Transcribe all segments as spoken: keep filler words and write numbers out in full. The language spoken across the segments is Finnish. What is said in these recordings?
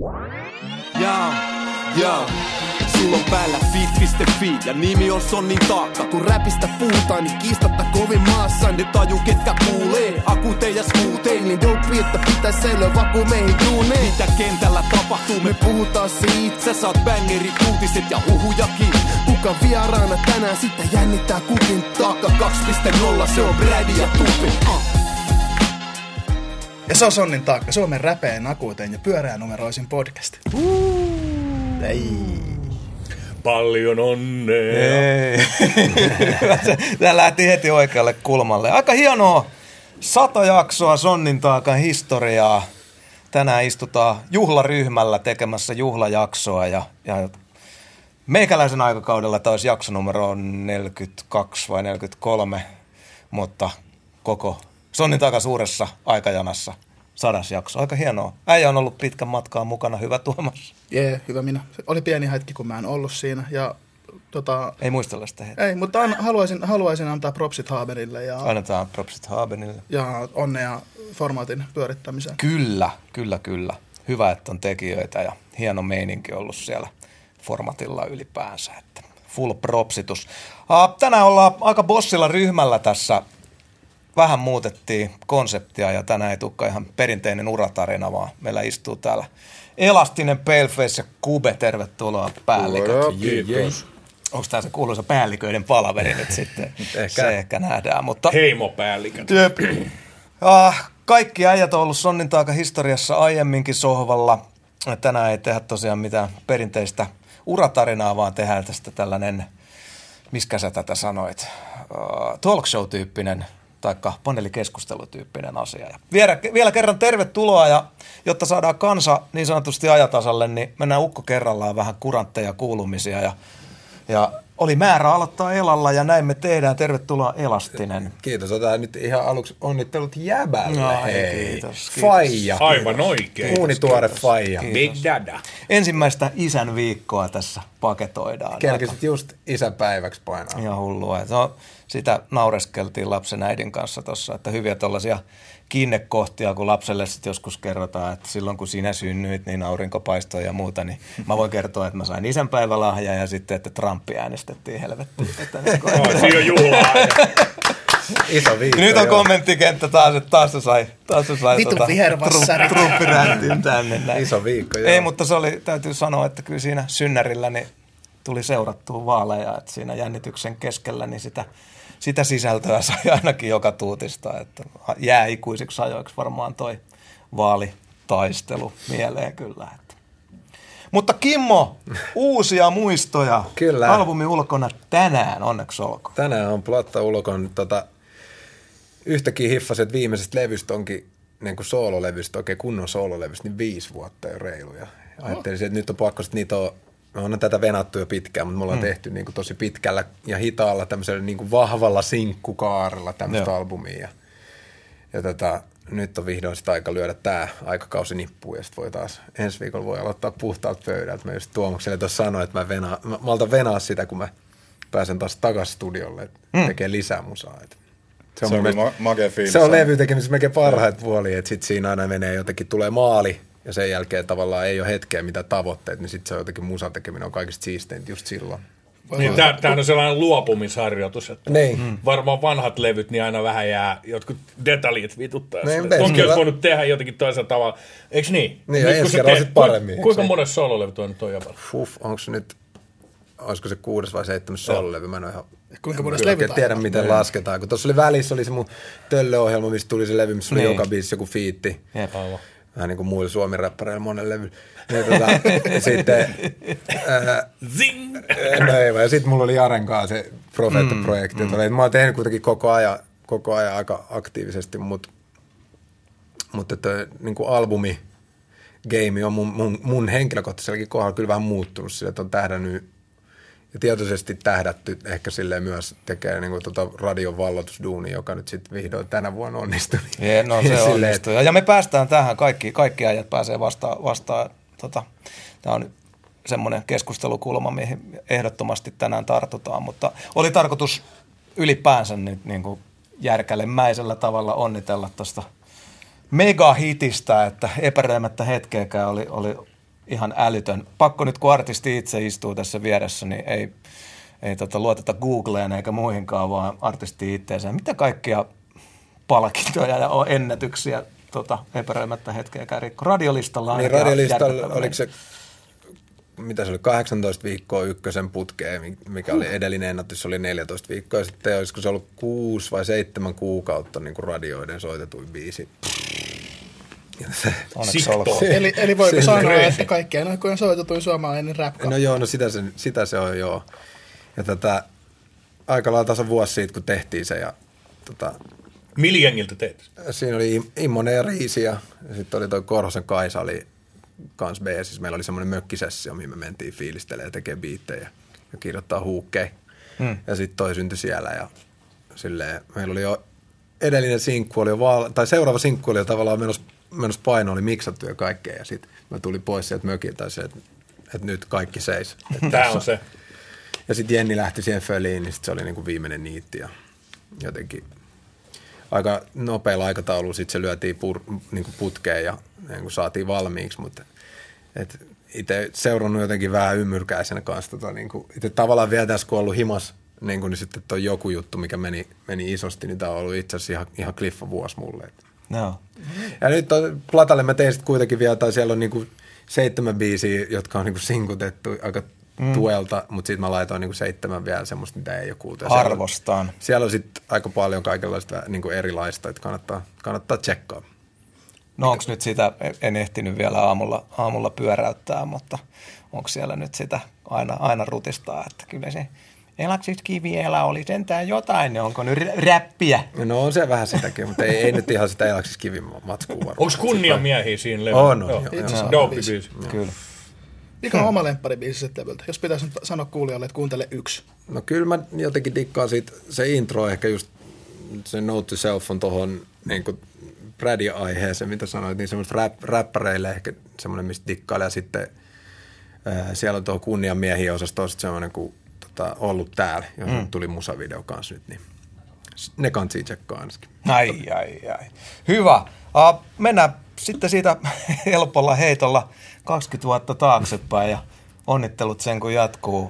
Jaa, jaa. Sulla on päällä fit piste fi ja nimi on Sonnin taakka. Kun räpistä puhutaan, niin kiistatta kovin maassa. Ne taju ketkä kuulee, akuuteen ja smootheen. Niin dope, että pitäis säilöä vaku meihin duuneen. Mitä kentällä tapahtuu, me puhutaan siitä. Sä saat bängerit, uutiset ja huhujakin. Kuka vieraana tänään, sitä jännittää kukin taakka. kaksi piste nolla, se on Brady ja Tupi. uh. Ja se on Sonnin taakka, Suomen räpeen, akuuteen ja pyöreänumeroisin podcast. Uh. Ei. Paljon onnea. Tää lähti heti oikealle kulmalle. Aika hienoa sata jaksoa Sonnin taakan historiaa. Tänään istutaan juhlaryhmällä tekemässä juhlajaksoa. Ja, ja meikäläisen aikakaudella taas jaksonumero on neljäkymmentäkaksi vai neljäkymmentäkolme, mutta koko Sonnin taakan suuressa aikajanassa sadas jakso. Aika hienoa. Äijä on ollut pitkän matkaa mukana. Hyvä Tuomas. Jee, yeah, hyvä minä. Oli pieni hetki, kun mä en ollut siinä. Ja, tota, ei muistella sitä hetkeä. Ei, mutta an, haluaisin, haluaisin antaa propsit Haabenille. Ja, annetaan propsit Haabenille. Ja onnea formaatin pyörittämiseen. Kyllä, kyllä, kyllä. Hyvä, että on tekijöitä ja hieno meininki ollut siellä formatilla ylipäänsä. Että full propsitus. Tänään ollaan aika bossilla ryhmällä tässä. Vähän muutettiin konseptia ja tänään ei tulekaan ihan perinteinen uratarina, vaan meillä istuu täällä Elastinen, Paleface ja Kube. Tervetuloa päälliköt. Kiitos. Onko tämä se kuuluisa päälliköiden palaveri nyt sitten? ehkä. Se ehkä nähdään. Mutta heimopäälliköt. Ah, kaikki äijät on ollut Sonnin taakan historiassa aiemminkin sohvalla. Tänään ei tehdä tosiaan mitään perinteistä uratarinaa, vaan tehdään tästä tällainen, miskä sä tätä sanoit, uh, talk show-tyyppinen taikka paneelikeskustelutyyppinen asia. Ja vielä, vielä kerran tervetuloa, ja jotta saadaan kansa niin sanotusti ajatasalle, niin mennään ukko kerrallaan vähän kurantteja kuulumisia. Ja, ja oli määrä aloittaa Elalla, ja näin me tehdään. Tervetuloa Elastinen. Kiitos. Otetaan nyt ihan aluksi onnittelut jäbälle. No, hei. Kiitos, kiitos. Faija. Aivan oikein. Uunituore faija. Big Dada. Ensimmäistä isän viikkoa tässä paketoidaan. Kerkisit just isäpäiväksi painaa. Ihan hullua. No, sitä naureskeltiin lapsen äidin kanssa tuossa, että hyviä tuollaisia kiinnekohtia, kun lapselle sitten joskus kerrotaan, että silloin kun sinä synnyit, niin aurinko paistoi ja muuta, niin mä voin kertoa, että mä sain isänpäivälahja ja sitten, että Trumpi äänestettiin helvettiin. No, siinä on juhlaa. Iso viikko. Nyt on kommenttikenttä taas, että taas se sai, taas se sai Vitu tota, vihervassari. Trumpi-räntin tänne. Näin. Iso viikko, joo. Ei, mutta se oli, täytyy sanoa, että kyllä siinä synnärillä niin tuli seurattua vaaleja, että siinä jännityksen keskellä niin sitä Sitä sisältöä sai ainakin joka tuutista, että jää ikuisiksi ajoiksi varmaan toi vaalitaistelu mieleen kyllä. Että. Mutta Kimmo, uusia muistoja. Kyllä. Albumi ulkona tänään, onneksi olkoon. Tänään on platta ulkona. Tota, yhtäkin hiffaset viimeisestä levystä onkin niin kuin soololevystä, oikein kunnon soololevystä, niin viisi vuotta jo reiluja. Ajattelin, että nyt on pakko sitten niitä on. Me on tätä venattu jo pitkään, mutta me ollaan mm. tehty niin kuin tosi pitkällä ja hitaalla tämmöisellä niin kuin vahvalla sinkkukaarella tämmöistä Joo. albumia. Ja, ja tota, nyt on vihdoin sitä aika lyödä tämä aikakausi nippuun ja sitten voi taas ensi viikolla voi aloittaa puhtaalta pöydältä. Mä just Tuomokselle tuossa sanoin, että mä, venaan, mä, mä altan venaa sitä, kun mä pääsen taas takaisin studiolle, että mm. tekee lisää musaa. Et se on, se on mielestä, ma- makea fiilis. Se on levy tekemisessä melkein parhaita puolia, että sitten siinä aina menee jotenkin, tulee maali. Ja sen jälkeen tavallaan ei ole hetkeä mitä tavoitteet, niin sitten se on jotenkin musan tekeminen on kaikista siisteintä just silloin. Niin, tämä on sellainen luopumisharjoitus, että niin. varmaan vanhat levyt niin aina vähän jää jotkut detaljit vituttaa. Niin, Toki olisi voinut tehdä jotenkin toisella tavalla. Eikö niin? Niin, ja ensi kerralla sitten paremmin. Kuinka, kuinka monessa soololevy toi nyt on jäbällä? Fuff, onko se nyt, olisiko se kuudes vai seitsemäs soololevy? Mä en ole ihan... Kuinka monessa levy tiedä, miten lasketaan. Kun tuossa oli välissä oli se mun töllöohjelma, mistä tuli se levy, missä oli joka biisi joku fiitti. Jep, aivan. Vähän niin kuin muilla suomi-räppäreillä monen levy. Ja, tota, ja sitten... Ää, Zing! No ei vaan. Ja sitten mulla oli Jaren kanssa se Profeetta-projekti. Mm, mm. Mä oon tehnyt kuitenkin koko ajan, koko ajan aika aktiivisesti, mutta, mutta että niin kuin albumi, game on mun, mun, mun henkilökohtaisellakin kohdalla kyllä vähän muuttunut sille, että on tähdännyt ja tietoisesti tähdätty ehkä silleen myös tekee niin kuin tota radion valloitusduuni, joka nyt sitten vihdoin tänä vuonna onnistui. Yeah, no se onnistui. Ja me päästään tähän, kaikki, kaikki äijät pääsee vastaan. vastaan tota, tämä on semmoinen keskustelukulma, mihin ehdottomasti tänään tartutaan, mutta oli tarkoitus ylipäänsä nyt niin kuin järkälemäisellä tavalla onnitella tuosta megahitistä, että epäröimättä hetkeäkään oli, oli ihan älytön. Pakko nyt, kun artisti itse istuu tässä vieressä, niin ei, ei tota, luoteta Googleen eikä muihinkaan, vaan artisti itteensä. Mitä kaikkia palkintoja ja ennätyksiä tota, epäröimättä hetkeäkään rikko? Radiolistalla on niin radiolistalla oliko se, mitä se oli, kahdeksantoista viikkoa ykkösen putkeen, mikä oli edellinen ennätys, oli neljätoista viikkoa. Ja sitten olisiko se ollut kuusi vai seitsemän kuukautta niin kuin radioiden soitetuin biisi. Eli, eli voiko sanoa, että kaikkien aikojen soitetuin suomalainen rap? No joo, no sitä se, sitä se on joo. Ja tätä aika lailla tasan vuosi siitä, kun tehtiin se. Ja, tota, millä jengiltä teit? Siinä oli Immonen ja Riisi ja sitten oli toi Korhosen Kaisa oli kans B. Siis meillä oli semmoinen mökkisessio, mihin me mentiin fiilistelemään ja tekemään biittejä ja kirjoittaa huukkeja. Hmm. Ja sitten toi syntyi siellä ja silleen, meillä oli jo edellinen sinkku, oli jo vaal- tai seuraava sinkku oli jo tavallaan menossa, menossa paino, oli miksattu ja kaikkea. Ja sitten mä tulin pois sieltä mökiltä, että, että nyt kaikki seis. Tää on se. Ja sitten Jenni lähti siihen föliin, niin sit se oli niinku viimeinen niitti ja jotenkin aika nopealla aikataululla sitten se lyötiin pur- niinku putkeen ja niinku saatiin valmiiksi, mutta itse seurannut jotenkin vähän ymmyrkäisenä kanssa. Tota, niinku, itse tavallaan vielä tässä, kun on ollut himas, niinku, niin sitten toi joku juttu, mikä meni, meni isosti, niin tämä on ollut itse asiassa ihan, ihan kliffa vuosi mulle. No. Ja nyt toi, Platalle mä tein sitten kuitenkin vielä, tai siellä on niinku seitsemän biisiä, jotka on niinku sinkutettu aika mm. tuelta, mutta sitten mä laitoin niinku seitsemän vielä semmoista, mitä ei ole kuultu. Arvostaan. Siellä on, siellä on sitten aika paljon kaikenlaista niinku erilaista, että kannattaa, kannattaa tsekkaa. No onko nyt sitä, en ehtinyt vielä aamulla, aamulla pyöräyttää, mutta onko siellä nyt sitä aina, aina rutistaa, että kyllä se Elaksis Kivielä oli sentään jotain, niin onko nyt räppiä? No on se vähän sitäkin, mutta ei, ei nyt ihan sitä Elaksis Kivin matskua varmaan. Onko kunniamiehiä siinä levyllä? On, on. Joo. Joo. Dope biisi. Kyllä. Mikä on oma lempparibiisi sieltä levyltä? Jos pitäisi sanoa kuulijalle, että kuuntele yksi. No kyllä mä jotenkin dikkaan siitä, se intro ehkä just, se Note to Self on tohon niin kuin Brady-aiheeseen, mitä sanoit, niin semmoista rap, räppäreille ehkä semmoinen, mistä dikkailee. Ja sitten ää, siellä on tuohon kunniamiehiä osastoon sitten semmoinen kuin tota, Ollut täällä, johon mm. tuli musavideo kanssa nyt, niin ne kantsii tsekkaa ainakin. Ai, ai, ai. Hyvä. Uh, mennään sitten siitä helpolla heitolla kaksikymmentä vuotta taaksepäin ja onnittelut sen, kun jatkuu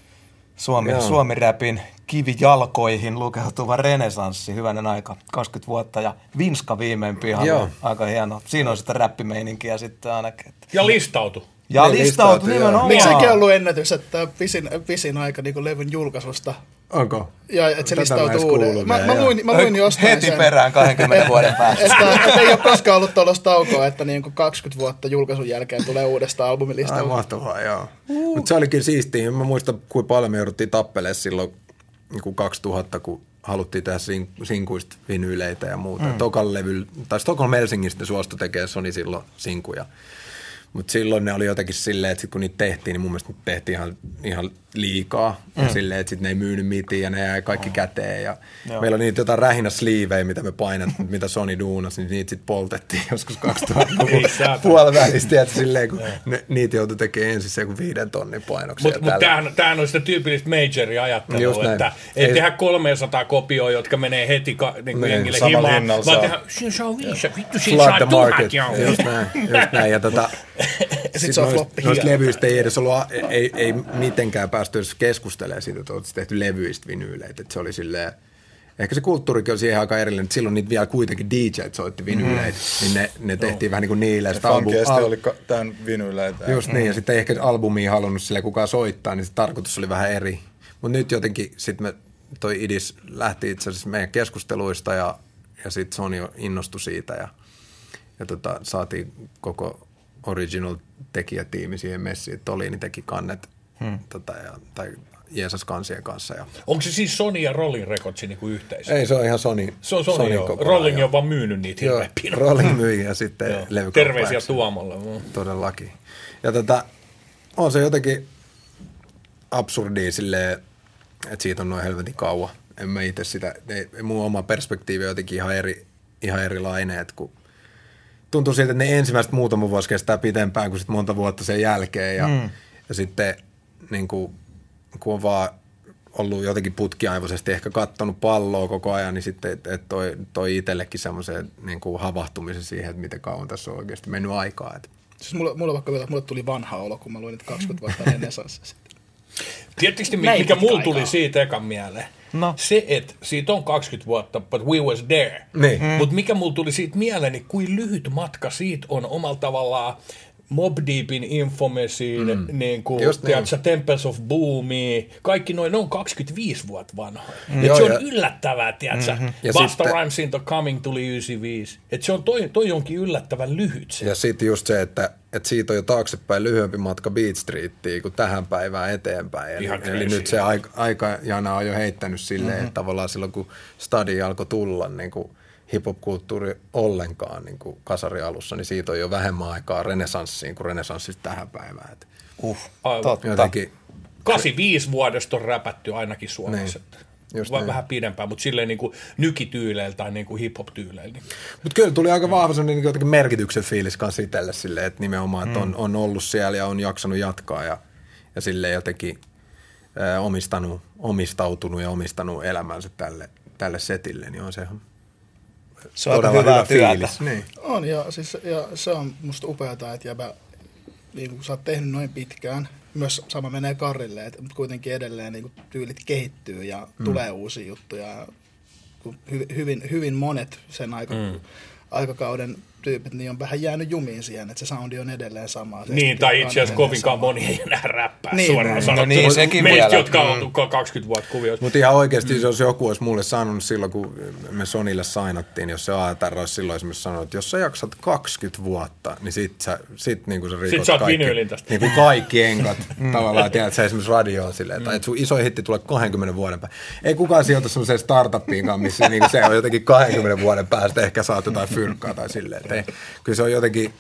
Suomi, Suomi-räpin kivijalkoihin lukeutuva renesanssi, hyvänen aika, kaksikymmentä vuotta ja Vinska viimein pihalla, aika hieno. Siinä on sitä räppimeininkiä sitten ainakin. Ja listautu. Ja niin listautu nimenomaan. Miksi sekin on ollut ennätys, että pisin, pisin aika niin levyn julkaisusta? Onko? Ja että se listautuu uudelleen. Mä, mä, luin, mä luin jostain heti sen. perään kahdenkymmenen vuoden päästä. Että, että ei ole koskaan ollut tuollaista taukoa, että niin kuin kaksikymmentä vuotta julkaisun jälkeen tulee uudestaan albumilista. Ai mahtavaa, joo. Uh. Mutta se oli kyllä siistiä. Mä muistan, kuinka paljon me jouduttiin tappelemaan silloin niin kuin kaksituhatta, kun haluttiin tehdä sink- sinkuista vinyyleitä ja muuta. Mm. Tokan levyllä, tai Stockholm Helsingistä suostui tekemään Sony silloin sinkuja. Mutta silloin ne oli jotenkin silleen, että sit kun niitä tehtiin, niin mun mielestä niitä tehtiin ihan, ihan liikaa. Mm. Ja silleen, että sitten ne ei myynyt mitään ja ne jäi kaikki oh. käteen. Ja meillä oli niitä jotain rähinäsliivejä, mitä me painettiin, mitä Sony duunasi, niin niitä sitten poltettiin joskus kaksituhattaluvun puolivälistä. Silleen, kun ne, niitä joutui tekemään ensin se kuin viiden tonnin painoksia. Mutta mut tämähän, tämähän on sitä tyypillistä majoria-ajattelua, että ei, ei tehdä kolmesataa kopioa, jotka menee heti ka, niin kuin jengille himaan, vaan tehdä, se on viisi, vittu, siinä saa tuhat. Just näin, just näin. Ja tota, sitten sit noista, noista levyistä ei edes ollut, ei, ei mitenkään päästy edes keskustelemaan siitä, että olisi tehty levyistä vinyyleitä. Että se oli silleen, ehkä se kulttuurikin oli siihen aika erillinen, että silloin niitä vielä kuitenkin D J:t soitti vinyyleitä, mm. niin ne, ne tehtiin no. vähän niin kuin niille. Ja funkiesti al- oli tämän vinyyleitä. Just mm. niin, ja sitten ei ehkä albumia halunnut sille kukaan soittaa, niin se tarkoitus oli vähän eri. Mutta nyt jotenkin sitten me, toi Idis lähti itse asiassa meidän keskusteluista ja, ja sitten Sony innostui siitä ja, ja tota, saatiin koko original-tekijätiimi siihen messiin, että Tolini teki kannet hmm. tota, ja, tai Jeesus kansien kanssa. Ja. Onko se siis Sony ja Rolling Recordsin niin kuin yhteisö? Ei, se on ihan Sony. Se on Sony, Sony joo. Rolling on vaan myynyt niitä hirveän pino. Rolling myi ja sitten levykauppaiksi. Terveisiä Tuomolle. Todellakin. Ja tota, on se jotenkin absurdia silleen, että siitä on noin helvetin kauan. En mä itse sitä, ei, mun oma perspektiivi on jotenkin ihan, eri, ihan erilainen, että kun tuntuu siltä, että ne ensimmäiset muutama vuosi kestää pitempään kuin sit monta vuotta sen jälkeen. Ja, mm. ja sitten niin kuin, kun on vaan ollut jotenkin putkiaivoisesti ehkä kattonut palloa koko ajan, niin sitten et, et toi, toi itsellekin semmoisen niin kuin havahtumisen siihen, että miten kauan tässä on oikeasti mennyt aikaa. Et, Siis mulla, mulla vaikka vielä, mulle tuli vanha olo, kun mä luin, että kaksikymmentä vuotta renesanssia sitten. Tiedättekö, mikä mulla tuli siitä ekan mieleen? No. Se, että siitä on kaksikymmentä vuotta, but we was there. Niin. Mm. Mutta mikä mulla tuli siitä mieleen, niin kuin lyhyt matka siitä on omalla tavallaan Mobb Deepin Infomesiin, mm. niin kuin, tiedätkö, Temples of Boomia, kaikki noin, ne on kaksikymmentäviisi vuotta vanhoja. Mm. Joo, se on ja yllättävää, tiedätkö. Mm-hmm. Busta sitten Rhymesin The Coming tuli yhdeksänkymmentäviisi. Että se on toi, toi onkin yllättävän lyhyt se. Ja sitten just se, että, että siitä on jo taaksepäin lyhyempi matka Beat Streetiin kuin tähän päivään eteenpäin. Eli, eli nyt se aika, aikajana on jo heittänyt silleen, mm-hmm. että tavallaan silloin kun Stadi alkoi tulla niin kuin hip-hop-kulttuuri ollenkaan niin kuin kasarin alussa, niin siitä on jo vähemmän aikaa renesanssiin kuin renesanssista tähän päivään. Uh, totta. Jotenkin kahdeksankymmentäviisi vuodesta on räpätty ainakin Suomessa. Niin. Va- vähän pidempään, mutta silleen niin kuin nykityyleillä tai niin kuin hip-hop-tyyleillä. Niin. Mutta kyllä tuli aika vahva sellainen niin merkityksen fiilis kanssa itselle silleen, että nimenomaan että on, on ollut siellä ja on jaksanut jatkaa ja, ja silleen jotenkin ää, omistanut, omistautunut ja omistanut elämänsä tälle, tälle setille, niin on se ihan se on todella hyvä fiilis. Niin. On, ja, siis, ja se on musta upeata, että jäbä, niin kun sä oot tehnyt noin pitkään, myös sama menee Karrille, että kuitenkin edelleen niin tyylit kehittyy ja mm. tulee uusia juttuja. Kun hy, hyvin, hyvin monet sen aika, mm. aikakauden tyypit niin on vähän jäänyt jumiin siihen, että se soundi on edelleen sama. Se niin, tai itse asiassa kovinkaan sama. Moni ei enää räppää niin, suoraan niin, sanottuna. No niin, sekin meistä, vielä. jotka on mm. kaksikymmentä vuotta kuvioissa. Mutta ihan oikeasti, mm. jos joku olisi mulle sanonut silloin, kun me Sonille sainattiin, jos se A T R olisi silloin esimerkiksi sanonut, että jos sä jaksat kaksikymmentä vuotta, niin sit sä, sit niinku sä rikot sit kaikki, niinku kaikki enkat. Tavallaan tiedät, sä esimerkiksi radioon silleen, tai että sun iso hitti tulee kahdenkymmenen vuoden päästä. Ei kukaan sijoita semmoiseen startuppiinkaan, missä niinku se on jotenkin kahdenkymmenen vuoden päästä, ehkä saat jotain fyrkkaa tai silleen. Ei, kyllä se on jotenkin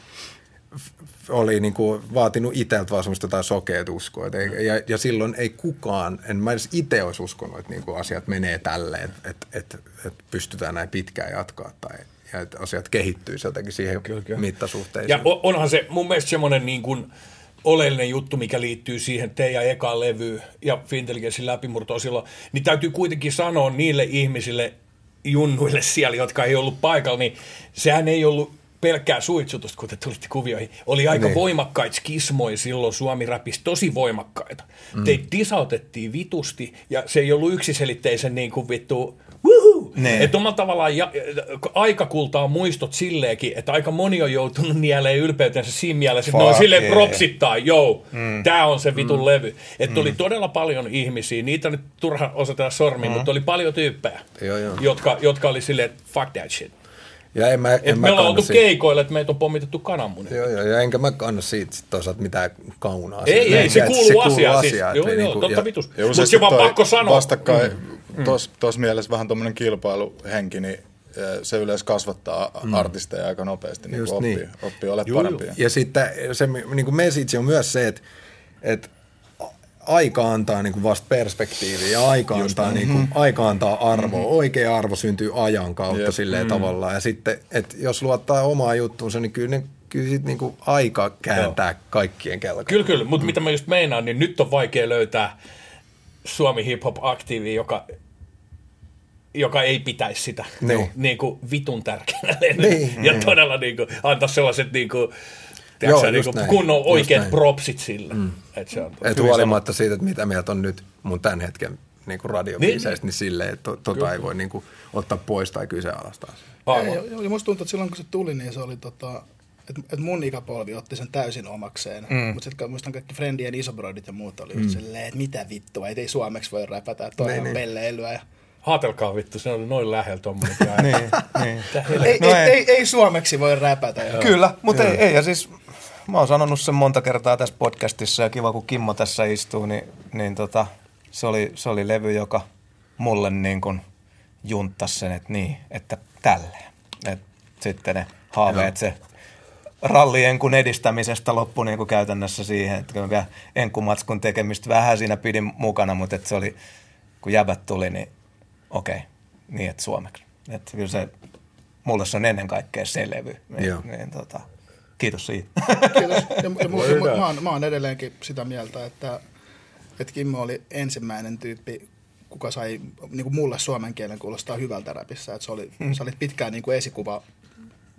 oli niinku vaatinut itseltä vaan semmoista jotain sokeet uskoa. Ja, ja silloin ei kukaan, en mä edes itse olisi uskonut, että niinku asiat menee tälleen, että et, et, et pystytään näin pitkään jatkaa tai ja että asiat kehittyisi jotenkin siihen kyllä, kyllä. mittasuhteisiin. Ja onhan se mun mielestä semmoinen niin kuin oleellinen juttu, mikä liittyy siihen teidän ekaan levyyn ja Fintelligenssin läpimurtoon silloin, niin täytyy kuitenkin sanoa niille ihmisille, junnuille siellä, jotka ei ollut paikalla, niin sehän ei ollut pelkkää suitsutusta, kun te tulitte kuvioihin. Oli aika niin. voimakkaita skismoja silloin Suomi-räpissä, tosi voimakkaita. Mm. Teitä disautettiin vitusti, ja se ei ollut yksiselitteisen niin kuin vittu, wuhuu! Että omalla tavallaan ja, aikakultaa muistot silleenkin, että aika moni on joutunut nieleen ylpeytensä siinä mielessä, että ne on silleen yeah. propsittaa, joo, mm. tää on se vitun mm. levy. Että mm. oli todella paljon ihmisiä, niitä on nyt turha osoitella sormiin, mm. mutta oli paljon tyyppejä, joo, joo. Jotka, jotka oli silleen, fuck that shit. Ja en mä, en et mä me ollaan oltu siitä keikoille, että meitä on pommitettu kananmunia. Joo, joo, ja enkä mä kanna siitä sit toisaalta mitään kaunaa. Ei, siitä. ei, se kuuluu, se kuuluu asiaan. asiaan siis. Joo, joo, niinku, totta vitus. Mutta se vaan pakko sanoa. Vastakkain, mm. tuossa mielessä vähän tommoinen kilpailuhenki, niin se yleensä kasvattaa mm. artisteja aika nopeasti, niin kuin oppii, niin. oppii olemaan parempia. Ja sitten se niin kuin message on myös se, että, että aika antaa niin kuin vasta perspektiiviä ja aika antaa, niin kuin, aika antaa arvoa. Mm-hmm. Oikea arvo syntyy ajan kautta yep. silleen mm-hmm. tavallaan. Ja sitten, että jos luottaa omaa juttuunsa, niin kyllä, ne, kyllä sit niin kuin aika kääntää Joo. kaikkien kelkaa. Kyllä, kyllä. Mutta mm. mitä mä just meinaan, niin nyt on vaikea löytää Suomi hip-hop-aktiivia, joka, joka ei pitäisi sitä niin. Niin kuin vitun tärkeänä levynä. Niin. Ja todella niin kuin, antaa sellaiset niin kuin, Joo, niin kuin, kun on oikeat propsit sille. Mm. Että se on et huolimatta siitä, että mitä mieltä on nyt mun tämän hetken niin radiobiiseistä, niin, niin silleen, että to, tota ei voi niin kuin, ottaa pois tai kyseenalaistaa. Ja musta tuntuu, että silloin kun se tuli, niin se oli tota, että et mun ikäpolvi otti sen täysin omakseen. Mm. Mutta sitten muistan kaikki Friendien isobrodit ja muut oli mm. silleen, että mitä vittua, ei suomeksi voi räpätä, että toi on niin. pelleilyä. Ja haatelkaa vittu, se oli noin lähellä tommoinen. niin, niin. ei, no ei, ei, ei, ei suomeksi voi räpätä. Joo. Kyllä, mutta ei, ei. Ja siis mä oon sanonut sen monta kertaa tässä podcastissa ja kiva kun Kimmo tässä istuu, niin, niin tota, se, oli, se oli levy, joka mulle niin kuin junttasi sen, että niin, että tälleen. Et sitten ne haaveet se rallienkun edistämisestä loppui niin kuin käytännössä siihen, että kyllä vielä enkumatskun tekemistä vähän siinä pidin mukana, mutta että se oli, kun jäbät tuli, niin okei, okay, niin että suomeksi. Että kyllä se, mulle se on ennen kaikkea se levy. Niin, niin, tota, kiitos siitä. Kiitos. Ja, ja mu, mä, oon, mä oon edelleenkin sitä mieltä, että, että Kimmo oli ensimmäinen tyyppi, kuka sai niin kuin mulle suomen kielen kuulostaa hyvältä räpissä. Että se oli, mm. sä olit pitkään niin kuin esikuva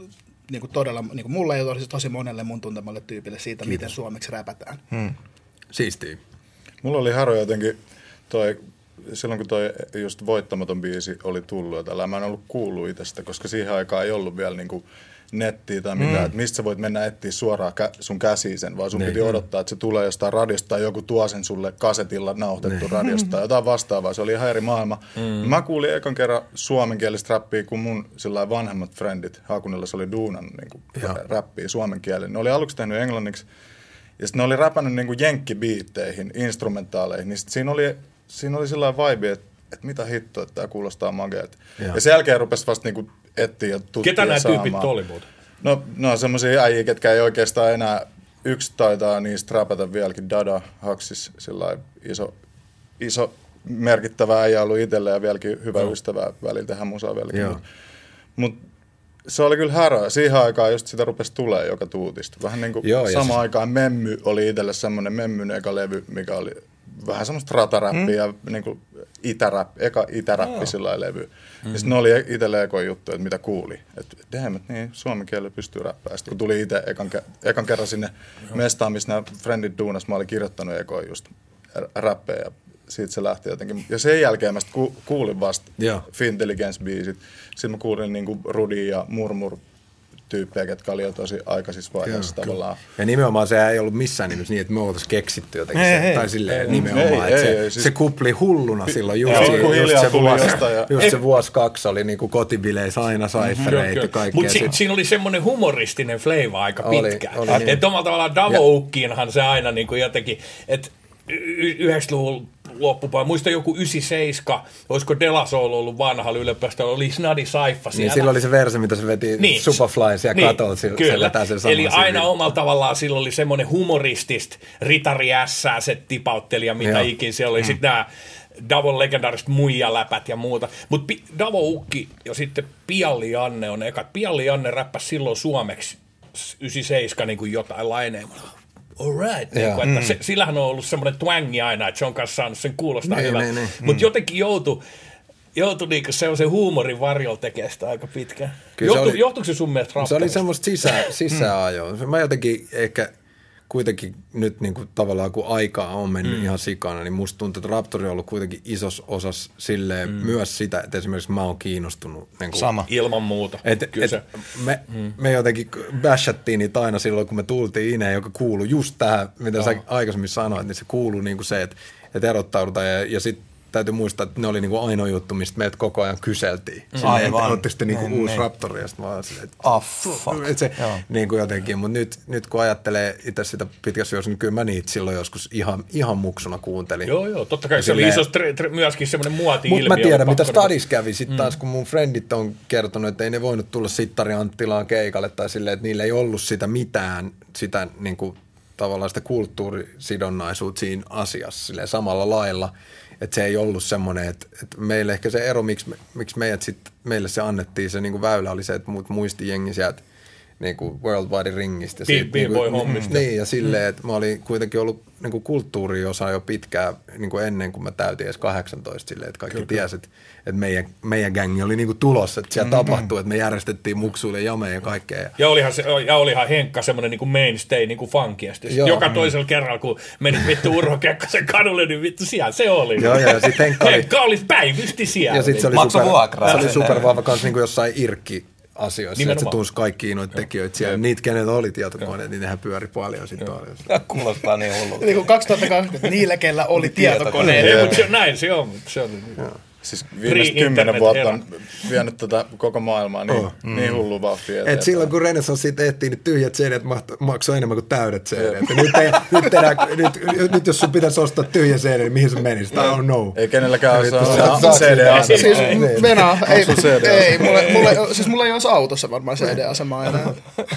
niinku todella, niinku mulle ja tosi, tosi monelle mun tuntemalle tyypille siitä, Kiitos. Miten suomeksi räpätään. Hmm. Siistii. Mulla oli haro jotenkin toi, silloin kun toi just Voittamaton biisi oli tullut ja tällä, mä en ollut kuullut itse sitä, koska siihen aikaan ei ollut vielä niinku nettiä tai mitään, mm. että mistä sä voit mennä etsiä suoraan kä- sun käsiin sen, vaan sun ne. Piti odottaa, että se tulee jostain radiosta tai joku tuo sen sulle kasetilla nauhoitettu ne. Radiosta tai jotain vastaavaa. Se oli ihan eri maailma. Mm. Mä kuulin ekan kerran suomenkielistä räppiä, kun mun sillä vanhemmat frendit Haakunilla se oli duunannut niin räppiä suomenkielinen. Ne oli aluksi tehnyt englanniksi ja sitten ne oli räpännyt niin jenkkibiitteihin, instrumentaaleihin, niin siinä oli, siinä oli sellainen vibe, että, että mitä hittoa, että tämä kuulostaa mageelta. Ja sen jälkeen rupesi vasta niin etsiä ja tutkia. Ketä nämä saamaan. Tyypit oli muuta? No, no semmoisia äijiä, ketkä ei oikeastaan enää, yksi taitaa niistä räpätä vieläkin, Dada Haksis, sillä iso, iso merkittävä äijä ollut itselle ja vieläkin hyvä no. ystävä välillä tehdä musaa vieläkin. Mutta mut, se oli kyllä härä. Siihen aikaan just sitä rupesi tulee joka tuutista. Vähän niin kuin Joo, samaan siis... aikaan Memmy oli itselle semmoinen Memmyn eka levy, mikä oli vähän semmoista rataräppiä, mm. niin kuin itäräp, eka itäräppi oh. sillä levy. Mm. Ja sitten ne oli itselle ekoja juttuja, että mitä kuuli. Että damn, että niin, suomen kielellä pystyy räppää. Sitten kun tuli itse ekan, ekan kerran sinne no. mestaan, missä nämä friendit duunas, mä olin kirjoittanut ekoja just räppejä ja siitä se lähti jotenkin. Ja sen jälkeen mä sitten ku, kuulin vasta Fintelligence-biisit. Sitten mä kuulin niin kuin Rudi ja Murmur tyyppejä, ketkä oli jo tosi aikaisissa vaiheissa Joo, tavallaan. Ja nimenomaan se ei ollut missään nimessä niin, että me oltaisiin keksitty jotenkin ei, se, ei, tai silleen ei, nimenomaan, ei, että ei, se, ei, siis... se kupli hulluna silloin just, ei, se, just, se, vuosi, ja... just se vuosi kaksi oli niin kuin kotibileissä aina saifereitä ja kaikkea. Mutta si, siinä oli semmoinen humoristinen flavor aika pitkään. Että omalla tavallaan Davo-ukkiinhan se aina niin kuin jotenkin, että yhdeksänkymmentäluvun loppupäin. Muista joku yhdeksänkymmentäseitsemän, olisiko Delasoul ollut vanhalla yliopistolla, oli Snadi Saifa siellä. Niin, silloin oli se versio, mitä se veti niin, Superfly siellä niin, katolla. Kyllä, eli aina siinä. Omalla tavallaan silloin oli semmoinen humoristista ritari ässää se tipautteli ja mitä ikin. Siellä oli mm. sitten nämä Davon legendaariset muijaläpät ja muuta. Mutta Davo-ukki ja sitten Pialli Janne on ekat. Pialli Janne räppäsi silloin suomeksi yhdeksänkymmentäseitsemän niin kuin jotain laineja. All right. Niin kuin, että mm. se, sillähän on ollut semmoinen twangi aina, että se on kanssa saanut sen kuulostaa niin, hyvältä. Niin, niin. Mutta mm. jotenkin joutui joutui niinku sellaisen huumorin varjolla tekemään sitä aika pitkään. Johtu, oli, johtuiko se sun mielestä rappelusta? Se oli semmoista sisä, sisääajoa. Mä jotenkin ehkä kuitenkin nyt niin kuin tavallaan kun aikaa on mennyt mm. ihan sikana, niin musta tuntuu, että Raptori on ollut kuitenkin isossa osassa silleen mm. myös sitä, että esimerkiksi mä oon kiinnostunut. Niin kuin, Sama. Ilman muuta. Et, et me, mm. me jotenkin bashattiin niitä aina silloin, kun me tultiin Ineen, joka kuului just tähän, mitä oh. sä aikaisemmin sanoit, niin se kuuluu niin kuin se, että, että erottaudutaan ja, ja sitten täytyy muistaa, että ne oli niinku ainoa juttu, mistä meiltä koko ajan kyseltiin. Aivan. Olette sitten niinku niin, uusi niin. Raptori, ja sitten mä oon silleen, että oh, fuck. Et se, niinku jotenkin, mutta nyt, nyt kun ajattelee itse sitä pitkässä juossa, niin kyllä mä niitä silloin joskus ihan, ihan muksuna kuuntelin. Joo, joo, totta kai se silleen, oli iso tre, tre, myöskin semmoinen muoti-ilmiö. Mutta mä tiedän, mitä Stadis kävi sitten mm. taas, kun mun frendit on kertonut, että ei ne voinut tulla Sittari Anttilaan keikalle, tai silleen, että niillä ei ollut sitä mitään, sitä niinku tavallaan sitä kulttuurisidonnaisuutta siinä asiassa silleen samalla lailla. Että se ei ollut semmoinen, että, että meille ehkä se ero, miksi, miksi meidät sit, meille se annettiin, se niinku väylä oli se, että muut muisti jengi sieltä niinku Worldwide Ringistä. B-boy-hommista. Niin, ja silleen, että mä olin kuitenkin ollut niinku kulttuuriosa jo pitkään niinku ennen kuin mä täytin edes kahdeksantoista silleen, että kaikki tiesi, että, että meidän, meidän gängi oli niinku tulossa, että siellä mm-hmm. tapahtui, että me järjestettiin muksuille jameja ja kaikkea. Ja olihan, se, ja olihan Henkka semmoinen niinku mainstay niinku funkiasti. Joka mm. toisella kerralla, kun menit vittu Urho Kekkosen kadulle, niin vittu siellä se oli. Joo, ja sit Henkka oli... Henkka oli päivysti siellä. Ja sit se oli super, se oli supervahva kanssa niinku jossain irkki asioissa, nimenomaan. Että se tunsi kaikkia noita tekijöitä siellä. Niitä, kenet oli tietokoneet, niin nehän pyöri paljon sitten paljon. Kuulostaa niin hullulta. Niin kuin kaksituhattakaksikymmentä niillä, kellä oli tietokoneet. Mutta se, näin se on. Se on siis viimeiset kymmenen vuotta on vienyt tätä koko maailmaa niin, oh. mm. niin hullu vauhtia eteenpäin. Et silloin kun Renaissance tehtiin, niin tyhjät C D:t maksoi enemmän kuin täydet C D:t. nyt, ei, nyt, enää, nyt, nyt jos sun pitäisi ostaa tyhjä C D, niin mihin se menisi? I don't know. Ei kenelläkään ole C D-asema. Siis Venä, ei, ei mulle, mulle, siis mulla ei olisi autossa varmaan C D-asemaa enää.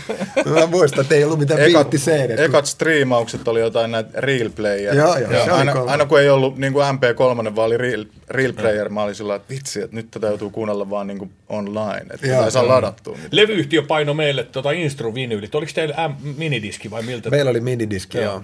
Mä muistan, että ei ollut mitään viitti C D. Ekat striimaukset oli jotain näitä Real Player. Aina kun ei ollut niin kuin M P kolme, vaan oli Real Player. Mä olin sillä, että vitsi, että nyt tätä joutuu kuunnella vaan niin kuin online, että tätä ei saa ladattua. Levyyhtiö paino meille tuota Instru-vinyylit. Oliko teillä M- minidiski vai miltä? Meillä oli minidiski, joo.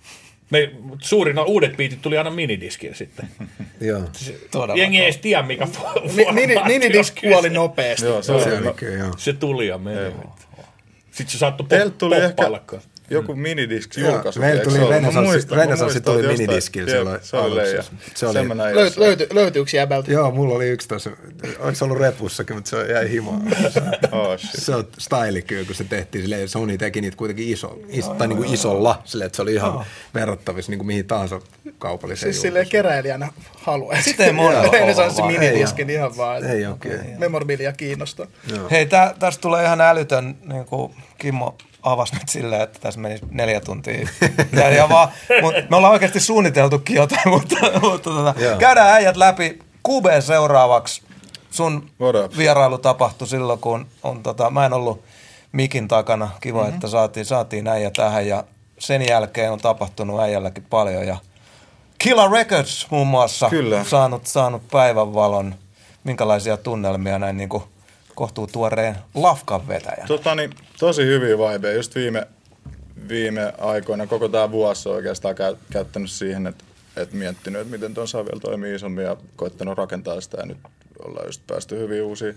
Me, suurin uudet biitit tuli aina minidiskiin sitten. Joo. Jengi ei edes tiedä, mikä Minidiski kuoli nopeasti. Joo, se, se, oli, no, se tuli ja meni. Sitten se saattoi Teiltä tuli ehkä pop-palkkaan. joku minidisk julkaisu. Meillä tuli Renesanssi, Renesanssi tuli jostain- minidiskillä Jep, silloin se oli leija. aluksi. Se oli, Sen mä näin Löyt, jossain. löyty, löytyykö jäbältä? joo, mulla oli yksi tuossa, oliko se ollut repussakin, mutta se jäi himaan. Oh, shit. Se on style kyllä, kun se tehtiin silleen, Sony teki niitä kuitenkin iso, iso tai niin kuin isolla, silleen, että se oli ihan verrattavissa niin kuin mihin tahansa kaupalliseen Siis silleen keräilijänä haluaa. Sitä ei monella ole Renesanssi vaan. minidiskin ihan vaan. Ei oikein. Memorabilia kiinnostaa. Hei, tä, tästä tulee ihan älytön, niin kuin Kimmo avasi nyt silleen, että tässä menisi neljä tuntia. Ja, ja vaan, mut, me ollaan oikeasti suunniteltukin jotain, mutta, mutta tota, käydään äijät läpi. Q B seuraavaksi. Sun What up? vierailu tapahtui silloin, kun on, tota, mä en ollut mikin takana. Kiva, mm-hmm. että saatiin, saatiin äijä tähän ja sen jälkeen on tapahtunut äijälläkin paljon. Ja Killa Records muun muassa Kyllä. saanut, saanut päivänvalon. Minkälaisia tunnelmia näin niin kuin kohtuu tuoreen lafkan vetäjän? Tota, niin, tosi hyviä vibeja. Just viime, viime aikoina, koko tämä vuosi on oikeastaan käy, käyttänyt siihen, että et miettinyt, että miten tuon saa vielä toimii isommin ja koittanut rakentaa sitä. Ja nyt ollaan just päästy hyvin uusiin,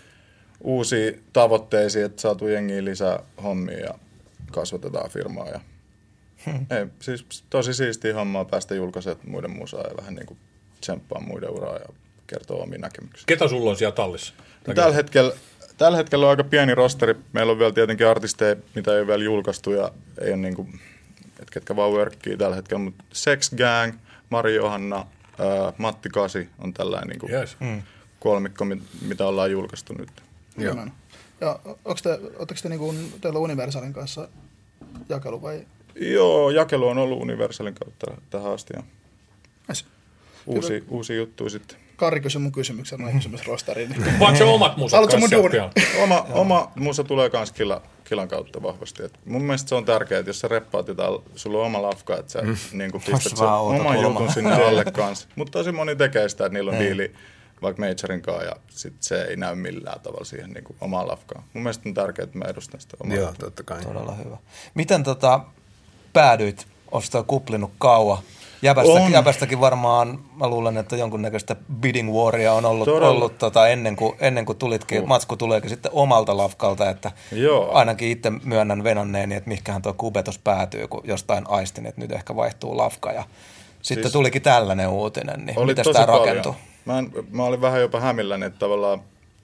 uusiin tavoitteisiin, että saatu jengiä lisää hommia ja kasvatetaan firmaa. Ja hmm. ei, siis tosi siistiä hommaa päästä julkaisemaan muiden musaa ja vähän niin kuin tsemppaa muiden uraa ja kertoo omia näkemyksiä. Ketä sulla on siellä tallissa? No, tällä, hetkellä, tällä hetkellä on aika pieni rosteri. Meillä on vielä tietenkin artisteja, mitä ei ole vielä julkaistu ja ei ole niinku, et ketkä vaan workkii tällä hetkellä, mutta Sex Gang, Mari Johanna, ää, Matti Kasi on tällainen niinku Yes. kolmikko, mit, mitä ollaan julkaistu nyt. Joo. Ja onko te, ootteko te niinku, teillä Universalin kanssa jakelu vai? Joo, jakelu on ollut Universalin kautta tähän asti ja Yes. uusia, uusia juttuja sitten. Kari kysyi mun kysymyksen, mä kysymys rostariin. Vaikka se omat musat Haluatko mun kanssa duuni? pian? Oma, oma musa tulee kans kila, kilan kautta vahvasti. Et mun mielestä se on tärkeää, että jos sä reppaat jotain, sulla on oma lafka, että sä mm. niin pistät sen vaan outo oman kulma. jutun sinne alle kanssa. Mutta tosi moni tekee sitä, että niillä on diili vaikka majorin kanssa ja sit se ei näy millään tavalla siihen niin kuin omaan lafkaan. Mun mielestä on tärkeää, että mä edustan sitä omaa. Joo, totta kai. Todella hyvä. Miten tota, päädyit, oot sitä kuplinut kauan? Jäbästäkin, jäbästäkin varmaan, mä luulen, että jonkunnäköistä bidding waria on ollut, ollut tota, ennen, kuin, ennen kuin tulitkin. Uh. Matsku tuleekin sitten omalta lafkalta, että Joo. ainakin itse myönnän venonneeni, että mihinkähän tuo kubetos päätyy, kun jostain aistin, että nyt ehkä vaihtuu lafka. Ja sitten siis tulikin tällainen uutinen, niin miten tämä rakentui? Mä, en, mä olin vähän jopa hämilläni, että tavallaan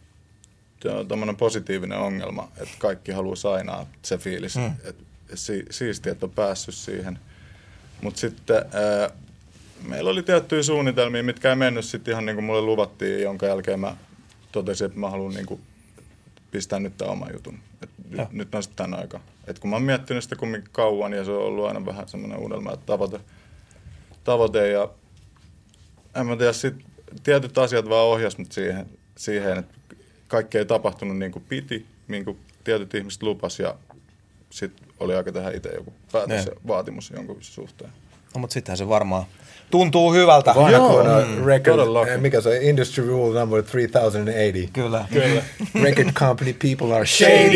on tommoinen positiivinen ongelma, että kaikki haluaa sainaa se fiilis, mm. että si, siistiä, että on päässyt siihen. Mutta sitten ää, meillä oli tiettyjä suunnitelmia, mitkä ei mennyt sitten ihan niin kuin mulle luvattiin, jonka jälkeen mä totesin, että mä haluan niin kuin pistää nyt tämän oman jutun. Et nyt, nyt on sitten tämän aika. Et kun mä oon miettinyt sitä kumminkin kauan ja se on ollut aina vähän semmoinen unelma, että tavoite, tavoite ja en mä tiedä, sit tietyt asiat vaan ohjas mut siihen, siihen että kaikki ei tapahtunut niin kuin piti, niin kuin tietyt ihmiset lupas ja sitten oli aika tehdä itse joku päätös ja vaatimus jonkun suhteen. No, mutta sittenhän se varmaan tuntuu hyvältä. Vanhakoina Mm, record, todellakin. mikä se on, industry rule number three thousand eighty. Kyllä. Kyllä. Record company people are shady.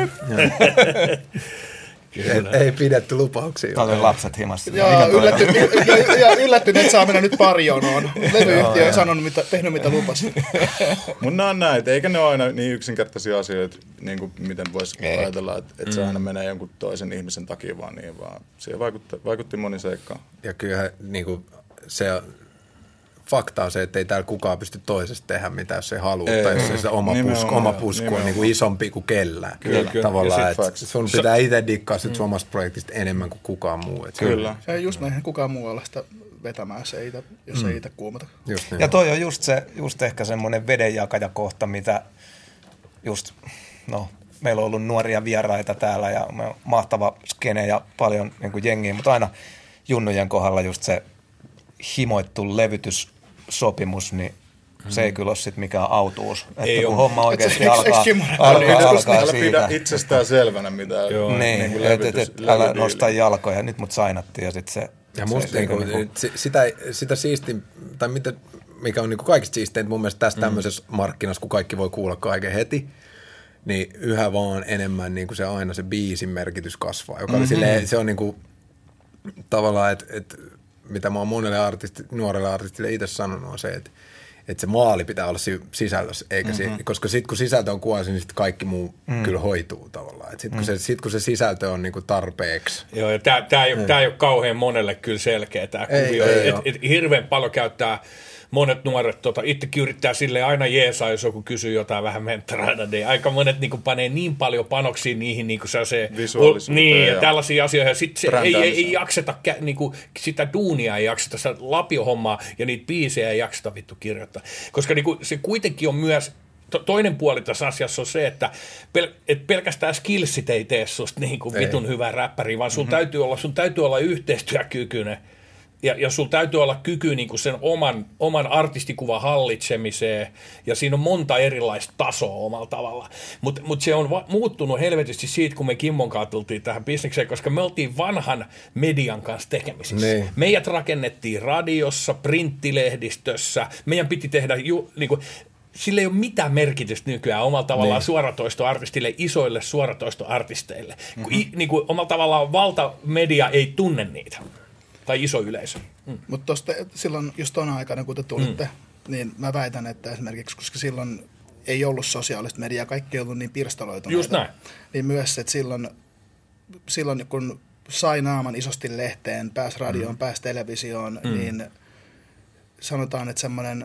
Et, ei pidetty lupauksia. Tämä oli lapset himassa. Ja, yllätty, ja, ja yllättyneet, että saa mennä nyt pari jonoon. Levyyhtiö on sanonut, mitä, tehnyt mitä lupasi. Mun nämä on näitä, eikä ne ole aina niin yksinkertaisia asioita, niin kuin miten voisi ajatella, että, että se aina menee jonkun toisen ihmisen takia vaan niin, vaan siihen vaikutti, vaikutti moni seikkaan. Ja kyllähän niin kuin, se fakta on se, että ei täällä kukaan pysty toisesta tehdä mitään, jos ei halua. Ei, tai jos ei se oma pusku, oma pusku on niin kuin isompi kuin kellään. Kyllä, kyllä. Tavallaan, että sun pitää itse dikkaa sit sun omasta projektista enemmän kuin kukaan muu. Et Kyllä. Se ei just näin, kukaan muu ole sitä vetämään se itä, jos mm. ei itse kuumata. Just niin. Ja toi on just, se, just ehkä semmoinen vedenjakajakohta, mitä just, no, meillä on ollut nuoria vieraita täällä ja mahtava skene ja paljon niin kuin jengiä, mutta aina junnujen kohdalla just se himoittu levytyssopimus, niin se ei kyllä ole sitten mikään autuus. Että ei kun ole. homma oikeasti Eikö- alkaa, eikö alkaa, Älä alkaa pidä siitä. itsestään selvänä mitään. Joo. Niin, niin kuin että et, levytys- et, älä levydiili. nosta jalkoja. Nyt mut sainattiin ja sitten se... Ja se, musta se, niinku, niinku, si- sitä, sitä siistin, tai mitä, mikä on niinku kaikista siisteintä mun mielestä tässä mm. tämmöisessä markkinassa, kun kaikki voi kuulla kaiken heti, niin yhä vaan enemmän niinku se aina se biisin merkitys kasvaa, joka mm-hmm. oli silleen, se on niinku tavallaan, että et, mitä mä oon monelle artisti, nuorelle artistille itse sanonut on se, että että se maali pitää olla sisällössä, eikä mm-hmm. si- koska sitten kun sisältö on kuvaus, niin sit kaikki muu mm. kyllä hoituu tavallaan. Sitten kun, mm. sit, kun se sisältö on niinku tarpeeksi. Joo, ja tämä ei, ei ole kauhean monelle kyllä selkeä tämä kuvio. Ei, ei, et, et, hirveän paljon käyttää monet nuoret, tota, itsekin yrittää silleen aina jeesaa, jos joku kysyy jotain vähän mentoraida, niin aika monet niin kuin, panee niin paljon panoksia niihin niin kuin se visuaalisuuteen niin, ja, ja tällaisia asioita, ja sitten ei, ei, ei jakseta, niin kuin, sitä duunia ei jakseta, sitä lapiohommaa, ja niitä biisejä ei jakseta vittu kirjoittaa, koska niin kuin, se kuitenkin on myös, to, toinen puoli tässä asiassa on se, että pel, et pelkästään skillsit ei tee susta niin kuin vitun hyvää räppäriä, vaan sun, mm-hmm. täytyy olla, sun täytyy olla yhteistyökykyinen. Ja, ja sulla täytyy olla kyky niin kuin sen oman, oman artistikuvan hallitsemiseen, ja siinä on monta erilaista tasoa omalla tavalla. Mutta mut se on va- muuttunut helvetisti siitä, kun me Kimmon kanssa tultiin tähän bisnekseen, koska me oltiin vanhan median kanssa tekemisissä. Niin. Meidät rakennettiin radiossa, printtilehdistössä, meidän piti tehdä ju, niin kuin, sillä ei ole mitään merkitystä nykyään omalla tavallaan niin. suoratoistoartistille, isoille suoratoistoartisteille. Mm-hmm. I, niin kuin, omalla tavallaan valtamedia ei tunne niitä. Tai iso yleisö. Mm. Mutta silloin just tuona aikana, kun te tulitte, mm. niin mä väitän, että esimerkiksi, koska silloin ei ollut sosiaalista mediaa, kaikki ei ollut niin pirstaloituneita. Just näin. Niin myös, että silloin, silloin kun sai naaman isosti lehteen, pääsi radioon, mm. pääsi televisioon, mm. niin sanotaan, että semmoinen,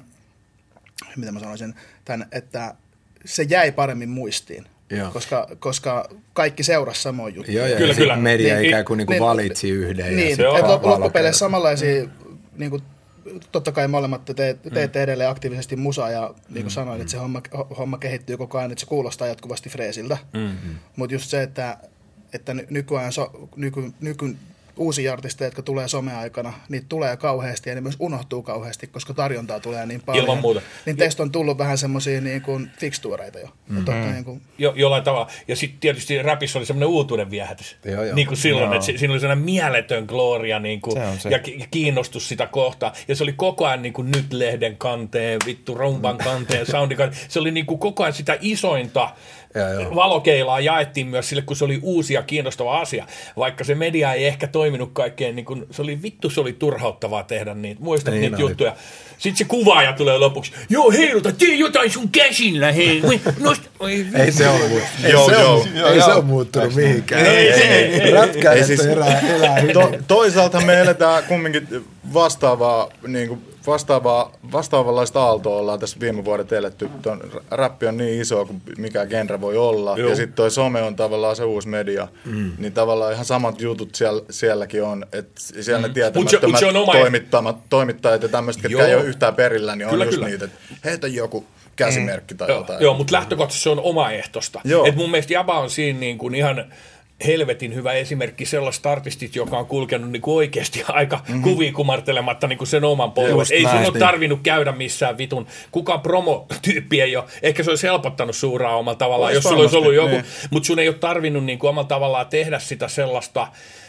mitä mä sanoisin, tämän, että se jäi paremmin muistiin. Koska, koska kaikki seurasi samoin juttuja. Joo, joo, kyllä, kyllä. Media niin, ikään kuin, niin kuin niin, valitsi yhden. Niin, että loppupeleissä samanlaisia, mm. niin kuin, totta kai molemmat te, teette mm. edelleen aktiivisesti musaa, ja niin kuin mm. sanoin, että se homma, homma kehittyy koko ajan, että se kuulostaa jatkuvasti freesiltä. Mm-hmm. Mutta just se, että, että nykyään so, nyky, nyky, uusia artisteja, jotka tulee someaikana, niitä tulee kauheasti ja ne myös unohtuu kauheasti, koska tarjontaa tulee niin paljon. Ilman muuta. Niin teistä on tullut vähän semmoisia niin kuin fikstuureita jo. Mm-hmm. Totta, niin kuin... jo. Jollain tavalla. Ja sitten tietysti räpissä oli semmoinen uutuuden viehätys. Joo, joo. Niin kuin silloin, joo. että siinä oli sellainen mieletön gloria niin kuin, se se. ja kiinnostus sitä kohtaa. Ja se oli koko ajan niin kuin nyt lehden kanteen, vittu rumban kanteen, soundin kanteen. Se oli niin kuin koko ajan sitä isointa ja, valokeilaa jaettiin myös sille, kun se oli uusi ja kiinnostava asia. Vaikka se media ei ehkä toiminut kaikkeen, niin kun se oli vittu, se oli turhauttavaa tehdä niitä. Muistat niin niitä oli. Juttuja. Sitten se kuvaaja tulee lopuksi. Joo, heiluta, tee jotain sun käsillä, hei. Nost... ei se ole muuttunut. Joo, joo. Ei se ole muuttunut mihinkään. Ei, ei, ei. Rätkäilet siis, elää, elää to, toisaalta me eletään kumminkin vastaavaa, niin kuin vastaavaa, vastaavanlaista aaltoa ollaan tässä viime vuodet eletty. Ton räppi on niin iso kuin mikä genre voi olla. Joo. Ja sitten toi some on tavallaan se uusi media. Mm. Niin tavallaan ihan samat jutut siellä, sielläkin on. Että siellä mm. ne tietämättömät toimittamat, toimittajat ja tämmöiset, ketkä ei ole yhtään perillä, niin on kyllä, just kyllä. niitä, että heitä joku käsimerkki mm. tai joo, jotain. Joo, mutta lähtökohtaisesti se on omaehtoista. Et mun mielestä Jaba on siinä niin kuin ihan helvetin hyvä esimerkki sellaista artistit, joka on kulkenut niin kuin oikeasti aika mm-hmm. kuvia kumartelematta niin kuin sen oman polun. Ei sun ole tarvinnut käydä missään vitun. Kukaan promotyyppi ei ole. Ehkä se olisi helpottanut suuraa omalla tavallaan, jos sulla olisi ollut joku. Niin. Mutta sun ei ole tarvinnut niin kuin omalla tavallaan tehdä sitä sellaista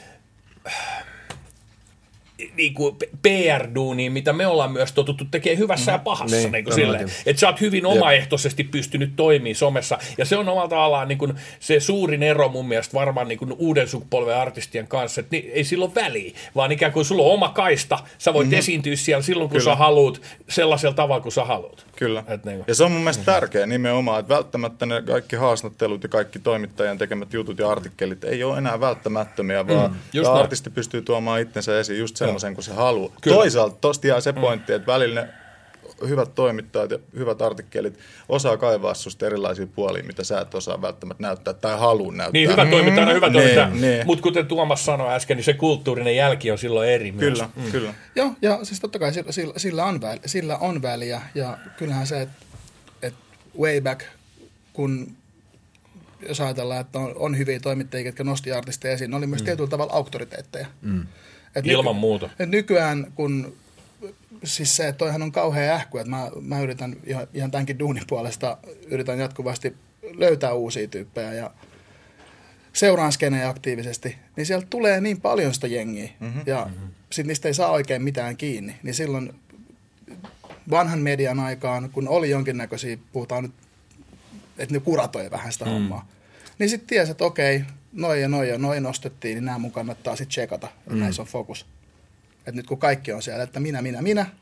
niin kuin P R-duunia, mitä me ollaan myös totuttu tekemään hyvässä mm, ja pahassa. Niin, niin silleen, että sä oot hyvin omaehtoisesti pystynyt toimimaan somessa. Ja se on omalla tavallaan niin kuin se suurin ero mun mielestä varmaan niin kuin uuden sukupolven artistien kanssa, että niin, ei silloin väliä, vaan ikään kuin sulla on oma kaista. Sä voit mm-hmm. esiintyä siellä silloin, kun Kyllä. sä haluut, sellaisella tavalla, kun sä haluut. Kyllä. Niin ja se on mun mielestä mm-hmm. tärkeä nimenomaan, että välttämättä ne kaikki haastattelut ja kaikki toimittajan tekemät jutut ja artikkelit ei ole enää välttämättömiä, vaan mm, artisti pystyy tuomaan itsensä esiin just semmoisen, kun se haluaa. Kyllä. Toisaalta tosta jää se pointti, että välillä ne hyvät toimittajat ja hyvät artikkelit osaa kaivaa susta erilaisia puolia, mitä sä et osaa välttämättä näyttää tai halua näyttää. Niin, hyvä toimittaja on hyvä toimittaja. Niin. Mutta kuten Tuomas sanoi äsken, niin se kulttuurinen jälki on silloin eri Kyllä, myös. kyllä. Mm. Joo, ja siis totta kai sillä, sillä, sillä, on, väliä, sillä on väliä, ja kyllähän se, että et way back, kun jos ajatellaan, että on, on hyviä toimittajia, jotka nosti artisteja esiin, ne oli myös mm. tietyllä tavalla auktoriteetteja. Mm. Et Ilman nyky- muuta. Et nykyään, kun siis se, että toihan on kauhea ähky, että mä, mä yritän ihan, ihan tämänkin duunin puolesta, yritän jatkuvasti löytää uusia tyyppejä ja seuraan skenejä aktiivisesti, niin sieltä tulee niin paljon sitä jengiä mm-hmm. ja mm-hmm. sitten niistä ei saa oikein mitään kiinni. Niin silloin vanhan median aikaan, kun oli jonkinnäköisiä, puhutaan nyt, että ne kuratoi vähän sitä mm. hommaa, niin sitten tiesi, että okei, noin ja noin ja noin nostettiin, niin nämä mun kannattaa sitten tsekata, että mm. näissä on fokus. Että nyt kun kaikki on siellä, että minä, minä, minä,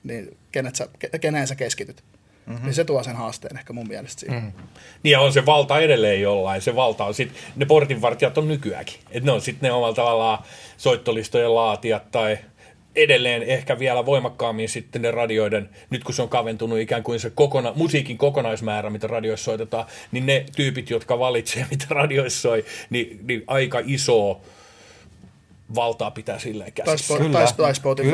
niin kenet sä, keneen sä keskityt. Mm-hmm. Niin se tuo sen haasteen ehkä mun mielestä siihen. Mm. Niin ja on se valta edelleen jollain. Se valta on sitten, ne portinvartijat on nykyäänkin. Että ne on sitten ne omalla tavallaan soittolistojen laatijat tai edelleen ehkä vielä voimakkaammin sitten ne radioiden, nyt kun se on kaventunut ikään kuin se kokona, musiikin kokonaismäärä, mitä radioissa soitetaan, niin ne tyypit, jotka valitsee, mitä radioissa soi, niin, niin aika iso valtaa pitää silleen käsissä. Tai Spotify.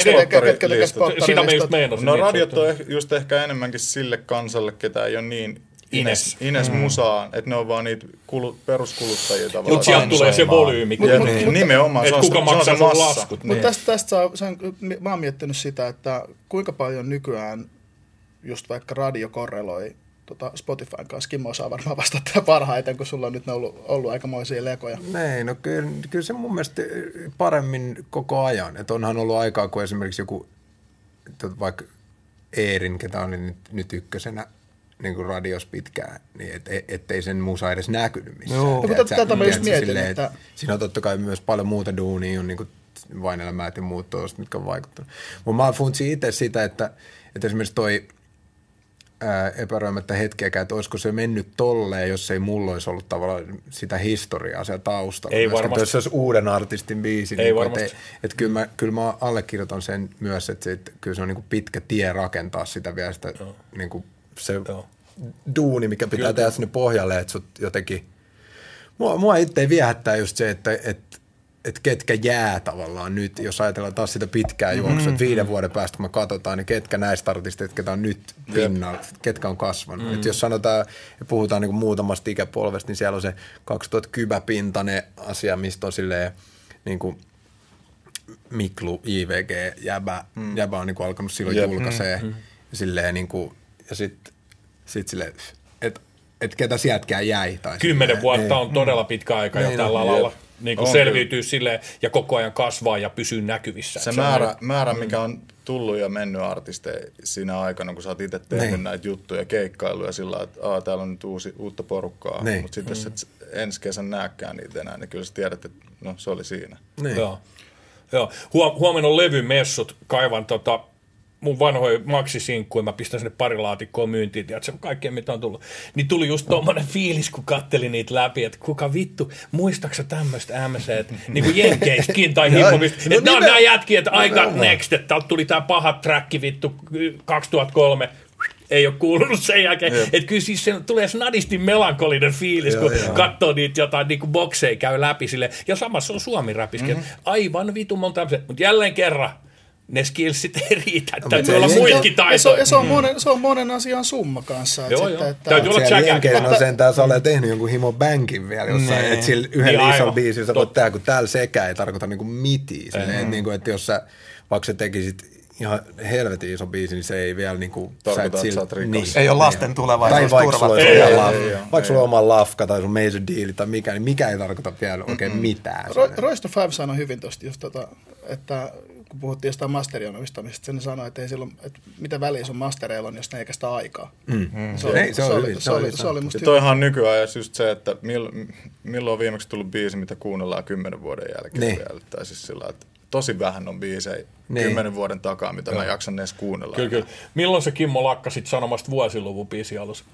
Sitä me just meinasin. No radiot on just ehkä enemmänkin sille kansalle, ketä ei ole niin Ines, Ines mm. musaan, että ne on vaan niitä kulu, peruskuluttajia tavallaan. Mutta sieltä tulee se volyymi. Ja, mut, niin, nimenomaan, se on, kuka se, maksaa se on se massa. Mutta niin. tästä, tästä saa, sen, mä oon miettinyt sitä, että kuinka paljon nykyään just vaikka radio korreloi tota Spotifyn kanssa. Kimmo osaa varmaan vastata parhaiten, kun sulla on nyt ollut, ollut aikamoisia lekoja. Ei, no kyllä, kyllä se mun mielestä paremmin koko ajan. Että onhan ollut aikaa, kun esimerkiksi joku, vaikka Eerin, ketä on nyt, nyt ykkösenä, niin kuin radios pitkään, niin et, et, ettei sen musa edes näkynyt missään. Joo. No, tätä, tätä mä just mietin, silleen, että... Siinä on totta kai myös paljon muuta duunia, on niin kuin Vain-elämät ja muut tuosta, mitkä on vaikuttanut. Mutta mä funtsin itse sitä, että, että esimerkiksi toi ää, epäröimättä hetkeäkään, että olisiko se mennyt tolleen, jos ei mulla olisi ollut tavallaan sitä historiaa siellä taustalla. Ei varmasti. Jos se olisi uuden artistin biisi. Ei niin varmasti. Että, että kyllä, mä, kyllä mä allekirjoitan sen myös, että, se, että kyllä se on niin kuin pitkä tie rakentaa sitä vielä sitä niin kuin se Joo. duuni, mikä pitää Kyllä. tehdä sinne pohjalle, että sut jotenkin, mua, mua itse viehättää just se, että et, et ketkä jää tavallaan nyt, jos ajatellaan taas sitä pitkää juoksua, mm-hmm. että viiden vuoden päästä kun me katsotaan, niin ketkä näistä artisteista, ketkä on nyt pinnalla, ketkä on kasvanut. Mm-hmm. Et jos sanotaan ja puhutaan niin kuin muutamasta ikäpolvesta, niin siellä on se kaksituhatta-kybäpintainen asia, mistä on silleen niin kuin Miklu, I V G, Jäbä, mm. Jäbä on niin kuin alkanut silloin yep. julkaisee mm-hmm. ja silleen niin kuin ja sitten sit silleen, että et ketä sieltäkään jäi. Tai Kymmenen silleen, vuotta ei, on todella pitkä aika jo tällä alalla. Niin kuin selviytyy silleen ja koko ajan kasvaa ja pysyy näkyvissä. Se, se määrä, on... määrä, mikä on tullut ja mennyt artisteja siinä aikana, kun sä oot itse tehnyt niin. näitä juttuja, keikkailuja sillä että Aa, täällä on nyt uusi, uutta porukkaa. Niin. Mutta sitten mm. jos et ensi kesän näkään niitä enää, niin kyllä sä tiedät, että no, se oli siinä. Niin. Joo. Joo. Huomenna on levymessut, kaivan tota... mun vanhoja maksisinkkuja, mä pistän sinne pari laatikkoa myyntiin, tiedätkö, kaikkea mitä on tullut. Niin tuli just tommonen fiilis, kun kattelin niitä läpi, että kuka vittu, muistaaksä tämmöistä M C, niin kuin jenkeistäkin tai hiphopista, että no, ne on nää jätkiä, että I got next, että täältä tuli tää paha träkki vittu kaksituhattakolme, ei ole kuulunut sen jälkeen. Että kyllä siis se tulee snadisti melankolinen fiilis, kun joo, katsoo niitä jotain niin kuin bokseja käy läpi sille. Ja samassa on Suomi-räpiskin. Mm-hmm. Aivan vitun monta tämmöistä. Mutta jälleen kerran, ne skillsit ei riitä. No, täytyy olla muitakin taitoja. Se, se, se, on monen, se on monen asian summa kanssa. Joo, sitten, joo. Että, täytyy olla tsäkäkin. No sentään sä olet tehnyt jonkun Himo Bankin vielä jossain, että sillä yhdellä niin, isolla biisillä sä voit tehdä, kun täällä sekä ei tarkoita niinku mitia. Silleen, että, niinku, että jos sä, vaikka sä tekisit ihan helvetin iso biisi, niin se ei vielä niinku... Tarkoita, että sä oot rikas. Niin. Ei ole lasten tulevaisuus turvattu. Vaikka sulla on oma lafka tai sun major deal tai mikä, niin mikä ei tarkoita vielä oikein mm-hmm. mitään. Ro- Royce the Five sanoi hyvin tosta just tota, että kun puhuttiin jostain masterien omistamisesta, sen sanoi, että ei silloin, että mitä väliä sun mastereilla on, jos ne eikä sitä aikaa. Mm. Se oli, ei, se, se, oli, hyvin, se, oli, se oli musta ja toihan nykyään just se, että milloin, milloin on viimeksi tullut biisi, mitä kuunnellaan kymmenen vuoden jälkeen niin. vielä. Tai siis sillä, että tosi vähän on biisejä niin. kymmenen vuoden takaa, mitä Joo. mä jaksan edes kuunnella. Kyllä, kyllä. Milloin sä Kimmo lakkasit sanomasta vuosiluvun biisi alussa?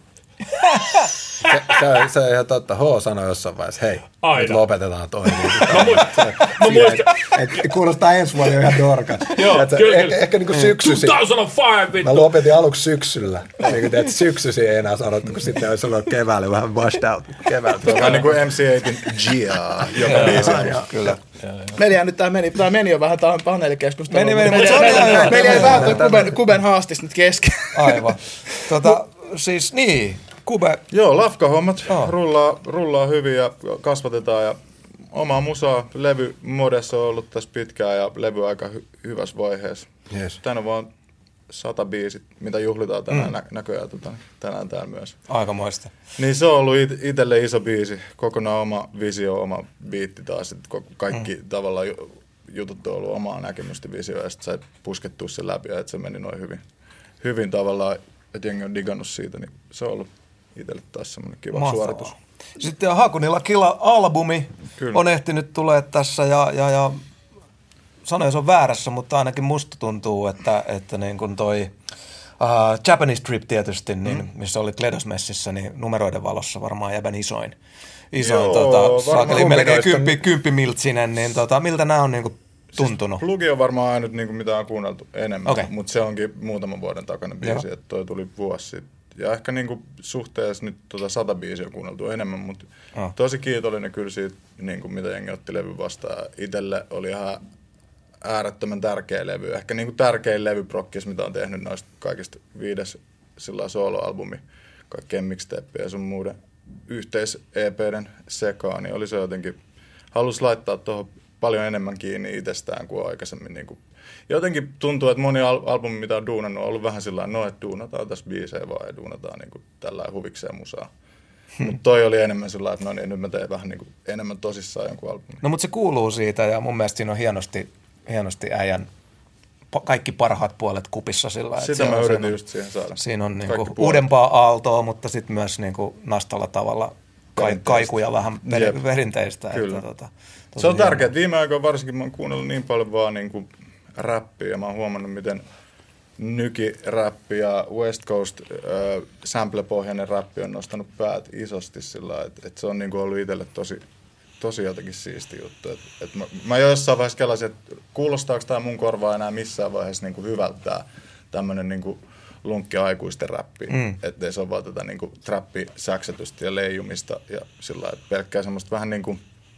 se, se, se on ihan totta. H sanoi jossain vaiheessa, hei, Aina. nyt lopetetaan toi. mä muistan. Kuulostaa ensi vuonna ihan dorkas. Joo, et, kyllä. Ehkä, ehkä niin syksysi. kaksituhattaviisi, vittu. Mä lopetin aluksi syksyllä. Niin kuin syksysi ei enää sanottu, kun sitten olisi ollut keväällä vähän washed out. Keväällä. Vähän niin kuin M C eightin Gia, joka biisi. Kyllä. Meni nyt tää meni, tää meni jo vähän tähän paneelikeskusteluun. Meni, meni, mutta se on ihan hyvä. Meillä ei vähän Kuben, Kuben haastis nyt kesken. Aivan. Tota, siis niin, Kube. Joo, lafkahommat oh. rullaa, rullaa hyvin ja kasvatetaan ja oma musaa levy modessa on ollut tässä pitkään ja levy aika hy- hyvässä vaiheessa. Yes. Tänään on vaan sata biisit, mitä juhlitaan tänään mm. nä- näköjään tota, tänään täällä myös. Aikamoista. Niin se on ollut it- itselle iso biisi, kokonaan oma visio, oma biitti taas, että kaikki mm. tavallaan jutut on ollut omaa näkemystä visioa ja sitten sai puskettua sen läpi ja että se meni noin hyvin, hyvin tavallaan, että jengi on digannut siitä, niin se on ollut itselle taas semmoinen kiva Mahtavaa. Suoritus. Sitten Hakunilla Killa-albumi Kyllä. on ehtinyt tulee tässä ja, ja, ja sano, jos on väärässä, mutta ainakin musta tuntuu, että, että niin kuin toi uh, Japanese Trip tietysti, niin, mm. missä oli Kledosmessissä, niin numeroiden valossa varmaan jäbän isoin. Isoin, Joo, tota, saakeli melkein noista... kymppi, kymppimiltsinen, niin tota, miltä nämä on niin kuin tuntunut? Siis Plugi on varmaan ainut, niin kuin, mitä on kuunneltu enemmän, Okay. mutta se onkin muutaman vuoden takainen biisi, Joo. että toi tuli vuosi sitten. Ja ehkä niin kuin, suhteessa nyt tota sata biisiä on kuunneltu enemmän, mutta oh. tosi kiitollinen kyllä siitä, niin kuin, mitä jengi otti levy vastaan. Itselle oli ihan äärettömän tärkeä levy. Ehkä niin kuin tärkein levy prokkis, mitä on tehnyt noista kaikista viides solo-albumi, kaikkien mixtapeja ja sun muuden yhteis-E P:den sekaan, niin oli se jotenkin, halusi laittaa tuohon paljon enemmän kiinni itsestään kuin aikaisemmin. Niin kuin. Jotenkin tuntuu, että moni al- albumi, mitä on duunannut, on ollut vähän sillä tavalla, no, että duunataan tässä biisejä vaan ja duunataan niin kuin tällainen huvikseen musaa. Hmm. Mutta toi oli enemmän sillä että no niin, nyt mä teen vähän niin kuin enemmän tosissaan jonkun albumin. No mutta se kuuluu siitä ja mun mielestä siinä on hienosti, hienosti äijän pa- kaikki parhaat puolet kupissa sillä. Sitä mä yritin on, just siihen saada. Siinä on niinku uudempaa aaltoa, mutta sitten myös niinku nastalla tavalla ka- kaikuja vähän per- perinteistä. Kyllä. Että, tota, se on tärkeää. Viime aikoina varsinkin mä oon kuunnellut niin paljon vaan niinku räppiä ja mä oon huomannut, miten nykiräppi ja West Coast äh, sample-pohjainen räppi on nostanut päät isosti sillä, että et se on niinku ollut itselle tosi, tosi jotenkin siisti juttu. Et, et mä, mä jossain vaiheessa kelasin, että kuulostaako tämä mun korvaa enää missään vaiheessa niinku hyvältä tämmöinen niinku lunkki aikuisten räppi. Mm. Ettei se ole vaan tätä niinku trappi-säksätystä ja leijumista ja sillä että pelkkää semmoista vähän niinku,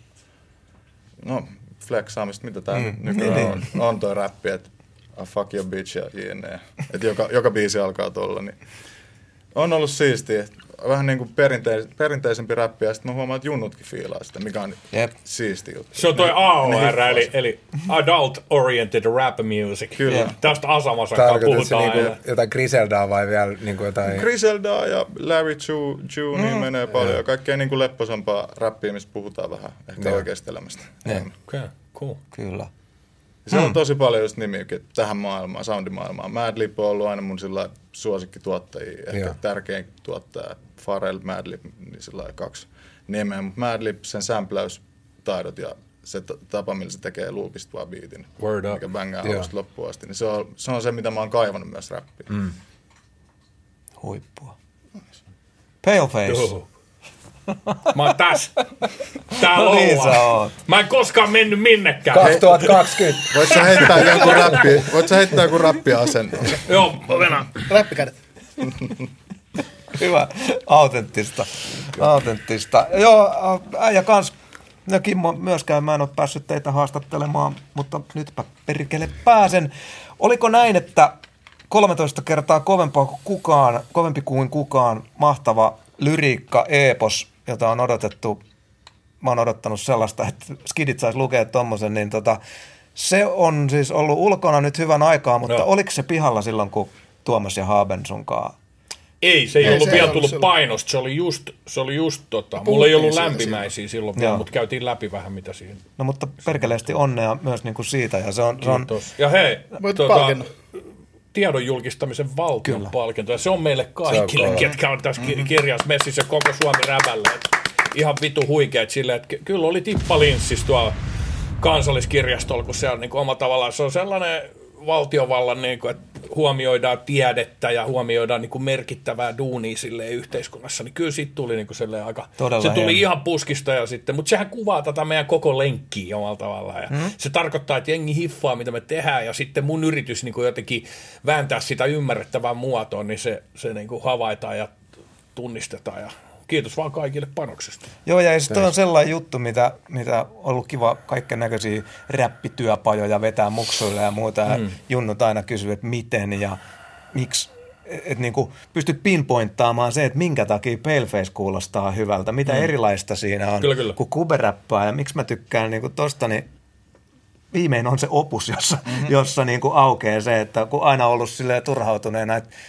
no flexaamista, mitä tää mm. nykyään niin, on, on toi räppi, että I fuck your bitch ja jne. Että joka, joka biisi alkaa tuolla, niin on ollut siistiä. Vähän niin kuin perinteis- perinteisempi räppi, ja sitten mä huomaan, että junnutkin fiilaa sitä, mikä on yep. siisti juttu. Se on toi A O R, eli, eli Adult Oriented Rap Music. Kyllä. Tästä Asamasakaan puhutaan. Niinku jotain Griseldaa vai vielä niinku jotain... Griseldaa ja Larry Chu, Chu mm. niin menee paljon. Ja kaikkea niin kuin lepposampaa räppiä, missä puhutaan vähän ehkä yeah. oikeasta elämästä. Yeah. Okay. Cool. Kyllä. Se on tosi paljon just nimiäkin tähän maailmaan, soundimaailmaan. Madlib on ollut aina mun sillä suosikkituottajia, ehkä Joo. tärkein tuottaja. Pharrell, Madlib, niin sillä kaksi nimeä. Mutta Madlib, sen sämpläystaidot ja se tapa, millä se tekee loopista vaan biitin, Word up. mikä bängää alusta loppuun asti, niin se on, se on se, mitä mä oon kaivannut myös räppiin. Mm. Huippua. Paleface. Joo. Mä oon tässä. Täällä no niin ollaan. Mä en koskaan mennyt minnekään. kaksituhattakaksikymmentä. Voit sä heittää jonkun räppi, voit sä heittää jonkun räppiasennon? Joo, mä venän. Räppikädet. Hyvä. Autenttista. Autenttista. Joo, äijä kans. Ja Kimmo myöskään mä en ole päässyt teitä haastattelemaan, mutta nytpä perkele pääsen. Oliko näin, että kolmetoista kertaa kovempaa kuin kukaan, kovempi kuin kukaan mahtava lyriikka, epos, jota on odotettu, mä oon odottanut sellaista, että skidit sais lukea tommosen, niin tota, se on siis ollut ulkona nyt hyvän aikaa, mutta no. oliko se pihalla silloin, kun Tuomas ja Haben sunkaan? Ei, se ei, ei ollut se vielä ei tullut ollut painosta, se oli just, se oli just tota, mulla ei ollut lämpimäisiä silloin, silloin mutta käytiin läpi vähän mitä siihen. No mutta perkeleesti onnea myös niinku siitä, ja se on... Se on ja hei, tota, tiedon julkistamisen valtion palkinto, ja se on meille kaikille, on ketkä on tässä mm-hmm. kirjassa messissä koko Suomi rävällä. Ihan vitu huikeet silleen, että kyllä oli tippalinssissä tuolla Kansalliskirjastolla, kun se on niin oma tavallaan, se on sellainen valtiovallan, niin kuin, että huomioidaan tiedettä ja huomioidaan niin kuin merkittävää duunia silleen yhteiskunnassa, niin kyllä siitä tuli niin kuin silleen aika, todella se tuli hieno. Ihan puskista ja sitten, mutta sehän kuvaa tätä meidän koko lenkkiä omalla tavallaan ja hmm. se tarkoittaa, että jengi hiffaa, mitä me tehdään ja sitten mun yritys niin kuin jotenkin vääntää sitä ymmärrettävään muotoon, niin se, se niin kuin havaitaan ja tunnistetaan ja kiitos vaan kaikille panoksesta. Joo, ja se on sellainen juttu, mitä, mitä on ollut kiva kaiken näköisiä räppityöpajoja vetää muksuille ja muuta. Mm. Ja junnut aina kysyy, että miten ja miksi. Että niinku pystyt pinpointtaamaan se, että minkä takia Paleface kuulostaa hyvältä. Mitä mm. erilaista siinä on, kyllä, kyllä. kun kuberäppää. Ja miksi mä tykkään niinku tosta, niin viimein on se opus, jossa, mm-hmm. jossa niinku aukeaa se, että kun aina ollut silleen turhautuneena, että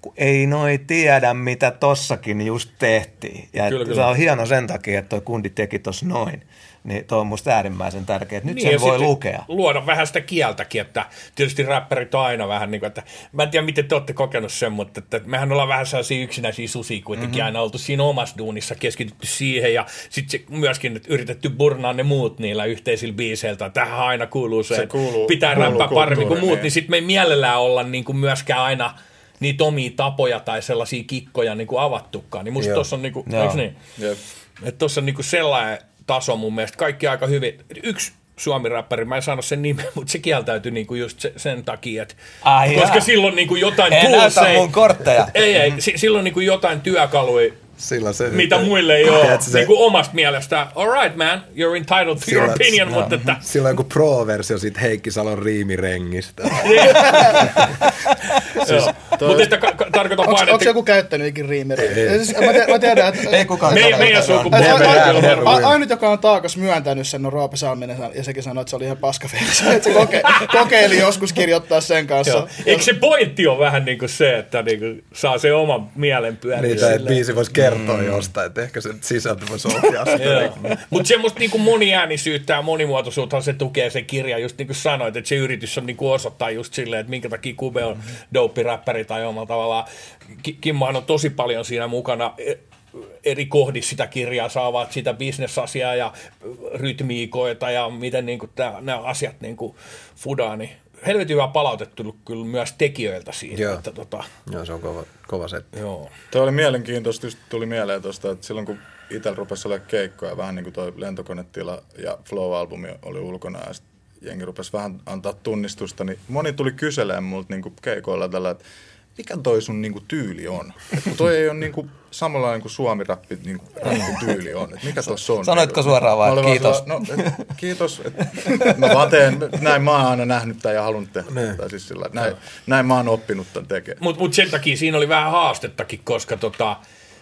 kun ei noi tiedä, mitä tossakin just tehtiin. Ja kyllä, kyllä. Se on hieno sen takia, että toi kundi teki tossa noin. Niin toi on musta äärimmäisen tärkeää, että nyt niin, sen voi lukea. Luoda vähän sitä kieltäkin, että tietysti räppärit on aina vähän niin kuin, että mä en tiedä, miten te olette kokenut sen, mutta että mehän ollaan vähän sellaisia yksinäisiä susia kuitenkin mm-hmm. aina oltu siinä omassa duunissa, keskitytty siihen ja sitten myöskin yritetty burnaa ne muut niillä yhteisillä biiseiltä. Tähän aina kuuluu se, se että kuuluu, pitää räppää paremmin kuin muut, niin, niin sitten me ei mielellään olla niin kuin myöskään aina niitä omia tapoja tai sellaisia kikkoja niin kuin avattukaan. Niin musta tuossa on, niin kuin, eikö niin? Yep. Että tuossa on niin kuin sellainen taso mun mielestä, kaikki aika hyvin. Yksi suomi-räppäri, mä en sano sen nimen, mutta se kieltäytyi niinku just se, sen takia, että ai koska jaa. Silloin niinku jotain ei tuulsei. Näytä mun kortteja. Ei, ei, s- silloin niinku jotain työkaluja, se, mitä muille ei ole niinku omasta mielestä. All right, man, you're entitled to your opinion, no, mutta että... Sillä on joku pro-versio siitä Heikki Salon riimirengistä. Siis, mutta että ka- ka- tarkoitan vain, että... Onko joku käyttänyt ikin riimirengiä? Siis, mä, te- mä tiedän, että... Ei kukaan me, meidän sukupuolta. Ainut, joka on taakas myöntänyt sen, on Roope Salminen, ja sekin sanoi, että se oli ihan paskaversio. Että se koke- kokeili joskus kirjoittaa sen kanssa. Eikö se pointti ole vähän niin kuin se, että niin saa se oman mielen pyöriä? Niitä, että biisi voisi kertoa mm. jostain, että ehkä se sisältö voisi ohjaa sitä. Mutta semmoista niin moniäänisyyttä ja monimuotoisuutta se tukee se kirja, just niin kuin sanoit, että se yritys on niin kuin osoittaa just silleen, että minkä takia Kube on dope-räppäri tai omalla tavallaan. Kimmohan on tosi paljon siinä mukana eri kohdissa sitä kirjaa, saavat sitä bisnesasiaa ja rytmiikoita ja miten niin kuin nämä asiat niin kuin fudaa, niin helvetin hyvä palautettu kyllä myös tekijöiltä siitä. Joo, että, tota... Joo se on kova, kova setti. Joo. Tuo oli mielenkiintoista, just tuli mieleen tuosta, että silloin kun itsellä rupesi olemaan keikkoja, vähän niin kuin toi Lentokonetila ja Flow-albumi oli ulkona ja sitten jengi rupesi vähän antaa tunnistusta, niin moni tuli kyselemään multa niin kuin keikoilla tällä, että mikä toi sun niinku tyyli on? Et toi ei ole niinku samanlainen kuin suomi-räppi niinku, tyyli on. Et mikä tuossa on? Sanoitko suoraan vaan, että kiitos? Vaan, no, et, kiitos. Et, mä vaan teen, näin mä oon aina nähnyt tämän ja halunnut tehdä. Tai siis sillä, näin, näin mä oon oppinut tämän tekemään. Mutta mut sen takia siinä oli vähän haastettakin, koska tota,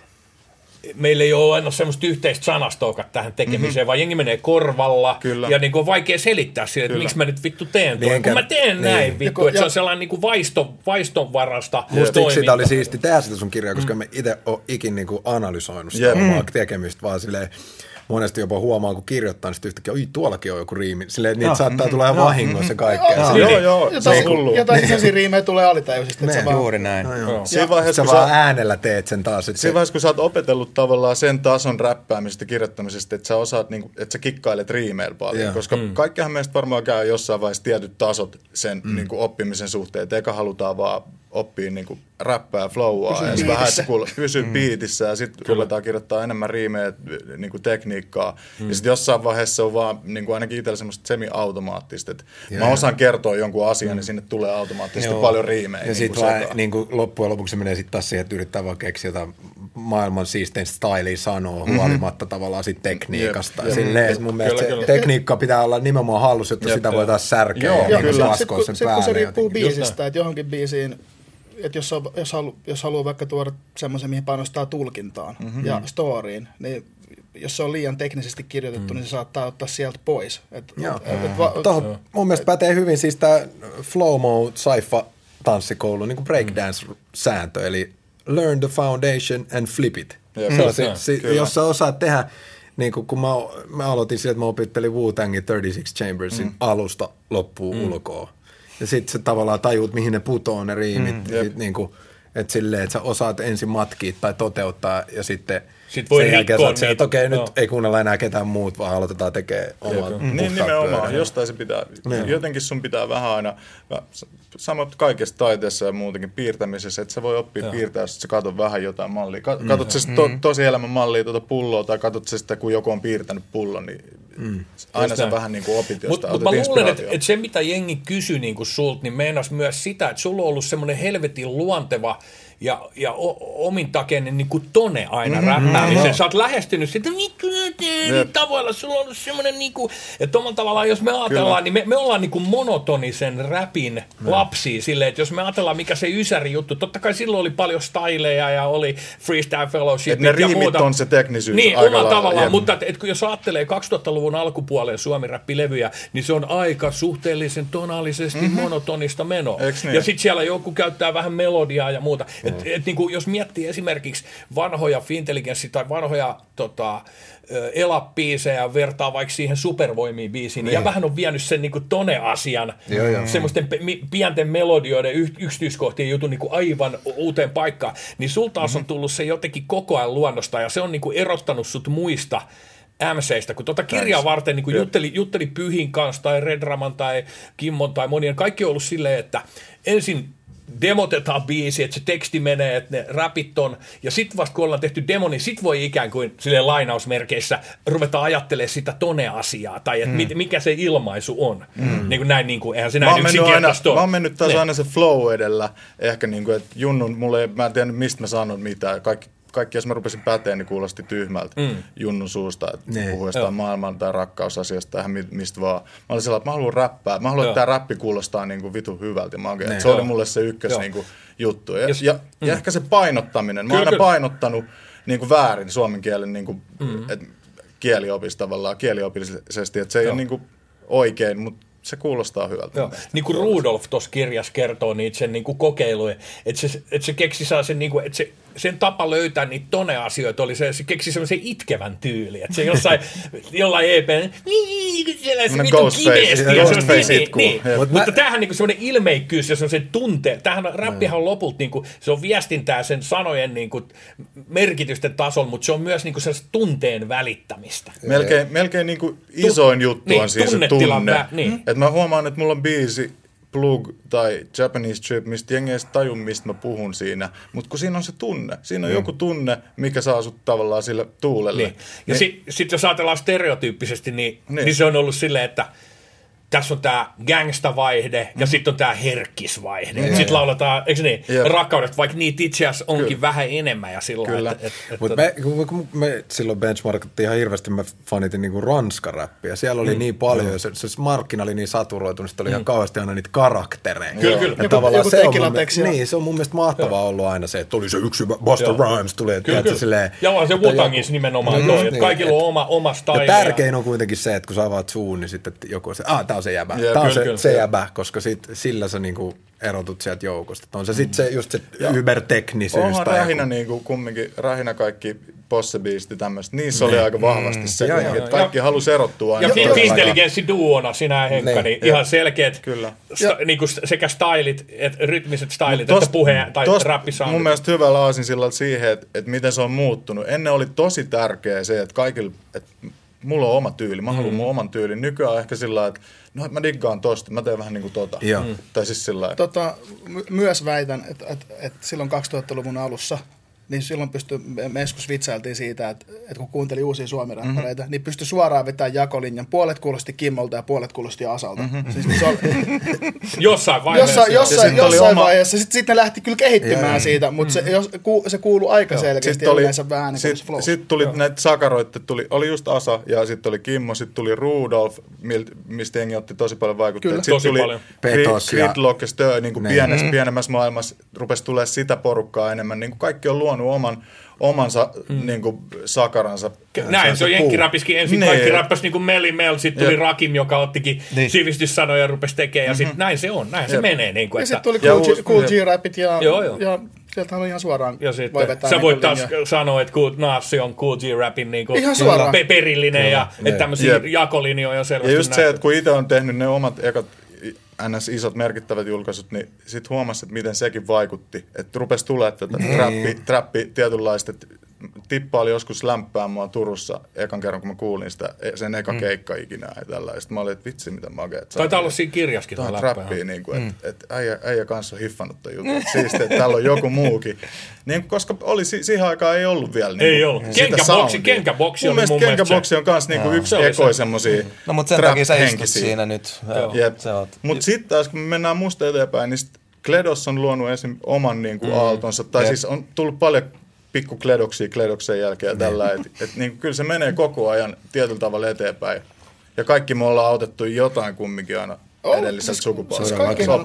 meillä ei ole aina semmoista yhteistä sanastoa tähän tekemiseen, mm-hmm. vaan jengi menee korvalla. Kyllä. Ja niin on vaikea selittää sille, että miksi mä nyt vittu teen tuon. Niin kun mä teen niin. näin vittu, että se on sellainen niin kuin vaisto, vaistonvarasta toiminta. Sitä oli siisti tehdä sitä sun kirjaa, koska mm. mä itse oon ikin niin kuin analysoinut sitä omaa mm. tekemistä, vaan silleen monesti jopa huomaa, kun kirjoittaa, niin sitten yhtäkkiä, oi, tuollakin on joku riimi. Silleen, niitä no, saattaa tulla ihan vahingossa kaikkea. Joo, joo, joo. Jotain, jotain sisäisiä riimejä tulee alitajuisesti. Ne, juuri näin. No, joo. Siinä vaiheessa, sä vaan äänellä teet sen taas. Siinä se... vaiheessa, kun sä oot opetellut tavallaan sen tason räppäämisestä ja kirjoittamisesta, että sä osaat, niin kuin, että sä kikkailet riimeillä paljon. Yeah. Koska mm. kaikkihan meistä varmaan käy jossain vaiheessa tietyt tasot sen mm. niin kuin oppimisen suhteen. Että eka halutaan vaan oppii niinku räppää ja flowaa ja vähän pysyy mm. biitissä ja sitten ruvetaan kirjoittaa enemmän riimejä, niinku tekniikkaa. Mm. Ja sitten jossain vaiheessa on vaan niinku ainakin itsellä semmoista semi-automaattista, että yeah. mä osaan kertoa jonkun asian mm. ja sinne tulee automaattisesti paljon riimejä. Ja sitten niinku niinku loppujen lopuksi se menee sitten taas siihen, että yrittää vaan keksiä jotain maailman siistein styliä sanoa mm-hmm. huolimatta tavallaan siitä tekniikasta. Yep. Silleen, mun mielestä kyllä, se kyllä. tekniikka pitää olla nimenomaan hallussa, jotta Jep. sitä voi taas särkeä Joo, ja kyllä. laskoa sen Sitten päälle. kun se riippuu biisistä, että johonkin biisiin, että jos, on, jos, halu, jos haluaa vaikka tuoda semmoisen, mihin panostaa tulkintaan mm-hmm. ja storyin, niin jos se on liian teknisesti kirjoitettu, mm. niin se saattaa ottaa sieltä pois. Et, Joo. Et, et, va- Tuohon mun mielestä pätee hyvin siis tämä Flow-mo saifa tanssikoulu, niin kuin breakdance-sääntö, eli learn the foundation and flip it. Mm. Se on se, se, jos sä osaat tehdä, niin kuin, kun mä, mä aloitin sillä, että mä opettelin Wu-Tangin kolmekymmentäkuusi Chambersin mm. alusta loppuun mm. ulkoa. Ja sit sä tavallaan tajuut, mihin ne putoo ne riimit. Mm. Sit, niin kuin, että silleen, että sä osaat ensin matkia tai toteuttaa ja sitten sit voi sen jälkeen rikkoa sä että okei, okay, nyt ei kuunnella enää ketään muut, vaan aloitetaan tekemään omaa mm. Niin nimenomaan, jostain se pitää, mm. jotenkin sun pitää vähän aina, samat kaikessa taiteessa ja muutenkin piirtämisessä, että sä voi oppia piirtää, jos sä katot vähän jotain mallia. Katot mm. sä to, tosielämän mallia tuota pulloa tai katot sä sitä, kun joku on piirtänyt pullon, niin mm. aina sä vähän niin kuin opit jostain. Mutta mä luulen, että, että se mitä jengi kysyi niin kuin sulta, niin meinas myös sitä, että sulla on ollut semmoinen helvetin luonteva ja, ja o, omintakeinen niin kuin tone aina mm-hmm, räppäämiseen. No. Sä oot lähestynyt sitä eri tavoilla. Sulla on ollut semmoinen, niin kuin, että omalla tavallaan, jos me ajatellaan, Kyllä. niin me, me ollaan niin kuin monotonisen räpin no. lapsia silleen, että jos me ajatellaan, mikä se ysäri juttu, totta kai silloin oli paljon styleja ja oli freestyle fellowship ja muuta. Ne riimit on se teknisyys. Niin, omalla tavallaan, mutta et, et, jos ajattelee kaksituhattaluvun alkupuolen suomi-räppilevyjä, niin se on aika suhteellisen tonaalisesti mm-hmm. monotonista menoa. Niin? Ja sitten siellä joku käyttää vähän melodiaa ja muuta. Et, et, niin kuin, jos miettii esimerkiksi vanhoja Fintelligenssi tai vanhoja tota, elappiisejä vertaa vaikka siihen Supervoimiin biisiin, niin. ja vähän on vienyt sen niin kuin Tone-asian, joo, joo. semmoisten pienten melodioiden yksityiskohtien jutun niin kuin aivan uuteen paikkaan, niin sulta taas on tullut se jotenkin koko ajan luonnosta, ja se on niin kuin erottanut sut muista M C:istä, kun tuota kirjaa varten niin kun jutteli, jutteli Pyhin kanssa tai Redraman tai Kimmon tai monien, kaikki on ollut silleen, että ensin demotetaan biisi, että se teksti menee, että ne räpit on, ja sitten vasta kun ollaan tehty demo, niin sit voi ikään kuin silleen lainausmerkeissä ruveta ajattelemaan sitä Tone-asiaa, tai että mm. mikä se ilmaisu on. Mm. Niin kuin näin, niin kuin, eihän se näin yksinkertaisesti ole. Mä oon mennyt taas aina se flow edellä, ehkä niin kuin, että Junnun, mulle ei, mä en tiedä mistä mä sanon mitään, kaikki Kaikki, jos mä rupesin päteen, niin kuulosti tyhmältä mm. Junnun suusta, että puhuu jostain maailman tai rakkausasiasta tai mistä vaan. Mä olin sellainen, että mä haluan räppää. Mä haluan, että tämä räppi kuulostaa niin kuin vitun hyvältä. Mä oikein, se oli mulle se ykkös niin kuin, juttu. Ja, ja, mm. ja ehkä se painottaminen. Mä oon aina painottanut niin kuin väärin suomen kielen niin kuin, mm. et, kieliopista tavallaan, kieliopillisesti, että se ei Joo. ole niin kuin, oikein, mutta se kuulostaa hyvältä. Joo. Niin kuin Rudolf tuossa kirjassa kertoo niitä sen niin kuin kokeiluja, että se, että se keksi saa sen, niin kuin, että se, sen tapa löytää niitä Tone-asioita oli se, että se keksi semmoisen itkevän tyyli, että se jossain, jollain E P:n, se vitun kiveesti. Ghostface itku. Niin, niin. Mut Mutta mä... tämähän on niin semmoinen ilmeikkyys ja semmoisen tunteen, tämähän räppihän on lopulta, niin kuin, se on viestintää sen sanojen niin kuin, merkitysten tasolla, mutta se on myös niin kuin sellaista tunteen välittämistä. Melkein, melkein niin kuin isoin juttu niin, on siis se tunne. Vä, niin. Että mä huomaan, että mulla on biisi Plug tai Japanese Trip, mistä jengi ei taju, mistä mä puhun siinä. Mutta kun siinä on se tunne, siinä on mm. joku tunne, mikä saa sut tavallaan sille tuulelle. Niin. Ja niin. sitten sit jos ajatellaan stereotyyppisesti, niin, niin. niin se on ollut silleen, että tässä on tämä gangsta-vaihde mm. ja sitten on tämä herkkisvaihde. Mm. Sitten lauletaan, eikö niin, yep. rakkaudesta, vaikka niitä itse asiassa onkin Kyllä. vähän enemmän. Ja silloin, että, et, et, Mutta me, kun me silloin benchmarkattiin ihan hirveästi, mä fanitin niinku ranska-räppiä. Siellä oli mm. niin paljon, mm. ja se, se markkina oli niin saturoitunut, että oli mm. ihan kauheasti aina niitä karaktereja. Kyllä, kyllä. Ja joku, joku se, on mun, niin, se on mun mielestä mahtavaa Joo. ollut aina se, että tuli se yksi Busta Rhymes, tuli, että kyllä, kyllä. silleen... Ja on se Wu-Tangissa nimenomaan mm, toi, että kaikilla on oma, oma style. Ja tärkein on kuitenkin se, että kun sä avaat suun, niin sitten joku on se, ah, tää on se jäbä. Yeah, Tämä on kyllä, se, kyllä, se jäbä, koska sit, sillä sä niinku erotut sieltä joukosta. On se sitten se, just se yberteknisyys. Onhan Rähinä niinku kumminkin, Rähinä kaikki Posse-biisti tämmöistä. Niissä oli aika vahvasti se, ja, että ja, kaikki ja, halusi erottua. Ja Fintelligenssi duona, sinä Henkka, niin, niin ihan selkeät sta, niinku sekä stylit, et, rytmiset stylit, että puhe- tai räppisoundit. Mun mielestä hyvä laasin sillä siihen, että, että miten se on muuttunut. Ennen oli tosi tärkeä se, että kaikilla... Että mulla on oma tyyli, mä haluan mm. mun oman tyylin. Nykyään ehkä sillä lailla, että no, mä diggaan tosta, mä teen vähän niin kuin tota. Mm. Tai siis sillä lailla. Tota, my- myös väitän, että, että, että silloin kaksituhattaluvun alussa, niin silloin pystyi, me joskus vitsailtiin siitä, että, että kun kuunteli uusia suomiräppäreitä, mm-hmm. niin pystyi suoraan vetämään jakolinjan. Puolet kuulosti Kimmolta ja puolet kuulosti Asalta. Mm-hmm. Siis se oli, jossain vaiheessa. Jossain, jossain, jossain vaiheessa. Sitten sit ne lähti kyllä kehittymään yeah. siitä, mutta mm-hmm. se, jos, ku, se kuului aika selkeästi ja yleensä vähän niin kuin flow. Sitten tuli Joo. näitä sakaroita, tuli, oli just Asa ja sitten oli Kimmo, sitten tuli Rudolf, mistä jengi otti tosi paljon vaikutteita. Sitten tuli paljon. Gridlock ja Stö, niin kuin pienessä, pienemmässä maailmassa rupesi tulemaan sitä porukkaa enemmän. Niin kuin kaikki on luonut oman omansa mm. niin kuin, sakaransa. Näin, se on jenkkiräpiskin ensin nee. kaikki räppäs niin kuin Meli Mel, sitten tuli Rakim, joka ottikin niin. sivistyssanoja ja rupesi tekemään, ja sitten mm-hmm. näin se on, näin Jep. se menee. Niin kuin, ja sitten tuli Cool, G, cool G-räpit, ja, ja sieltähän on ihan suoraan ja sit, voi vetää. Sä voit taas linja. sanoa, että cool, Naassi on Cool G-räpin niin kuin pe- perillinen, ja että tämmöisiä jakolinjoja on selvästi Ja just nähty. se, että kun itse on tehnyt ne omat ekat N S-isot merkittävät julkaisut, niin sitten huomasi, että miten sekin vaikutti. Että rupesi tulemaan tätä mm. trappi, trappi tietynlaista. Että Tippa oli joskus lämpää mua Turussa ekan kerran, kun mä kuulin sitä, sen eka mm. keikka ikinä ja tällä. Sitten mä olin, että vitsi, mitä makeet. Taitaa olla siinä kirjaskin. Tämä on trappia, niin kuin, mm. että et äijä, äijä kanssa on hiffannut ton jutun. Siistiä, että täällä on joku muukin. Niin, koska oli, siihen aikaan ei ollut vielä niin ei ollut. Kenkäboksi, kenkäboksi oli mun mielestä. Kenkäboksi on myös niin yksi ekoi semmosia no, mutta sen takia sä istut siinä nyt. Mutta sitten taas, kun me mennään musta eteenpäin, niin Kledos on luonut esim. Oman niin kuin, mm. aaltonsa. Tai Jep. siis on tullut paljon pikku kledoksia kledoksen jälkeen ja tällä. Että et, niin, kyllä se menee koko ajan tietyllä tavalla eteenpäin. Ja kaikki me ollaan autettu jotain kumminkin aina oh, edelliseltä siis, sukupolvelta. Siis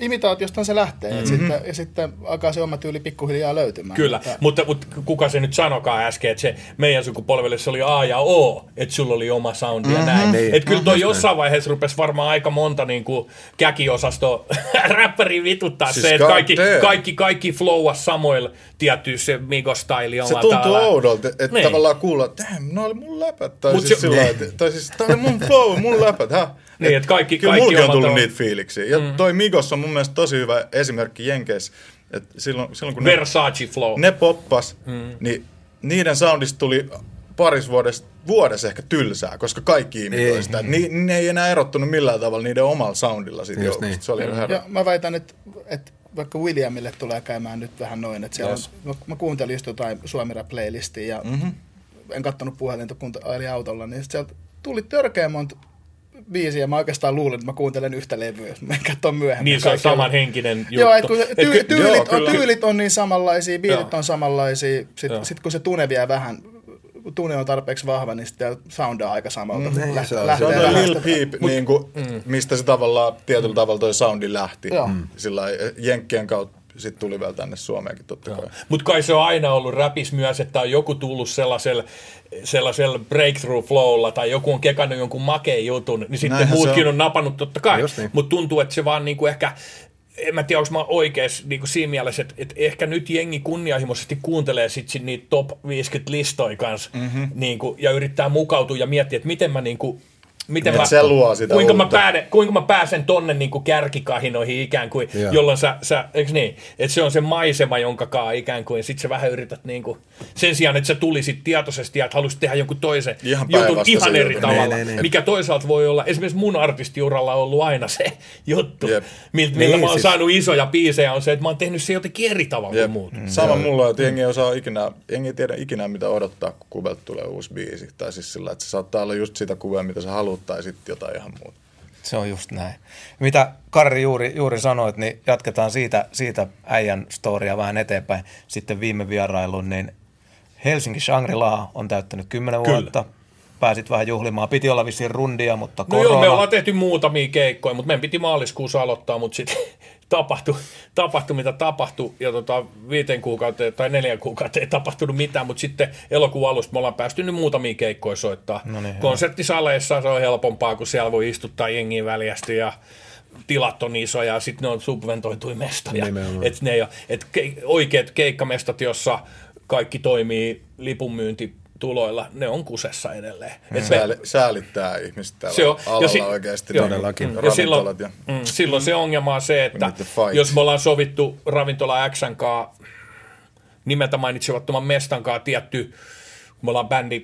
imitaatiostahan se lähtee, mm-hmm. sitten, ja sitten alkaa se oma tyyli pikkuhiljaa löytymään. Kyllä, mutta, mutta, mutta kuka se nyt sanokaan äsken, että se meidän sukupolvelle se oli A ja O, että sulla oli oma soundi mm-hmm. ja näin. Niin. Että kyllä toi jossain vaiheessa rupesi varmaan aika monta niin kuin käkiosasto räppäriä vituttaa siis se, että kaikki, kaikki, kaikki flowas samoilla tiettyy se Migos-styli se tuntuu oudolta, että niin. tavallaan kuulla, että ne oli mun läpät, tai Mut siis se, sillä että, tai siis tää oli mun flow, mun läpät, häh? Niin, että kaikki, kyllä kaikki mulki on tullut tavalla. niitä fiiliksiä. Ja mm. toi Migos on mun mielestä tosi hyvä esimerkki Jenkeissä. Että silloin, silloin kun Versace ne, flow. ne poppas, mm. niin niiden soundista tuli paris vuodessa, vuodessa ehkä tylsää, koska kaikki imitoi sitä. Ni, ne ei enää erottunut millään tavalla niiden omalla soundilla siitä joukosta. Niin. Se oli mm. ja mä väitän, että, että vaikka Williamille tulee käymään nyt vähän noin, että siellä yes. on, mä kuuntelin just jotain Suomi-rap-playlistia ja mm-hmm. en kattonut puhelinta, kun ajelin autolla, niin sieltä tuli törkeä monta biisiä. Mä oikeastaan luulin, että mä kuuntelen yhtä levyä, jos mä en katso myöhemmin. Niin se on samanhenkinen juttu. Joo, että kun ty- ty- tyylit, on, tyylit on niin samanlaisia, biitit on samanlaisia, sitten sit kun se tune vie vähän, kun tune on tarpeeksi vahva, niin sitten soundaa aika samalta. Mm, Läht- se on, lähtee se on Lil Peep, niin kuin, mm. mistä se tavallaan, tietyllä tavalla toi soundi lähti. Mm. Sillä Jenkkien kautta sitten tuli vielä tänne Suomeenkin totta kai. Mutta kai se on aina ollut räpis myös, että on joku tullut sellaisella, sellaisella breakthrough flowlla tai joku on kekannut jonkun makeen jutun, niin sitten näinhän muutkin on. on napannut totta kai. Niin. Mutta tuntuu, että se vaan niinku ehkä, en mä tiedä, onko mä oikeassa niinku siinä mielessä, että, että ehkä nyt jengi kunnianhimoisesti kuuntelee sitten niitä top viisikymmentä listoja kanssa mm-hmm. niinku, ja yrittää mukautua ja miettiä, että miten mä niinku Miten mä, se luo sitä kuinka, mä pääden, kuinka mä pääsen tonne niin kuin kärkikahinoihin ikään kuin, Joo. jolloin sä, sä eikö niin, että se on se maisema, jonka kaa ikään kuin, sit sä vähän yrität niin kuin, sen sijaan, että sä tulisit tietoisesti ja että haluaisit tehdä jonkun toisen ihan jutun ihan eri jutun. tavalla, ne, ne, ne. mikä toisaalta voi olla, esimerkiksi mun artistiuralla on ollut aina se juttu, Jep. millä niin, mä oon siis saanut isoja biisejä, on se, että mä oon tehnyt se jotenkin eri tavalla Jep. kuin muut. Mm. Sama mm. mulla on, että jengi ei osaa ikinä, jengi ei tiedä ikinä mitä odottaa, kun Kuvelta tulee uusi biisi, tai siis sillä, että se saattaa olla just sitä kuvaa, mitä sä haluat, tai sitten jotain ihan muuta. Se on just näin. Mitä Karri juuri, juuri sanoit, niin jatketaan siitä, siitä äijän storia vähän eteenpäin. Sitten viime vierailun, niin Helsinki Shangri-La on täyttänyt kymmenen Kyllä. vuotta. Pääsit vähän juhlimaan. Piti olla vissiin rundia, mutta korona. No joo, me ollaan tehty muutamia keikkoja, mutta meidän piti maaliskuussa aloittaa, mutta sitten tapahtui, tapahtui mitä tapahtui. Ja tota, viiteen kuukauteen tai neljän kuukauteen ei tapahtunut mitään, mutta sitten elokuun alusta me ollaan päästy nyt muutamia keikkoja soittaa. No niin, konserttisaleissa se on helpompaa, kun siellä voi istuttaa jengiin väljästi ja tilat on isoja ja sitten ne on subventoituja mestoja. Et ne ei ole, et ke, oikeat keikkamestat, jossa kaikki toimii lipunmyynti tuloilla, ne on kusessa edelleen. Mm. Sääli, säälittää ihmiset täällä se on, alalla si- oikeasti. Jo, todellakin. Mm. Ja silloin, ja... Mm, silloin se ongelma on se, että jos me ollaan sovittu ravintola X:n kaa, nimeltä mainitsevattoman mestan kaa tietty, kun me ollaan bändi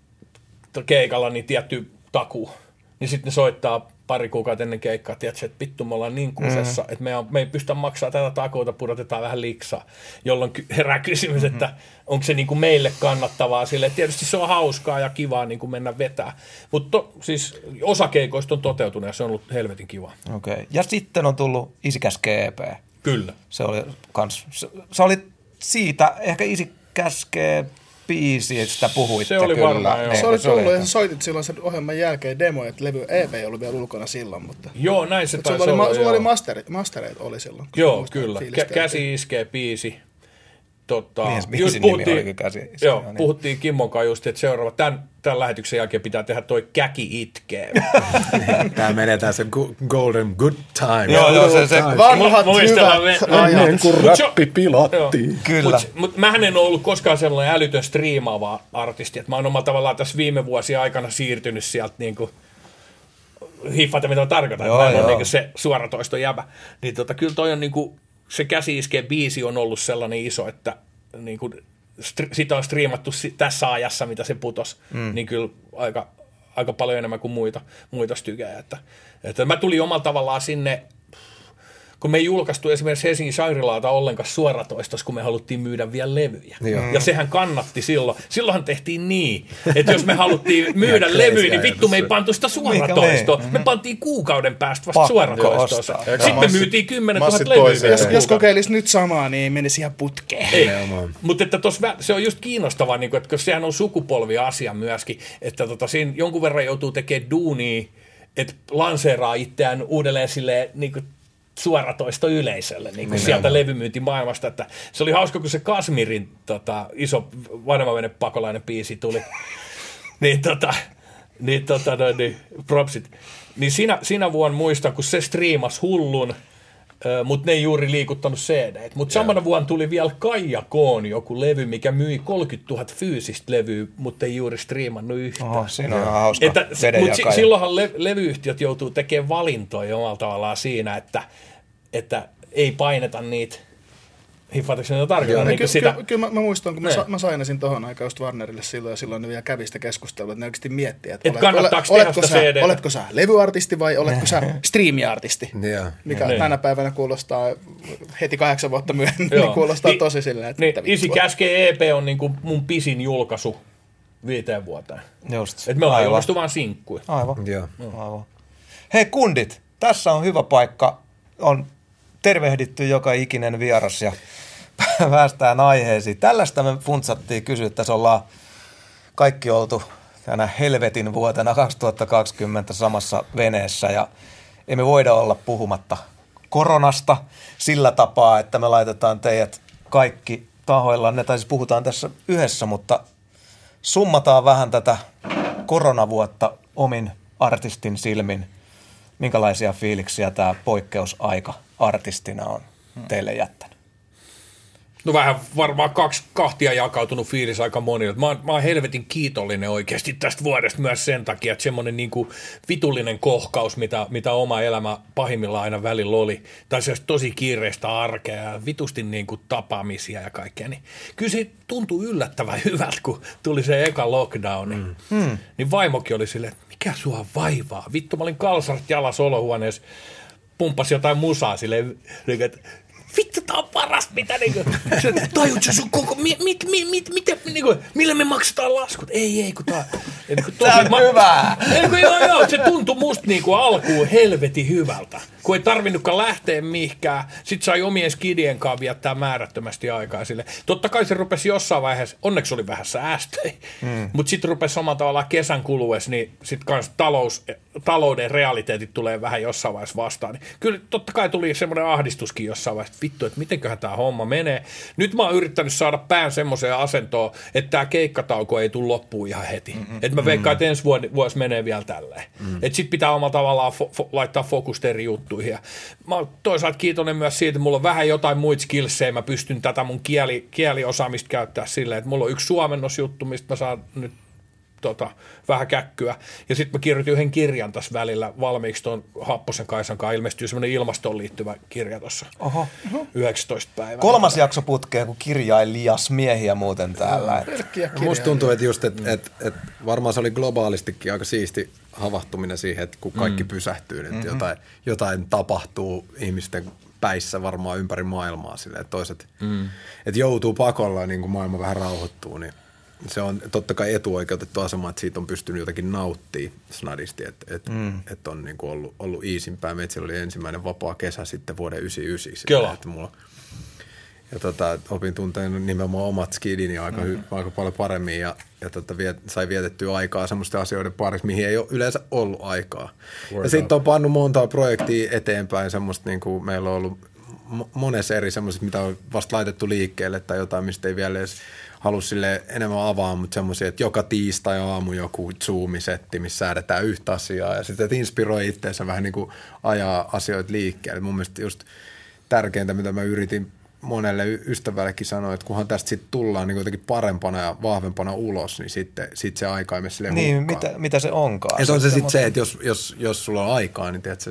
keikalla, niin tietty takuu, niin sitten ne soittaa pari kuukautta ennen keikkaa, tiedätkö, että vittu me ollaan niin kusessa, mm-hmm. että me, on, me ei pystytä maksaa tätä takuuta, pudotetaan vähän liksaa, jolloin herää kysymys, mm-hmm. että onko se niin kuin meille kannattavaa sille. Tietysti se on hauskaa ja kivaa niin kuin mennä vetää, mutta siis osa keikoista on toteutunut ja se on ollut helvetin kivaa. Okei, okay. Ja sitten on tullut Isikäs G E P. Kyllä. Se oli kans, se, se oli siitä ehkä Isikäs G E P biisi, että sitä puhuitte se oli kyllä. Varmaan, joo. Se oli tullut ja sä soitit silloin sen ohjelman jälkeen demoja, että levy E P ei ollut vielä ulkona silloin, mutta... Joo, näin se taisi olla. olla, Sulla oli masterit, mastereita oli silloin. Joo, kyllä. Kä- käsi iskee biisi. Tota, niin, biisin nimi olikin Käsi iskee. Joo, niin. Puhuttiin Kimmon kanssa just, että seuraava, tämän, tämän lähetyksen jälkeen pitää tehdä toi Käki itkee. Tää menee tässä golden good time. Joo, joo, se, se vanhat hyvät ajat. Kun räppi pilattiin. Kyllä. Mutta mut mähän en ole ollut koskaan sellainen älytön striimaava artisti, että mä oon omalla tavallaan tässä viime vuosien aikana siirtynyt sieltä niinku hiffata, mitä mä tarkoitan, joo, että mä en ole niinku se suoratoisto jäbä. Niin tota, kyllä toi on niinku, se Käsi iskee biisi on ollut sellainen iso, että niinku, stri, sitä on striimattu tässä ajassa, mitä se putosi, mm. niin kyllä aika, aika paljon enemmän kuin muita, muita stykejä. Että, että mä tulin omalla tavallaan sinne, kun me ei julkaistu esimerkiksi Helsingin Shangri-Laata ollenkaan suoratoistossa, kun me haluttiin myydä vielä levyjä. Mm. Ja sehän kannatti silloin. Silloinhan tehtiin niin, että jos me haluttiin myydä levyjä, niin vittu me ei pantu sitä suoratoistoa. Me pantiin kuukauden päästä vasta suoratoistossa. Sitten me myytiin kymmenentuhatta levyä. Jos, jos kokeilisi nyt samaa, niin menisi ihan putkeen. Mutta että tossa, se on just kiinnostavaa, niin kun, että sehän on sukupolviasia myöskin, että tota, siinä jonkun verran joutuu tekemään duunia, että lanseeraa itseään uudelleen silleen, niin kuin suoratoisto yleisölle niin kuin sieltä levymyyntimaailmasta. Että se oli hauska, kun se Kasmirin tota, iso vanhemman pakolainen biisi tuli. niin tota, niin, tota, no, niin propsit. Niin siinä, siinä vuonna muistan, kun se striimasi hullun, mutta ne ei juuri liikuttanut C D:t. Mutta samana vuonna tuli vielä Kaija Koon joku levy, mikä myi kolmekymmentätuhatta fyysistä levyä, mutta ei juuri striimannut yhtään. Oho, siinä on ihan hauska. Mutta si- silloinhan le- levyyhtiöt joutuu tekemään valintoja omalla tavallaan siinä, että, että ei paineta niitä. Hiffaatko ne tarkoittaa? Niin kyllä, sitä... kyllä, kyllä mä, mä muistan, kun mä, sa, mä sainasin tohon aikaan just Warnerille silloin, ja silloin ne vielä kävi sitä keskustelua, että ne oikeasti miettii, että Et olet, kannattaako olet, tehdä oletko, sitä sä, C D:tä? oletko sä levyartisti vai oletko sä striimiartisti, Yeah. mikä Niin. tänä päivänä kuulostaa heti kahdeksan vuotta myöhemmin, Joo. niin kuulostaa Niin- tosi silleen, että Niin, mitä Isi vittua. käskee E P on niin kuin mun pisin julkaisu viiteen vuoteen. Just. Et me ollaan Aivan. julkaistu vaan sinkkuja. Aivan. Joo. Aivan. Hei kundit, tässä on hyvä paikka. On tervehditty joka ikinen vieras ja päästään aiheisiin. Tällaista me funtsattiin kysyä, että tässä ollaan kaikki oltu tänä helvetin vuotena kaksituhattakaksikymmentä samassa veneessä ja emme voida olla puhumatta koronasta sillä tapaa, että me laitetaan teidät kaikki tahoillanne, tai siis puhutaan tässä yhdessä, mutta summataan vähän tätä koronavuotta omin artistin silmin. Minkälaisia fiiliksiä tämä poikkeusaika artistina on teille jättänyt? No vähän varmaan kaksi kahtia jakautunut fiilis aika monille. Mä oon, mä oon helvetin kiitollinen oikeasti tästä vuodesta myös sen takia, että semmoinen niinku vitullinen kohkaus, mitä, mitä oma elämä pahimmillaan aina välillä oli, tai se tosi kiireistä arkea ja vitusti niinku tapaamisia ja kaikkea, niin kyllä se tuntui yllättävän hyvältä, kun tuli se eka lockdown. Mm. Mm. Niin vaimokin oli silleen, että mikä sua vaivaa? Vittu, mä olin kalsarit jalas olohuoneessa, pumppasi jotain musaa silleen, että vittu, tää on paras, mitä niinku, tajut sä sun koko, mit, mit, mit, mit, mitä, niinku, millä me maksetaan laskut? Ei, ei, kun tää, niinku, tosi, Tää on ma- hyvää. Niinku, joo, joo, se tuntui musta niinku alkuun helvetin hyvältä, kun ei tarvinnutkaan lähteä mihinkään, sit sai omien skidien kanssa viettää määrättömästi aikaa sille. Totta kai se rupesi jossain vaiheessa, onneksi oli vähän säästöjä, mm. mutta sit rupesi samalla tavalla kesän kuluessa, niin sit kans talous, talouden realiteetit tulee vähän jossain vaiheessa vastaan. Niin kyllä totta kai tuli semmoinen ahdistuskin jossain vaiheessa, vittu, että mitenköhän tämä homma menee. Nyt mä oon yrittänyt saada pään semmoiseen asentoon, että tämä keikkatauko ei tule loppuun ihan heti. Mm-hmm. Että mä veikkaan, että ensi vuosi, vuosi menee vielä tälleen. Mm-hmm. Että sit pitää omalla tavallaan fo- fo- laittaa fokusta eri juttuihin. Ja mä oon toisaalta kiitollinen myös siitä, että mulla on vähän jotain muita skillsejä. Mä pystyn tätä mun kieli, kieliosaamista käyttää silleen, että mulla on yksi suomennosjuttu, mistä mä saan nyt Tota, vähän käkkyä. Ja sitten mä kirjoitin yhden kirjan tässä välillä valmiiksi tuon Happosen Kaisan kanssa. Ilmestyy semmoinen ilmastoon liittyvä kirja tuossa. Oho. yhdeksäntoista päivää. Kolmas jakso putkeen, kun kirjailijas miehiä muuten täällä. Pelkkiä kirjoja. Musta tuntuu, että just, että et, et varmaan se oli globaalistikin aika siisti havahtuminen siihen, että kun kaikki mm. pysähtyy, että mm-hmm. jotain, jotain tapahtuu ihmisten päissä varmaan ympäri maailmaa silleen, että toiset, mm. että joutuu pakolla niin kuin maailma vähän rauhoittuu, niin se on totta kai etuoikeutettu asema, että siitä on pystynyt jotenkin nauttimaan snadisti, että et, mm. et on niinku ollut, ollut iisimpää. Meitsillä oli ensimmäinen vapaa kesä sitten vuoden yhdeksänkymmentäyhdeksän. Kyllä. Että mulla, ja tota, opin tunteen nimenomaan omat skidini aika, mm. aika paljon paremmin ja, ja tota, viet, sai vietettyä aikaa semmoisten asioiden parissa, mihin ei ole yleensä ollut aikaa. Word ja sitten on pannut montaa projektia eteenpäin, semmoista niin kuin meillä on ollut monessa eri semmoiset, mitä on vasta laitettu liikkeelle tai jotain, mistä ei vielä edes halua sille enemmän avaa, mutta semmoisia, että joka tiistai aamu joku Zoom-setti, missä säädetään yhtä asiaa ja sitten, että inspiroi itseensä vähän niin kuin ajaa asioita liikkeelle. Mun mielestä just tärkeintä, mitä mä yritin monelle ystävällekin sanoa, että kunhan tästä sitten tullaan niin jotenkin parempana ja vahvempana ulos, niin sitten sit se aika ei mene silleen Niin, hukkaan. mitä, mitä se onkaan. Ja se on se sitten mutta se, että jos, jos, jos sulla on aikaa, niin tiedätkö,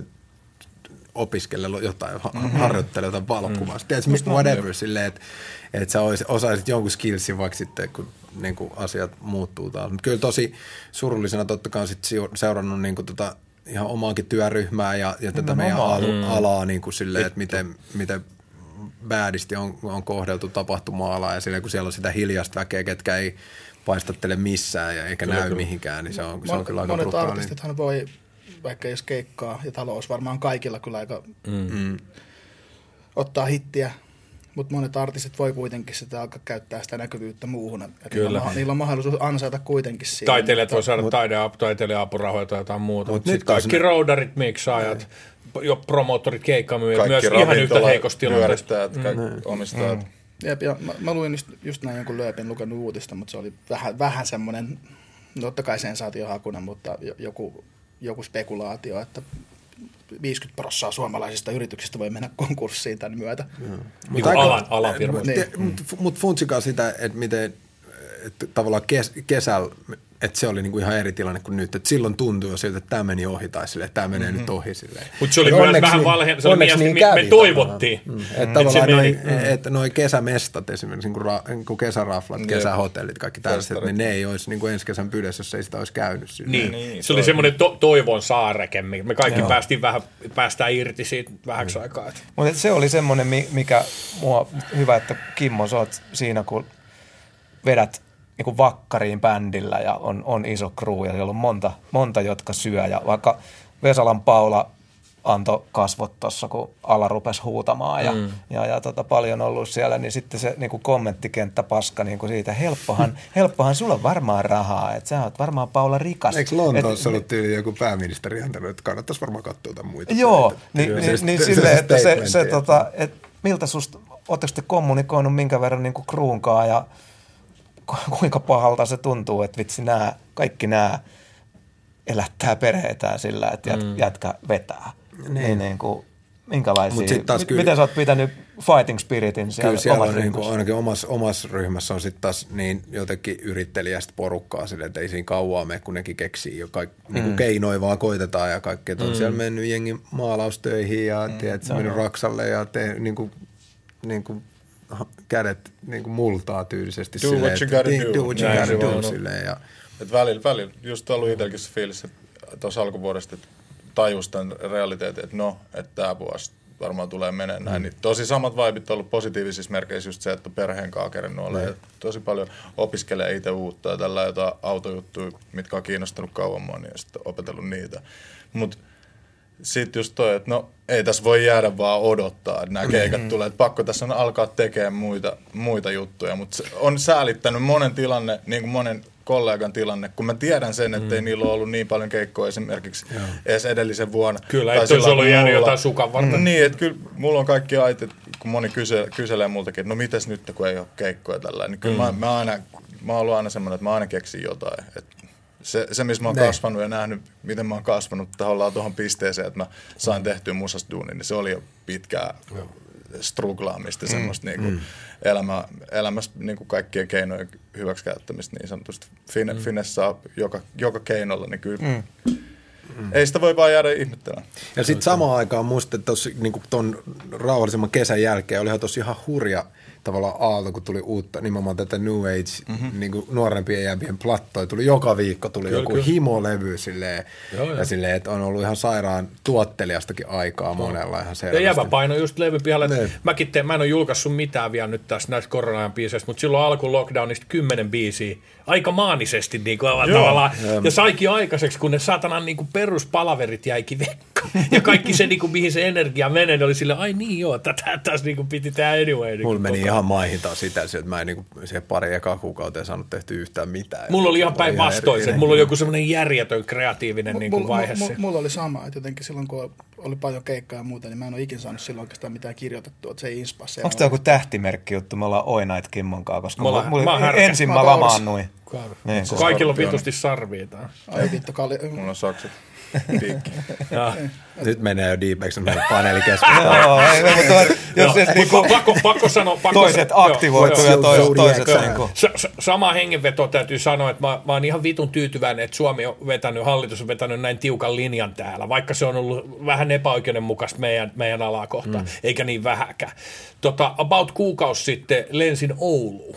opiskella jotain, mm-hmm. harjoittele jotain valokuvaa. Mm-hmm. Tiedätkö, whatever, silleen, että, että sä osaisit jonkun skillsin vaikka sitten, kun niin kuin asiat muuttuu taas. Mutta kyllä tosi surullisena totta kai on sit seurannut niin kuin tota, ihan omaakin työryhmää ja, ja tätä no, meidän al- mm. alaa niin kuin silleen, että miten, miten bäädisti on, on kohdeltu tapahtuma-alaa ja silleen, kun siellä on sitä hiljaista väkeä, ketkä ei paistattele missään ja eikä kyllä, näy kyllä. mihinkään, niin se on, se on kyllä aika brutaali. Monet artistithan voi, vaikka jos keikkaa ja talous varmaan kaikilla kyllä aika mm. ottaa hittiä Mutta monet artistit voi kuitenkin sitä alkaa käyttää sitä näkyvyyttä muuhun. Että Kyllä. Niillä, on, niillä on mahdollisuus ansaita kuitenkin siinä. Taiteilijat voi saada taiteilija-apurahoja tai jotain muuta. Mut Mutta nyt sitten kaikki taas ne- roudarit, miksaajat, jo promoottorit, keikkamyyjät, Kaikki myös ihan yhtä ravintola, heikossa tilanteessa. pyörittäjät, kaikki omistajat. Jep, ja mä, mä luin just, just näin jonkun lööpin lukenut uutista, mutta se oli vähän, vähän semmoinen, totta kai sensaatiohakuna, mutta joku, joku spekulaatio, että viisikymmentä prosenttia suomalaisista yrityksistä voi mennä konkurssiin tämän myötä. Niin kuin alan, alan firmoista. Niin. Mutta mut funtsikaa sitä, että miten että tavallaan kes, kesällä, että se oli niinku ihan eri tilanne kuin nyt. Että silloin tuntui jo siltä, että tämä meni ohi tai silleen, että tämä menee mm-hmm. nyt ohi silleen. Mutta se oli Et myös onneksi vähän niin- valhe, se oli onneksi mielestäni, niin me, me kävi toivottiin. Mm. Että Et tavallaan se noi, meni. et noi kesämestat esimerkiksi, niin kuin, ra, niin kuin kesäraflat, Jep. kesähotellit, kaikki tällaiset, Festarit. niin ne ei olisi niin kuin ensi kesän pydessä, jos ei sitä olisi käynyt. Niin, Niin, se oli toi- semmoinen to, toivon saareke. Me kaikki Joo. päästiin vähän, päästään irti siitä vähäksi aikaa. Et. Mutta se oli semmoinen, mi- mikä mua, hyvä, että Kimmo, sä oot siinä, kun vedät niin vakkariin bändillä ja on, on iso crew ja siellä on monta, monta, jotka syö. Ja vaikka Vesalan Paula antoi kasvot tuossa, kun ala rupesi huutamaan ja, mm. ja, ja tota, paljon ollut siellä, niin sitten se niin kuin kommenttikenttä paska niin kuin siitä, helppohan, helppohan sulla on varmaan rahaa, että sä oot varmaan Paula rikas. Eikö Lontoossa Et- ollut tyyli joku pääministeri antanut, että kannattaisi varmaan katsoa jotain muita? Joo, töitä? niin, Kyllä, niin, se- niin se- silleen, se että se, statementti, se että- tota, että miltä susta, ootteko te kommunikoinut minkä verran niin kuin kruunkaa ja ku- kuinka pahalta se tuntuu, että vitsi nämä, kaikki nämä elättää perheetään sillä, että jät, mm. jätkä vetää. Niin, niin kuin, minkälaisia, Mut sit taas mit- kyllä- miten sä oot pitänyt fighting spiritin siellä, Kyllä siellä omassa on niin kuin, ryhmässä? ainakin omassa, omassa ryhmässä on sitten taas niin jotenkin yrittelijästä porukkaa silleen, että ei siinä kauaa mene, kun nekin keksii jo kaik, mm. niin kuin keinoja vaan koitetaan ja kaikkea. Mm. On siellä mennyt jengi maalaustöihin ja mm. tiedät, mennyt raksalle ja te, niin kuin, niin kuin, ha- kädet niin kuin multaa tyylisesti. Do what you gotta niin, do. do what you Näin gotta se do vaan on. silleen. Ja, Et välillä, välillä just ollut itselläkin se fiilis, että tuossa alkuvuodesta että tajus tämän realiteetin, että no, että tämä vuosi varmaan tulee menee näin. Mm. Niin tosi samat vibit on ollut positiivisissa merkeissä just se, että perheen kanssa kerännyt olla. Mm. Tosi paljon opiskelee itse uutta ja tällä jotain autojuttuja, mitkä on kiinnostanut kauan mua, niin sitten opetellut niitä. Mutta sitten just toi, että no ei tässä voi jäädä vaan odottaa, että nämä keikat mm. tulee. Että pakko tässä on alkaa tekemään muita, muita juttuja, mutta on säälittänyt monen tilanne, niin kuin monen kollegan tilanne, kun mä tiedän sen, että ei mm. niillä ole ollut niin paljon keikkoja esimerkiksi Joo. edes edellisen vuonna. Kyllä, Tai että olisi silloin, ollut kun jäänyt mulla- jotain sukan varten. Mm. Niin, että kyllä mulla on kaikki aitet, kun moni kyse, kyselee multakin, että no mites nyt, kun ei ole keikkoja tällä, niin kyllä mm. mä, mä, aina, mä oon ollut aina semmoinen, että mä aina keksin jotain. Että se, se, missä mä oon Ne. kasvanut ja nähnyt, miten mä oon kasvanut tahollaan tuohon pisteeseen, että mä sain tehtyä musasta duunin, niin se oli jo pitkää struglaamista, mm. semmoista niinku mm. elämä, elämässä niinku kaikkien keinojen hyväksikäyttämistä niin sanotusti. Fin, mm. Finessaa joka, joka keinolla, niin kyllä mm. Mm. ei sitä voi vaan jäädä ihmettelemään. ja sitten samaan aikaan musta tuossa niin tuon rauhallisemman kesän jälkeen olihan tossa ihan hurja tavallaan aalto, kun tuli uutta, nimenomaan tätä New Age, mm-hmm. niin kuin nuorempien jämpien plattoja. Tuli joka viikko, tuli kyllä, joku kyllä. himolevy silleen, joo, ja joo. silleen, että on ollut ihan sairaan tuottelijastakin aikaa monella ihan selvästi. Ja Jävä paino just levyn pihalle. Mäkin teen, mä en ole julkaissut mitään vielä nyt tässä näistä korona-ajan biiseistä, mutta silloin alkuun lockdownista kymmenen biisiä. Aika maanisesti niin kuin tavallaan. Ja saikin aikaiseksi, kun ne satanan niin kuin peruspalaverit jäikin vekkaan. Ja kaikki se, niin kuin, mihin se energia menee, oli silleen, ai niin joo, tätä tässä niin kuin piti tehdä anyway. Niin Mulla meni ihan maihin taas sitä, että mä en niin kuin, siihen pari ekaa kuukauteen saanut tehty yhtään mitään. Mulla oli ihan päinvastoin, että mulla oli joku semmoinen järjetön kreatiivinen M- niin kuin mulla- vaihe. mulla- Mulla oli sama, että jotenkin silloin kun oli paljon keikkaa ja muuta, niin mä en ole ikinä saanut silloin oikeastaan mitään kirjoitettua, että se ei inspaa. Se Onko tämä joku tähtimerkki juttu? Me ollaan Oinait Kimmon kanssa, koska Mä ollaan- mulla, mä oon mulla, härkä. ensin Mä mä oon lamaannuin. Niin, kun- Kaikilla on vitusti sarvia. tää. Ai vittu, kali... Mulla on sakset piikki. Ja. Nyt menee jo deepeksi meidän paneelikeskustelu. Joo, ei, mutta jos Joo, jos niinku mut pakko, pakko sanoa, pakko toiset joo, aktivoituu joo, ja toiset, Zodiac toiset sign. niinku. Sa- sa- sama hengenveto täytyy sanoa, että mä, mä oon ihan vitun tyytyväinen, että Suomi on vetänyt, hallitus on vetänyt näin tiukan linjan täällä, vaikka se on ollut vähän epäoikeudenmukaista meidän, meidän alaa kohtaan, mm. eikä niin vähäkään. Tota, about kuukausi sitten lensin Ouluun.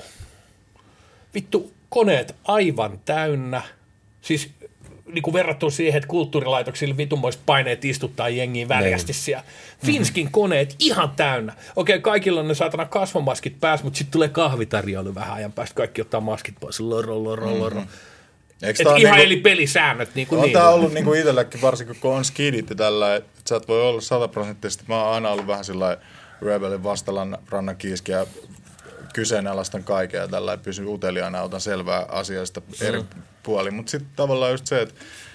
Vittu, koneet aivan täynnä. Siis niin kuin verrattuna siihen, että kulttuurilaitoksilla vitunmoiset paineet istuttaa jengiä väljästi siellä. Finskin koneet ihan täynnä. Okei, kaikilla on ne saatana kasvomaskit päässä, mutta sitten tulee kahvitarjoilu vähän ajan päästä. Kaikki ottaa maskit pois. Loro, loro, loro. Eikö Et tää on ihan niinku- eli pelisäännöt. Niin kuin On niin. tää ollut niinku itselläkin, varsinkin kun on skidit ja tällä, että sä et voi olla sataprosenttisesti. Mä oon aina ollut vähän sillä Rebelin vastarannan kiiski ja kyseenalaistan kaiken ja tällä pysy uteliaana, otan selvää asiasta eri mm. puolin. Mutta sitten tavallaan just se, että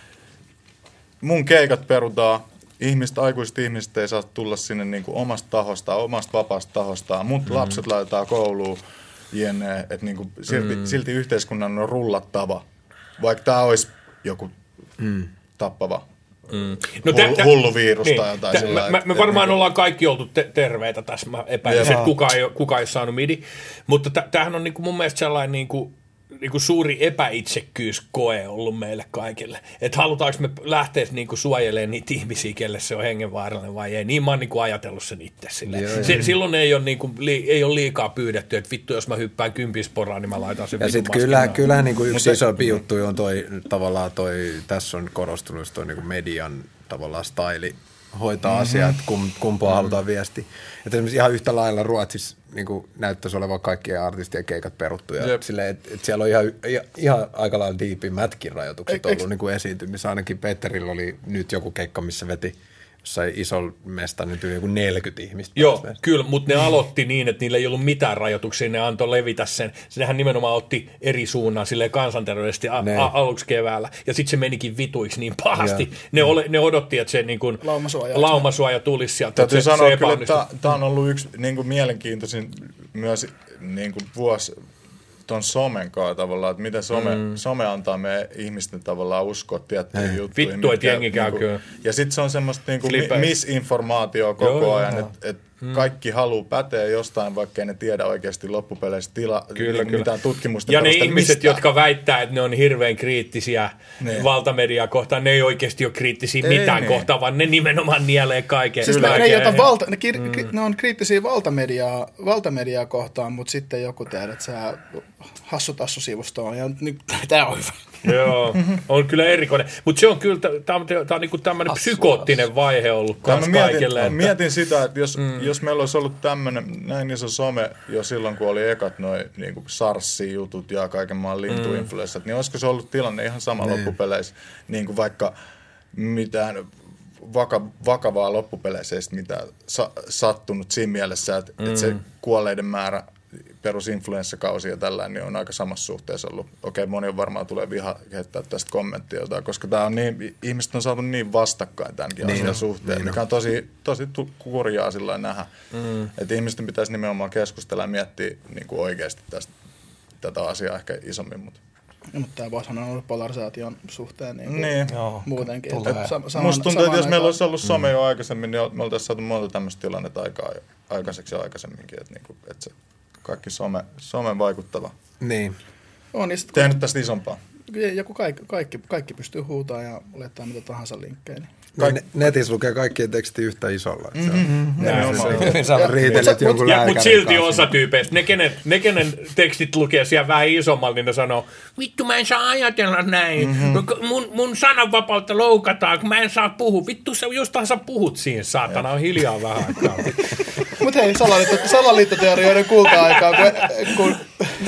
mun keikat perutaan, ihmiset, aikuiset ihmiset ei saa tulla sinne niinku omasta tahostaan, omasta vapaasta tahostaan. Mut mm. lapset laitetaan kouluun, jne, että niinku silti, mm. silti yhteiskunnan on rullattava, vaikka tämä olisi joku mm. tappava. Mm. No tä, tä, hullu virus niin, tai jotain tä, sillä Me, me varmaan ollaan kaikki oltu te, terveitä tässä. Mä epäilen, että kukaan ei, kukaan ei saanut midi. Mutta t- tämähän on niinku mun mielestä sellainen niinku, niinku suuri epäitsekkyyskoe ollut meille kaikille. Että halutaanko me lähteä niinku suojelemaan niitä ihmisiä, kelle se on hengenvaarallinen vai ei. Niin mä oon niinku ajatellut sen itse silleen. Se, silloin ei ole, niinku, li, ei ole liikaa pyydetty, että vittu jos mä hyppään kympisporaan, niin mä laitan sen. Ja sitten kyllähän, kyllähän niinku yksi isompi juttu on toi, tavallaan toi, tässä on korostunut toi niinku median tavallaan staili hoitaa mm-hmm. asiat, kum, kumpaa mm-hmm. halutaan viestiä. Että esimerkiksi ihan yhtä lailla Ruotsissa niin näyttäisi olevan kaikkien artistien keikat peruttu. Ja silleen, että et siellä on ihan, ihan aika lailla diipin mätkin rajoitukset ollut niin esiintymissä. Ainakin Petterillä oli nyt joku keikka, missä veti jossain isolla mesta nyt yli joku neljäkymmentä ihmistä. Joo, päästä. Kyllä, mutta ne aloitti niin, että niillä ei ollut mitään rajoituksia, ne antoi levitä sen. Nehän nimenomaan otti eri suunnan silleen kansanterveydellisesti a- a- aluksi keväällä, ja sitten se menikin vituiksi niin pahasti. Ne, ole, ne odotti, että se niin kuin laumasuoja, laumasuoja tulisi sieltä. Täytyy se, sanoa se kyllä, että tämä on ollut yksi niin kuin mielenkiintoisin myös niin kuin vuosi tuon somen kanssa tavallaan, että miten some, mm. some antaa meidän ihmisten tavallaan uskoa tiettyihin juttuihin. Vittu, että jengi käy niinku, kyllä. Ja sitten se on semmoista niinku misinformaatioa koko joo, ajan, että et mm. kaikki haluaa päteä jostain, vaikka ei ne tiedä oikeasti loppupeleissä tila, kyllä, niin, kyllä. mitään tutkimusta. Ja ne ihmiset, mistään. jotka väittää, että ne on hirveän kriittisiä niin. valtamediaa kohtaan, ne ei oikeasti ole kriittisiä ei, mitään niin. kohtaan, vaan ne nimenomaan nielee kaiken. Siis ne, ne, valta, ne, kir, mm. ne on kriittisiä valtamediaa, valtamediaa kohtaan, mutta sitten joku tehdä, että sä hassutassusivustoon ja niin, tämä on hyvä. Joo, on kyllä erikoinen. Mutta se on kyllä, tämä on, on niinku tämmöinen psykoottinen vaihe ollut kans mietin, kaikille. Että... Mietin sitä, että jos, mm. jos meillä olisi ollut tämmöinen näin iso some jo silloin, kun oli ekat noi niinku SARS-jutut ja kaiken maan lintuinfluenssat, mm. niin olisiko se ollut tilanne ihan sama mm. loppupeleissä, niin kuin vaikka mitään vaka, vakavaa loppupeleissä ei mitään sa, sattunut siinä mielessä, että, mm. että se kuolleiden määrä perusinfluenssakausi ja tällainen niin on aika samassa suhteessa ollut. Okei, moni on varmaan tulee viha heittää tästä kommenttia jotain, koska tää on niin, ihmiset on saatu niin vastakkain tämänkin niin asian on, suhteen, niin mikä on tosi, tosi kurjaa sillä nähdä. Mm. Että ihmisten pitäisi nimenomaan keskustella ja miettiä niin kuin oikeasti tästä, tätä asiaa ehkä isommin. Mutta no, mutta tämä voisihan on ollut polarisaation suhteen niin niin. Joo, muutenkin. Sam- Musta tuntuu, että jos meillä olisi ollut some jo aikaisemmin, niin me oltaisiin saatu monta tämmöistä tilannetta aikaa, aikaiseksi ja aikaisemminkin, että, niin kuin, että se kaikki some, some vaikuttava. Niin. On, niin tehnyt kun tästä isompaa. Joku kaikki, kaikki, kaikki pystyy huutaa ja laittaa mitä tahansa linkkejä. Niin. Kaik- Netissä lukee kaikkien teksti yhtä isolla. Mm-hmm. Riitelet jonkun lääkärin. Mutta silti osa tyypeistä, ne kenen, ne kenen tekstit lukee siellä vähän isommalla, niin ne sanoo, vittu mä en saa ajatella näin, mm-hmm. no, mun, mun sananvapautta loukataan, kun mä en saa puhua. Vittu sä jostain sä puhut siinä, saatana on hiljaa vähän aikaa. Mutta hei, salaliitto, salaliittoteorioiden kulta-aikaa, kun,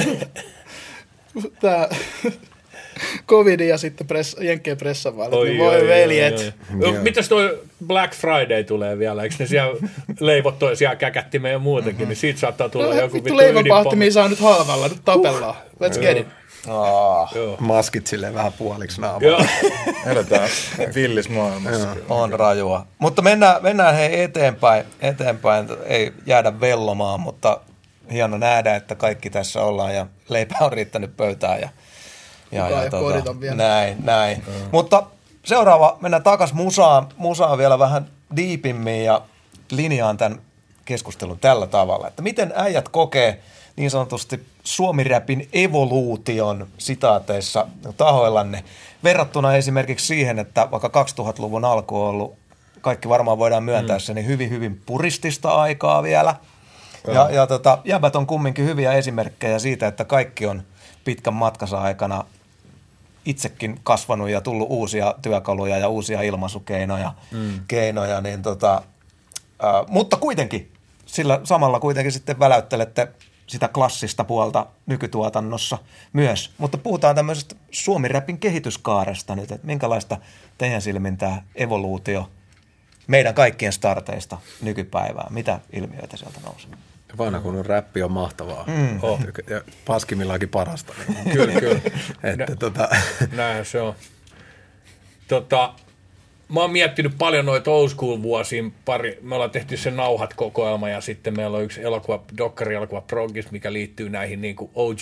kun tää... Covid ja sitten press, Jenkkien pressanvaalit, niin voi oi, veljet. Oi, oi. Mitäs toi Black Friday tulee vielä? Eikö ne siellä leivot toisiaan käkättimeen ja muutenkin, mm-hmm. niin siitä saattaa tulla no, joku vittu ydinpommi. Leivonpahtimia saa nyt halvalla, nyt tapellaan. Let's get it. Oh, maskit silleen vähän puoliksi naamalla. Eletään villis maailmassa. On rajua. Mutta mennään, mennään hei eteenpäin, eteenpäin. Ei jäädä vellomaan, mutta hieno nähdä, että kaikki tässä ollaan ja leipä on riittänyt pöytään ja Ja, ja, ja tota, näin, näin. Mm. Mutta seuraava, mennään takaisin musaan, musaan vielä vähän diipimmin ja linjaan tämän keskustelun tällä tavalla, että miten äijät kokee niin sanotusti suomiräpin evoluution sitaateissa tahoillanne verrattuna esimerkiksi siihen, että vaikka kaksituhattaluvun alku on ollut, kaikki varmaan voidaan myöntää mm. se, niin hyvin, hyvin puristista aikaa vielä. Mm. Ja, ja tota, jäbät on kumminkin hyviä esimerkkejä siitä, että kaikki on pitkän matkansa aikana itsekin kasvanut ja tullut uusia työkaluja ja uusia ilmaisukeinoja, mm. keinoja, niin tota, äh, mutta kuitenkin sillä samalla kuitenkin sitten väläyttelette sitä klassista puolta nykytuotannossa myös. Mutta puhutaan tämmöisestä suomi-räpin kehityskaaresta nyt, että minkälaista teidän silmin tämä evoluutio meidän kaikkien starteista nykypäivää. Mitä ilmiöitä sieltä nousee? Vanha kun räppi on mahtavaa. Mm. Oh. Ja paskimmillaankin parasta. Niin. Kyllä, kyllä. Että, tota... Näinhän se on. Tota, mä oon miettinyt paljon noita old school vuosia. Pari, me ollaan tehty se Nauhat-kokoelma ja sitten meillä on yksi elokuva, dokkari-elokuva Progis, mikä liittyy näihin niin kuin O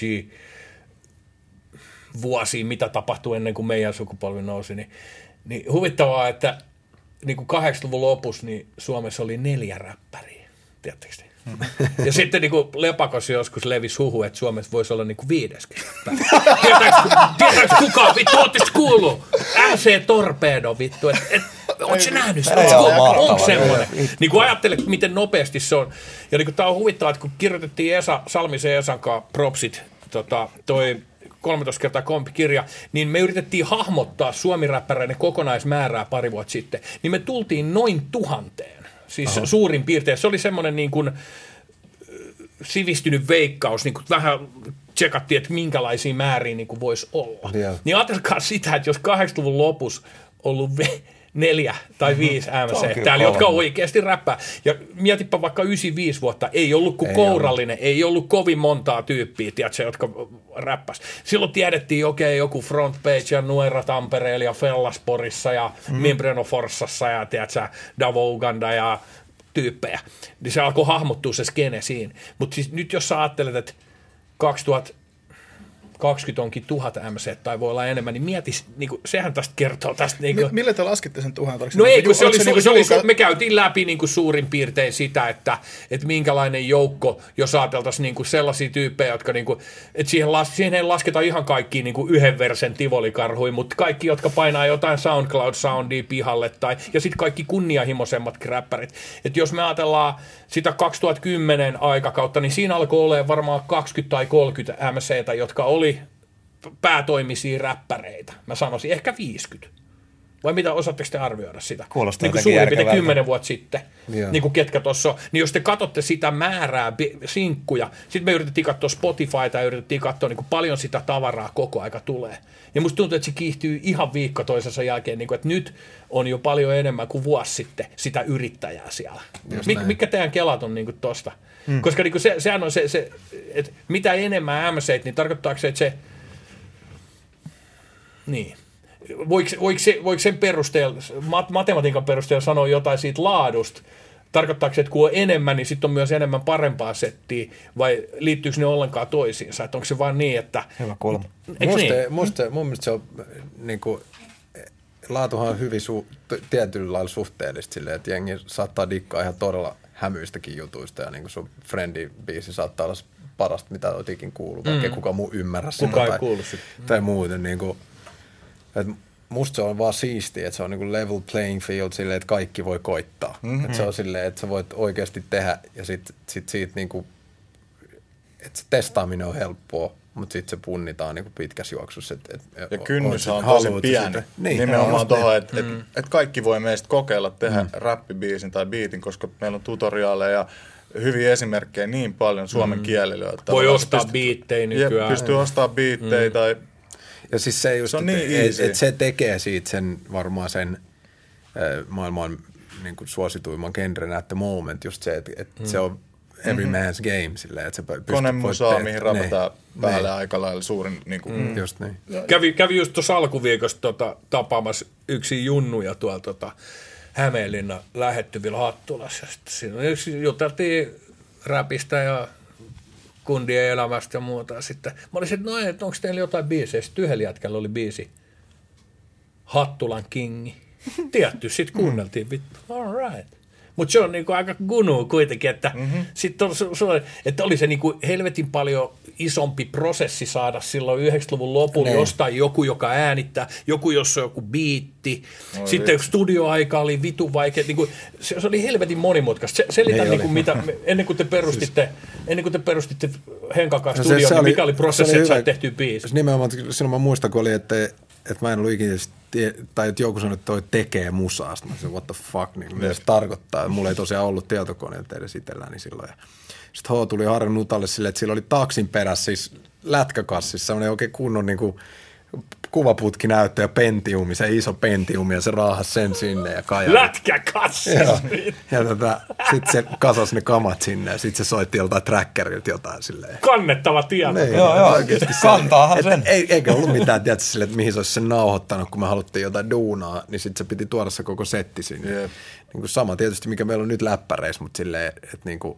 G-vuosiin, mitä tapahtui ennen kuin meidän sukupolvi nousi. Niin, niin huvittavaa, että niin kuin kahdeksankymmentäluvun lopussa niin Suomessa oli neljä räppäriä. Tiedättekö te? Ja sitten niin kuin Lepakossa joskus levisi huhu, että Suomessa voisi olla niin kuin viideskin. Tiedätkö kukaan, vittu, ootteko kuullut? M C Torpedo, vittu. Et, et, ootko se nähnyt sitä? Onko semmoinen? Niin kuin ajattelet, miten nopeasti se on. Ja niin kuin tämä on huvittavaa, että kun kirjoitettiin Esa, Salmisen Esan kanssa propsit, tota, toi kolmetoista kertaa kompikirja, niin me yritettiin hahmottaa suomiräppäreiden kokonaismäärää pari vuotta sitten. Niin me tultiin noin tuhanteen. Siis Aha. suurin piirtein. Se oli semmoinen niin kuin sivistynyt veikkaus, niin kuin vähän tsekattiin, että minkälaisia määriä niin kuin voisi olla. Yeah. Niin ajatelkaa sitä, että jos kahdeksankymmentäluvun lopussa ollut ve- neljä tai viisi M C täällä, jotka oikeasti räppää. Ja mietipä vaikka yhdeksänkymmentäviisi vuotta, ei ollut kuin ei kourallinen, ollut. Ei ollut kovin montaa tyyppiä, tiedätkö, jotka räppäs. Silloin tiedettiin, okei, okay, joku Front Page ja Nuera Tampereella ja Fellasporissa ja mm. Mimbreno Forssassa ja tiedätkö, Davo Uganda ja tyyppejä. Niin se alkoi hahmottua se skene siinä. Mutta siis nyt jos sä ajattelet, että kaksituhattakaksikymmentä onkin tuhat M C tai voi olla enemmän, niin mieti, niin kuin, sehän tästä kertoo tästä. Niin kuin... Millä te laskitte sen tuhat? No ei, kun se oli, se, se, se oli, julka... me käytiin läpi niin kuin suurin piirtein sitä, että, että minkälainen joukko, jos ajateltaisiin niin kuin sellaisia tyyppejä, jotka, niin kuin, että siihen, las, siihen ei lasketa ihan kaikkiin niin kuin yhden versen tivolikarhuin, mutta kaikki, jotka painaa jotain SoundCloud-soundia pihalle, tai, ja sitten kaikki kunnianhimoisemmat räppärit. Että jos me ajatellaan sitä kaksituhattakymmenen aikakautta, niin siinä alkoi olemaan varmaan kaksikymmentä tai kolmekymmentä M C:tä, jotka oli päätoimisia räppäreitä. Mä sanoisin ehkä viisikymmentä. Vai mitä, osaatteko te arvioida sitä? Kuulostaa niin kuin suurin piirtein kymmenen vuotta sitten. Niin kuin ketkä tuossa on. Niin jos te katsotte sitä määrää sinkkuja, sitten me yritettiin katsoa Spotifyta ja yritettiin katsoa, niin kuin paljon sitä tavaraa koko aika tulee. Ja musta tuntuu, että se kiihtyy ihan viikko toisensa jälkeen, niin kuin, että nyt on jo paljon enemmän kuin vuosi sitten sitä yrittäjää siellä. Mik, mikä teidän kelat on niin kuin tosta? Hmm. Koska niin kuin se, sehän on se, se että mitä enemmän M C, niin tarkoittaako se, että se niin. Voiko, voiko, se, voiko sen perusteella, mat, matematiikan perusteella sanoa jotain siitä laadusta? Tarkoittaako se, että kun on enemmän, niin sitten on myös enemmän parempaa settiä, vai liittyykö ne ollenkaan toisiinsa? Että onko se vaan niin, että... Hyvä kulma. Musta, niin? musta, mun mielestä se on, niin kuin, laatuhan on hyvin su, tietyllä lailla suhteellista silleen, että jengi saattaa dikkaa ihan todella hämyistäkin jutuista, ja niin kuin sun Friendin biisi saattaa olla parasta, mitä olet ikin kuullut, vaikka mm. kukaan muu ymmärrä sitä. Kukaan tai, kuullut sitä. Tai muuten, niin kuin, että musta se on vaan siistiä, että se on niin kuin level playing field silleen, että kaikki voi koittaa. Mm-hmm. Että se on silleen, että sä voit oikeasti tehdä, ja sit, sit siitä niin kuin, että se testaaminen on helppoa, mutta sitten se punnitaan niin kuin pitkässä juoksussa. Et, et, ja kynnys on tosi pieni. Niin, nimenomaan tuohon, että mm. et, et kaikki voi meistä kokeilla tehdä mm. räppibiisin tai biitin, koska meillä on tutoriaaleja ja hyviä esimerkkejä niin paljon suomen mm. kielellä. Voi ostaa pystyt, biittejä nykyään. Pystyy ostamaan biittejä mm. tai... Ja siis se, just, se on niin et, et se tekee siitä sen varmaan sen äh, maailman niin kuin suosituimman genren at the moment, just se, että et mm. se on every mm-hmm. man's game silleen, että se pystyy... Konemusaa, mihin rapataan päälle aika lailla suurin... Niin kuin, mm. Just niin. Kävi, kävi just tuossa alkuviikosta tota, tapaamassa yksi junnuja tuolla tota, Hämeenlinnan lähettyvillä Hattulassa. Sitten siinä juteltiin räpistä ja kundien elämästä ja muuta. Sitten mä olisin, että no ei, onko teillä jotain biisejä? Sitten yhdellä jätkällä oli biisi Hattulan Kingi. Tietty, sitten kuunneltiin vittu. All right. Mutta se on niinku aika gunu kuitenkin, että, mm-hmm. sit on, se, että oli se niinku helvetin paljon isompi prosessi saada silloin yhdeksänkymmentäluvun lopulla ne. jostain joku, joka äänittää, joku, jossa on joku biitti. No, sitten yksi studioaika oli vitu vaikea. Niinku, se, se oli helvetin monimutkaista. Se, selitän, niinku, mitä, ennen kuin te perustitte, ennen kuin te perustitte Henkan kanssa no, studioon, niin mikä oli prosessi, että sait tehtyä biisi? Nimenomaan, silloin mä muistan, kun oli, että, että mä en ollut ikinä... tai että joku sanoi, että toi tekee musaa. Sitten mä sanoin, what the fuck, niin mitä se tarkoittaa. Mulla ei tosiaan ollut tietokoneelta edes itselläni silloin. Sitten H tuli Harri Nutalle silleen, että sillä oli taksin perässä, siis lätkäkassissa, semmoinen oikein kunnon niin kuin kuvaputkinäyttö ja Pentiumi, se iso Pentiumi, ja se raahasi sen sinne ja kajaa. Lätkäkassi! Ja tota, sitten se kasasi ne kamat sinne, ja sitten se soitti joltain trackerilta jotain silleen. Kannettava tieto. Niin, Joo, joo, kantaahan sen. Ei, eikä ollut mitään, tiedätkö, silleen, että mihin se olisi sen nauhoittanut, kun me haluttiin jotain duunaa, niin sitten se piti tuoda se koko setti sinne. Yep. Niin kuin sama tietysti, mikä meillä on nyt läppäreissä, mutta silleen, että niin kuin,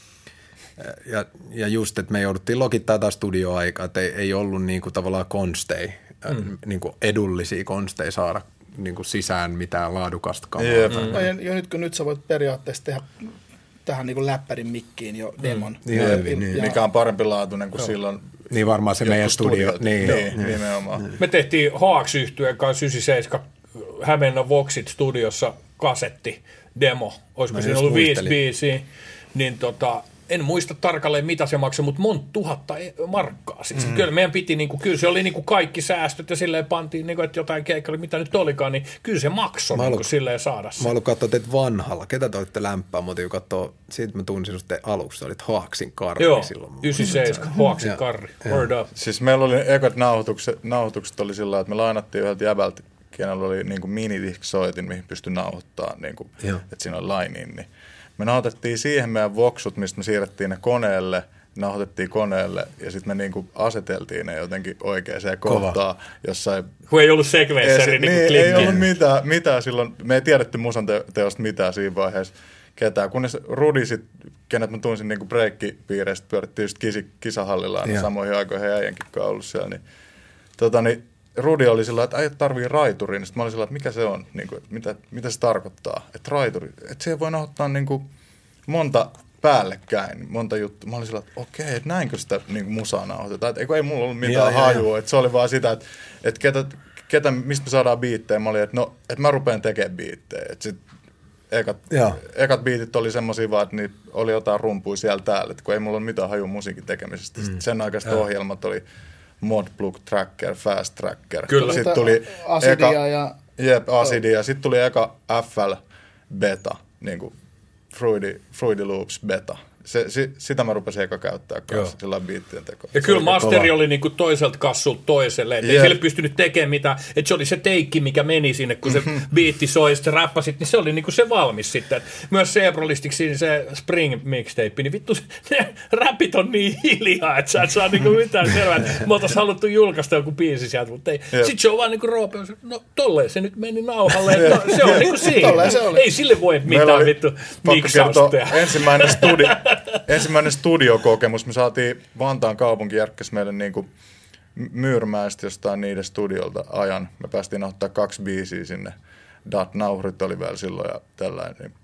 ja, ja just, että me jouduttiin lokittaa taas studioaikaa, että ei, ei ollut niin kuin tavallaan konsteja, mm. niin kuin edullisia konsteja saada niin kuin sisään mitään laadukasta kamaa. Yep. Mm. Ja, ja nyt kun nyt sä voit periaatteessa tehdä tähän niin kuin läppärin mikkiin jo demon. Mm. Ihan hyvin, niin. Mikä on parempi laatuinen kuin silloin. Niin varmaan se meidän studio. Niin, niin, niin, nimenomaan. Niin. Me tehtiin H X-yhtyeen kanssa yhdeksänkymmentäseitsemän Hämeenä Voxit studiossa kasetti, demo. Olisiko Mä siinä just ollut viisi muistelin. biisiä. Niin tota, en muista tarkalleen mitä se maksoi, mutta monta tuhatta markkaa. Siis mm. Kyllä meidän piti, niin kuin, kyllä se oli niin kuin kaikki säästöt ja silleen pantiin, niin kuin, että jotain keikkaa, mitä nyt olikaan, niin kyllä se maksoi niin kuin, silleen saada se. Mä oon katsoa teitä vanhalla. Ketä te olitte lämpää? Mä otin katsoa, siitä mä tunsin sinusta aluksi, sä olit Hoaksin Karri Joo, silloin. yhdeksänkymmentäseitsemän, Hoaksin Karri, word up. Siis meillä oli ekat nauhoitukset, nauhoitukset oli sillä, että me lainattiin yhdeltä jäbältä, kenellä oli niin kuin minidisc-soitin, mihin pystyi nauhoittamaan, niin kuin, että siinä oli lainiin. Niin. Me nauhoitettiin siihen meidän voksut, mistä me siirrettiin ne koneelle, nauhoitettiin koneelle ja sitten me niin kuin aseteltiin ne jotenkin oikeaan kohtaan jossain. Kun ei ollut sekvensseri niin kuin niin, ei ollut mitään, mitään silloin, me ei tiedetty musan te- teosta mitään siinä vaiheessa ketään. Kunnes Rudi sit, kenet mä tunsin niin kuin breikkipiireistä, pyörittiin just kisi, kisahallilla aina samoihin aikoihin äijänkin kanssa ollut siellä, niin, tota, niin Rudi oli sillä, että äijät tarvii raiturin. Sitten mä olin sillä, että mikä se on, niin kuin, että mitä, mitä se tarkoittaa, että raituri, että siihen voi nauhoittaa niin kuin monta päällekkäin, monta juttua. Mä olin sillä, että okei, että näinkö sitä niin kuin musaa nauhoitetaan. Että ei mulla ollut mitään ja, hajua, ja, että se oli vaan sitä, että, että ketä, ketä, mistä me saadaan biittejä. Mä olin, että no, että mä rupean tekemään biittejä. Että sit ekat, ekat biitit oli semmosia vaan, että niitä oli jotain rumpuja siellä täällä, että kun ei mulla ollut mitään hajua musiikin tekemisestä. Mm. Sen aikaiset ja. ohjelmat oli Modplug Tracker, Fast Tracker. Kyllä. Sitten tuli Acidia eka, ja... Jep, Acidia. Sitten tuli eka F L Beta, niin kuin Fruity, Fruity Loops Beta. Se, si, sitä mä rupesin eka käyttää kanssa, sillä biittien tekoa. Ja se kyllä masteri oli niinku toiselta kassulta toiselle, että yeah. ei sille pystynyt tekemään mitään, että se oli se teikki, mikä meni sinne, kun se biitti soi ja sitten räppäsit, niin se oli niinku se valmis sitten. Et myös Zebrolistiksi se Spring mixtape, niin vittu ne räpit on niin hiljaa, että sä et saa niinku mitään selvää. Me oltais haluttu julkaista joku biisi sieltä, mutta ei. Yeah. Sitten se on vaan niinku Roope, no tolleen se nyt meni nauhalle, yeah. no, se on niinku siinä. Se ei sille voi mitään oli, vittu miksausta. Ensimmäinen studio. Ensimmäinen studiokokemus, me saatiin Vantaan kaupunki järkkäs meille niinku Myyrmäistä jostain niiden studiolta ajan. Me päästiin ottaa kaksi biisiä sinne. Dat Nauhrit oli vielä silloin ja tällainen. Niin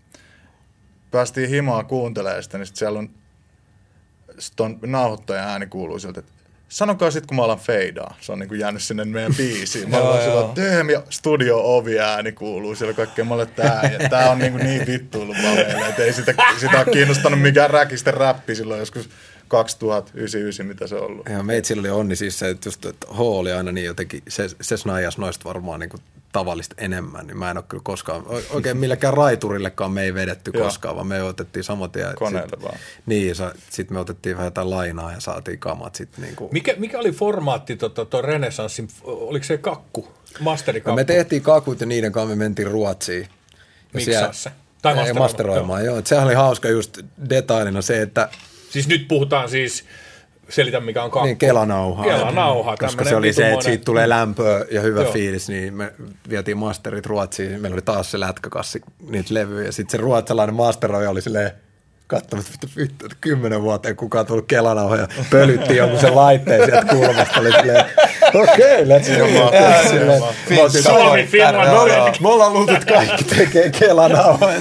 päästiin himaa kuuntelemaan sitä, niin sit siellä on sit on nauhoittajan ääni kuuluu sieltä, että sanokaa sit kun mä alan feidaa. Se on niinku jäänyt sinne meidän biisiin. Mä olen sillä, että damn, ja studio-ovi ääni kuuluu siellä kaikkea. Mä olen, että tää, ja tää on niinku niin vittuillut vaan meille, että ei sitä, sitä ole kiinnostanut mikään räkisten räppi silloin joskus kaksituhattayhdeksän, mitä se on ollut. Ja meitsillä oli onni siis se, että, just, että H oli aina niin jotenkin, se, se snaijas noista varmaan niin kuin tavallista enemmän, niin mä en ole kyllä koskaan, oikein milläkään raiturillekaan me ei vedetty koskaan, vaan me otettiin saman tien. Koneelle sit, vaan. Niin, sitten me otettiin vähän jotain lainaa ja saatiin kamat sitten. Niin kuin. Mikä, mikä oli formaatti tuon to, Renesanssin, oliko se kakku, masterikakku? No me tehtiin kakut ja niiden kanssa me mentiin Ruotsiin. Miksaa se? Tai masteroimaan. masteroimaan joo. Sehän oli hauska just detailina se, että... Siis nyt puhutaan siis... Selitä, mikä on kakku. Niin, kelanauha. Kelanauha. Koska se oli se, että siitä tulee lämpöä ja hyvä Joo. fiilis, niin me vietiin masterit Ruotsiin. Meillä oli taas se lätkäkassi, niitä levyjä. Ja sitten se ruotsalainen masteroija oli silleen, katsomassa, että kymmenen vuoteen kukaan tullut kelanauha ja pölytti jonkun sen laitteen sieltä kulmasta. Oli silleen, okei, okay, let's go. Suomi, Finland. Me ollaan luultu, että kaikki tekee kelanauhaa.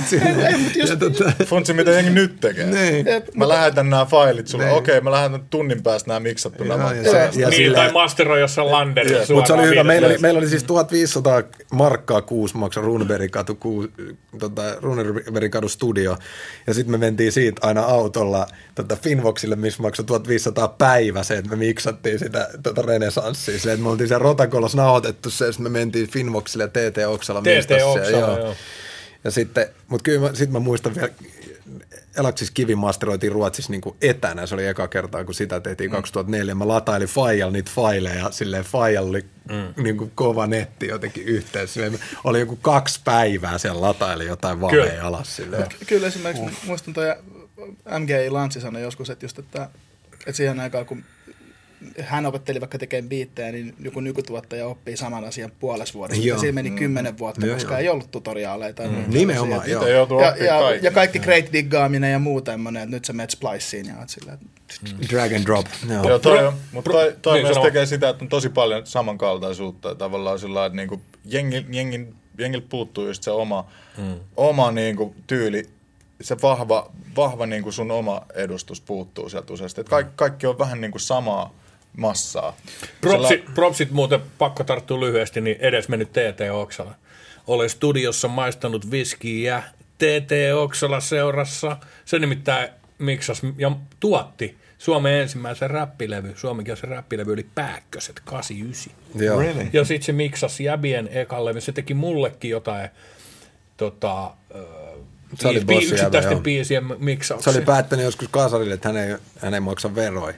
Funtsi, mitä jengi nyt tekee. Niin. Mä lähetän nämä failit sulle. Niin. Okei, mä lähetän tunnin päästä nämä miksattuna. Ja, ja ja, ja niin, sillä... tai masteroi jossain Landerilla. Mutta se oli hyvä. Meillä oli, meillä oli siis tuhatviisisataa markkaa kuusi maksaa Runebergin katu, tota, Runebergin kadu studio. Ja sitten me mentiin siitä aina autolla tota Finvoxille, missä maksoi tuhatviisisataa päivä se, että me miksattiin sitä tota Renesanssia. Se, että me oltiin siellä Rotakollassa nauhoitettu se, ja sitten me mentiin Finvoxille ja T T Oksala. T T Oksala, joo. Ja sitten, mutta kyllä mä, sit mä muistan vielä Elaksis Kivi masteroitiin Ruotsissa niin kuin etänä. Se oli eka kertaa, kun sitä tehtiin mm. kaksituhattaneljä. Mä latailin Fajal niitä faileja. Silleen Fajal oli mm. niin kuin kova netti jotenkin yhteys. Silleen, oli joku kaksi päivää siellä lataili jotain valeja alas. Silleen. Kyllä esimerkiksi mm. muistan toi M G I Lantsi sanoi joskus, että, just, että, että siihen aikaan, kun hän opetteli vaikka tekemään biittejä, niin joku nykytuottaja oppii saman asian puolessa vuodessa. Ja siinä meni kymmenen vuotta, mm. koska joo. ei ollut tutoriaaleja. Tai mm. Nimenomaan, joo. Ja, ja, kaikki. ja kaikki great diggaaminen ja muu tämmöinen, että nyt sä menet spliceen ja oot sillä. Mm. Drag and drop. Joo, joo toi on. Mutta toi, toi niin, myös tekee sitä, että on tosi paljon samankaltaisuutta. Tavallaan sillä että niinku jengi, jengin, jengiltä puuttuu just se oma, mm. oma niinku tyyli. Se vahva, vahva niinku sun oma edustus puuttuu sieltä useasti. Että kaikki, kaikki on vähän niinku samaa massaa. Propsit, Sillä... propsit muuten, pakko tarttua lyhyesti, niin edes mennyt T T Oksala. Olen studiossa maistanut viskiä T T Oksala seurassa. Se nimittäin miksas ja tuotti Suomen ensimmäisen räppilevy. Suomenkielisen räppilevy oli Pääkköset kahdeksankymmentäyhdeksän. Joo. Really? Ja sitten se miksasi Jäbien ekan levy. Se teki mullekin jotain tota, se oli bi- yksittäisten jäbä, biisien miksauksia. Se oli päättänyt joskus kasarille, että hän ei, hän ei maksa veroja.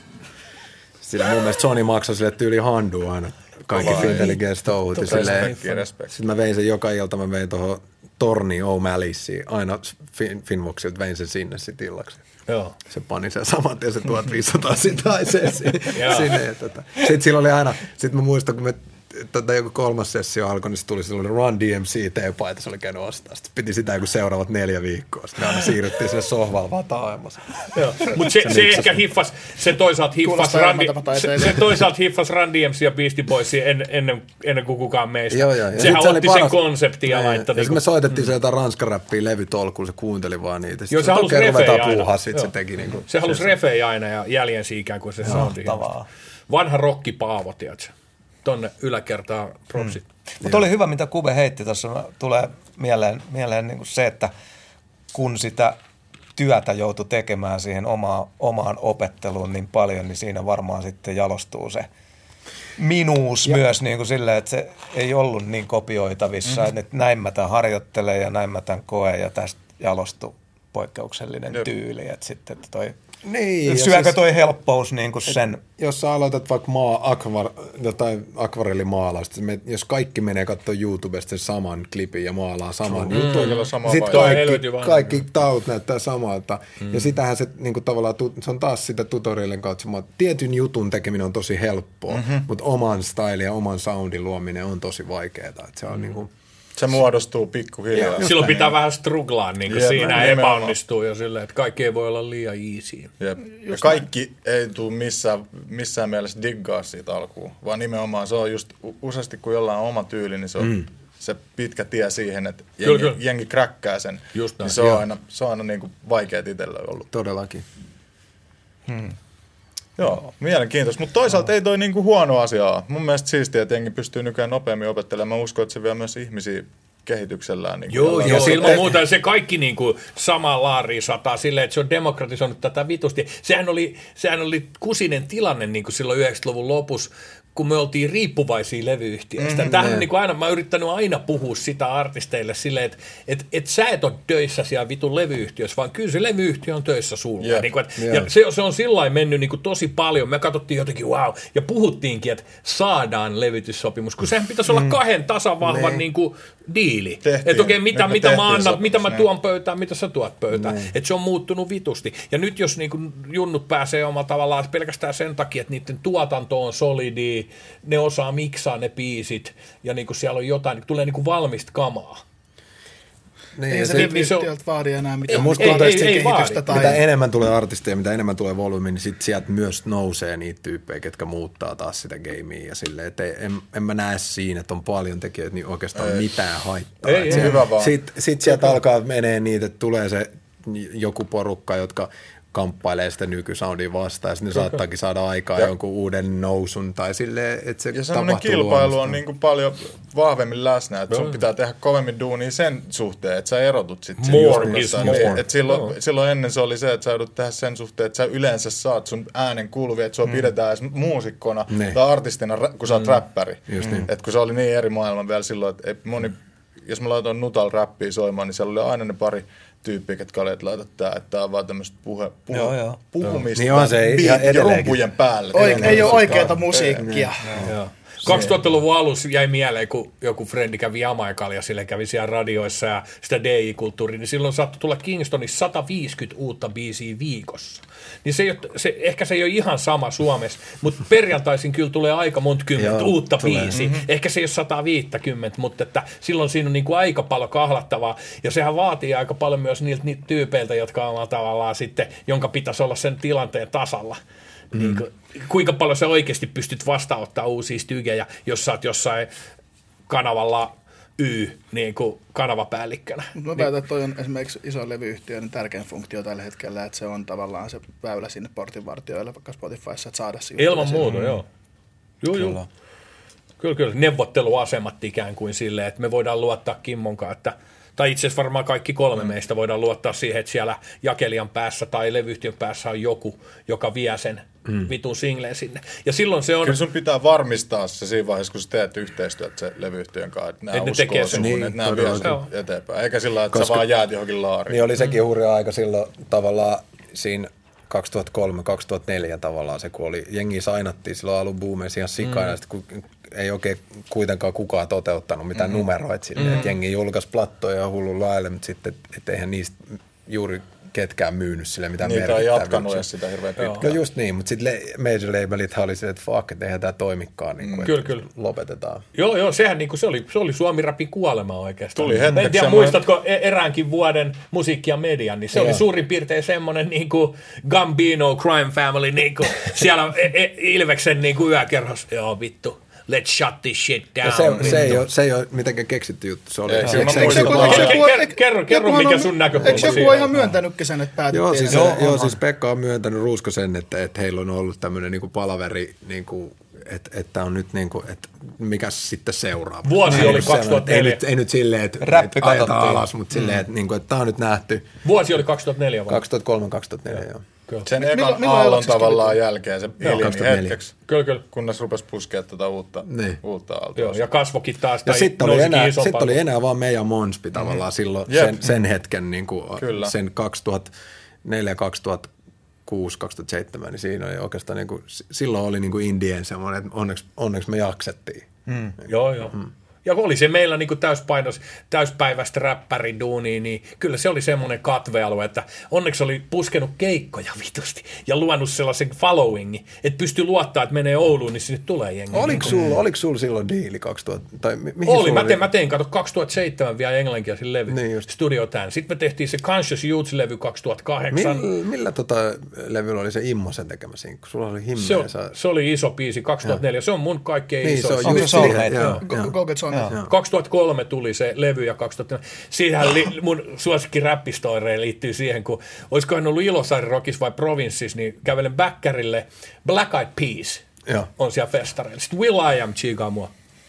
Sillä mun mielestä Sony maksoi sille tyyli handuu aina. Kaikki Fintelligence touhut. Sitten mä vein sen joka ilta, mä vein tuohon Torniin O'Malliceen. Aina fin- Finvoxilta vein sen sinne sit illaksi. Joo. Se pani sen saman tien se tuhatviisisataa sitaiseen sinne. Tota. Sitten sillä oli aina, sitten mä muistan, kun me tota, joku kolmas sessio alkoi, niin se tuli silloin Run D M C T-paita, se oli käynyt ostaa. Sitten piti sitä joku seuraavat neljä viikkoa. Sitten aina siirryttiin sinne sohvalle vaan taaemassa. Mutta se, se, se ehkä hiffas, se toisaalta hiffas Randy, se, se toisaalta hiffas Run D M C ja Beastie Boysia en, ennen, ennen kuin kukaan meistä. Joo, joo. Sehän se otti sen konseptin ja laittoi. Ja sitten me soitettiin sieltä ranskaräppiä levytolkulla, se kuunteli vaan niitä. Joo, se halusi refejä aina. Se, teki niinku, se halusi refejä aina ja jäljensi ikään kuin se soundi. Vanha rokki Paavo, tiedätkö? Tonne yläkertaan propsit. Mm. Mutta oli hyvä, mitä Kube heitti tuossa. Tulee mieleen, mieleen niin kuin se, että kun sitä työtä joutui tekemään siihen omaan, omaan opetteluun niin paljon, niin siinä varmaan sitten jalostuu se minuus ja myös niin kuin silleen, että se ei ollut niin kopioitavissa, mm-hmm. että näin mä tämän harjoittelen ja näin mä tämän koen ja tästä jalostui poikkeuksellinen Jep. tyyli. Että sitten että toi Niin, syökö siis, toi helppous niin kuin sen? Jos sä aloitat vaikka maa, akvar, jotain akvarellimaalausta, jos kaikki menee katsoa YouTubesta sen saman klipin ja maalaa saman mm. jutun, sitten kaikki, kaikki taut näyttää samalta. Mm. Ja sitähän se niin kuin tavallaan, se on taas sitä tutorialin kautta, tietyn jutun tekeminen on tosi helppoa, mm-hmm. mutta oman style ja oman soundin luominen on tosi vaikeaa. Että se on mm. niin kuin, se muodostuu pikkuhiljaa. Ja, silloin pitää vähän struglaa, niin kuin siinä epäonnistuu jo silleen, että kaikki ei voi olla liian easy. Ja kaikki ei tule missään, missään mielessä diggaa siitä alkuun, vaan nimenomaan se on just useasti, kun jollain on oma tyyli, niin se on mm. se pitkä tie siihen, että jengi, kyllä, kyllä. jengi kräkkää sen. Just niin se on aina, se on aina niin kuin vaikeat itsellä ollut. Todellakin. Hmm. Joo, mielenkiintoista. Mutta toisaalta ei toi niinku huono asia ole. Mun mielestä siistiä, että jengi pystyy nykyään nopeammin opettelemaan. Mä uskon, että se vie myös ihmisiä kehityksellään. Niin joo, joo, ilman muuta se kaikki niin kuin sama laariin sataa silleen, että se on demokratisoinut tätä vitusti. Sehän oli, sehän oli kusinen tilanne niin kuin silloin yhdeksänkymmentäluvun lopussa, kun me oltiin riippuvaisia levyyhtiöistä. Mm-hmm. Tähän niin kuin aina, mä oon yrittänyt aina puhua sitä artisteille silleen, että et, et sä et ole töissä siellä vitun levyyhtiössä, vaan kyllä se levyyhtiö on töissä sulla. Yeah. Niin kuin, et, yeah. Ja se, se on sillä lailla mennyt niin kuin tosi paljon. Me katsottiin jotenkin wow, ja puhuttiinkin, että saadaan levytyssopimus, kun sehän pitäisi olla kahden tasavahvan niin kuin diili. Että okei, okay, mitä, mitä mä annan, mitä mä tuon pöytään, mitä sä tuot pöytään. Että se on muuttunut vitusti. Ja nyt jos niin kuin junnut pääsee omalla tavallaan pelkästään sen takia, että niiden tuotanto on solidi, ne osaa miksaa ne biisit ja niinku siellä on jotain, niin tulee niinku valmista kamaa. Niin, ei se levyhtiöltä vaadi enää mitään ei, ei, ei, kehitystä. Tai mitä enemmän tulee artisteja, mitä enemmän tulee volyymiä, niin sit sieltä myös nousee niitä tyyppejä, ketkä muuttaa taas sitä gamea. Ja silleen, että en, en mä näe siinä, että on paljon tekijöitä, niin oikeastaan ei. mitään haittaa. Ei, ei, hyvä vaan. Sitten sit sieltä alkaa menee niitä, että tulee se joku porukka, jotka kamppailee sitä nykysoundia vastaan, ja sitten ne saattaakin saada aikaa ja jonkun uuden nousun, tai silleen, että se ja semmoinen kilpailu on niin kuin paljon vahvemmin läsnä, että sun pitää tehdä kovemmin duunia sen suhteen, että sä erotut sitten sen joukosta. Niin, että silloin, no. silloin ennen se oli se, että sä joudut tehdä sen suhteen, että sä yleensä saat sun äänen kuuluvia, että sua mm. pidetään edes muusikkona ne. tai artistina, kun sä oot mm. räppäri. Niin. Että kun se oli niin eri maailma vielä silloin, että moni, jos mä laitoin Nutal räppiä soimaan, niin siellä oli aina ne pari tyyppiä, ketkä oli, että laitat tää, että tää on vaan tämmöistä puhe, puhe, Joo, joo. puhumista Niin on se ihan edelleenkin. rumpujen päälle. Oi, ei, ei ole oikeata Ei, musiikkia. Joo. kaksituhattaluvun alussa jäi mieleen, kun joku frendi kävi Jamaikalla ja sille kävi siellä radioissa ja sitä D J-kulttuuria, niin silloin saattoi tulla Kingstonissa sata viisikymmentä uutta biisiä viikossa. Niin se, ei ole, se, ehkä se ei ole ihan sama Suomessa, mutta perjantaisin kyllä tulee aika monta kymmentä Joo, uutta tulee. biisiä. Mm-hmm. Ehkä se ei ole sata viisikymmentä, mutta että silloin siinä on niin kuin aika paljon kahlattavaa. Ja sehän vaatii aika paljon myös niiltä, niiltä tyypeiltä, jotka on tavallaan sitten, jonka pitäisi olla sen tilanteen tasalla. Mm. Niin kuin, kuinka paljon sä oikeasti pystyt vastaanottaa uusia stygejä, jos sä oot jossain kanavalla Y, niin kuin kanavapäällikkönä. Mutta mä väitän, että toi on esimerkiksi iso levyyhtiöiden tärkein funktio tällä hetkellä, että se on tavallaan se väylä sinne portinvartijoille, vaikka Spotifyssa, että saada siihen. Ilman muuta, mm. joo. Joo, joo. Kyllä, kyllä. Neuvotteluasemat ikään kuin silleen, että me voidaan luottaa Kimmonkaan, että tai itse asiassa varmaan kaikki kolme mm. meistä voidaan luottaa siihen, että siellä jakelijan päässä tai levyyhtiön päässä on joku, joka vie sen mm. vitun singleen sinne. Ja silloin se on... Kyllä sun pitää varmistaa se siinä vaiheessa, kun sä teet yhteistyötä se levyyhtiön kanssa, että nämä Et ne uskoo tekee sun, niin, että nämä vie sen eteenpäin. Eikä sillä, että Koska, sä vaan jäät johonkin laariin. Niin oli sekin hurja aika silloin tavallaan siinä kaksituhattakolme kaksituhattaneljä tavallaan se, kun oli, jengi sainattiin silloin alun buumeissa ihan sikana, mm. kun ei oikein kuitenkaan kukaan toteuttanut mitään mm. numeroita silleen, mm. että jengi julkaisi plattoja ja hullu laille, mutta sitten et eihän niistä juuri ketkään myynyt sille mitään merkittävyyksiä. Niitä on jatkanut edes sitä hirveän pitkään. No just niin, mutta sitten major labelithan oli se, että fuck, että eihän tämä toimikaan, niin kuin, mm. kyllä, kyllä. lopetetaan. Joo, joo, sehän niin kuin se oli, se oli Suomi-rapin kuolema oikeastaan. Tuli hetkeksi en tiedä, semmoinen... muistatko eräänkin vuoden musiikki ja median, niin se joo. oli suurin piirtein semmoinen niin kuin Gambino, Crime Family, niin kuin siellä Ilveksen niin kuin yökerhos. Joo, vittu. Let's shut this shit down. No se, se, ei ole, se ei ole mitenkään keksitty juttu. Se oli, ei, se, se, se, se, kerro, kerro, kerro mikä sun näkökulma eikö joku ole ihan myöntänytkin sen, että päätettiin? Joo, siis, joo, joo, siis Pekka on myöntänyt Ruusko sen, että, että heillä on ollut tämmöinen niinku palaveri, niinku, että, että on nyt niinku, että mikä sitten seuraa. Vuosi niin, oli kaksituhattaneljä. Ei nyt, ei nyt silleen, että, Räppi että ajetaan katsottiin. alas, mutta silleen, että, niinku, että tämä on nyt nähty. Vuosi oli kaksituhattaneljä vai? kaksituhattakolme kaksituhattaneljä, joo. Kyllä. Sen ekan aallon tavallaan jälkeen se hiljeni hetkeksi, kyllä, kyllä. kunnes rupesi puskemaan tätä uutta, niin. uutta aaltoa. Joo, ja kasvokin taas. Ja sitten oli, sit oli enää vaan meidän Monspi tavallaan mm-hmm. silloin Jep. sen, sen hetken, niin kuin sen kaksituhattaneljä kaksituhattakuusi kaksituhattaseitsemän, niin siinä oli oikeastaan, niin kuin, silloin oli niin kuin indien semmoinen, että onneksi, onneksi me jaksettiin. Mm. Joo, joo. Mm. Ja oli se meillä niin kuin täyspainos, täyspäiväistä räppäriduunia, niin kyllä se oli semmoinen katvealue, että onneksi oli puskenut keikkoja vitusti ja luonut sellaisen followingin, että pystyi luottaa, että menee Ouluun, niin sinne tulee jengi. Oliko sulla, oliko sulla silloin diili kaksituhatta? Tai mi- oli, mä tein, mä tein, kato, kaksituhattaseitsemän vielä englanninkielisen levy, niin Studio Tän. Sitten me tehtiin se Conscious Youth-levy kaksituhattakahdeksan. Millä, millä tota levyllä oli se Immosen tekemä siinä, kun sulla oli himmeä? Se, on, se oli iso biisi, kaksituhattaneljä. Ja. Se on mun kaikkein niin, iso. Se on Onko just se siihen, joo. kaksituhattakolme tuli se levy ja kaksituhatta Siihenhän li, mun suosikki räppistoireen liittyy siihen, kun olisikohan ollut Ilosaari Rockissa vai Provinssissa, niin kävelen Bäkkärille Black Eyed Peas ja. on siellä festareilla. Sitten Will I Am chiikaa mua.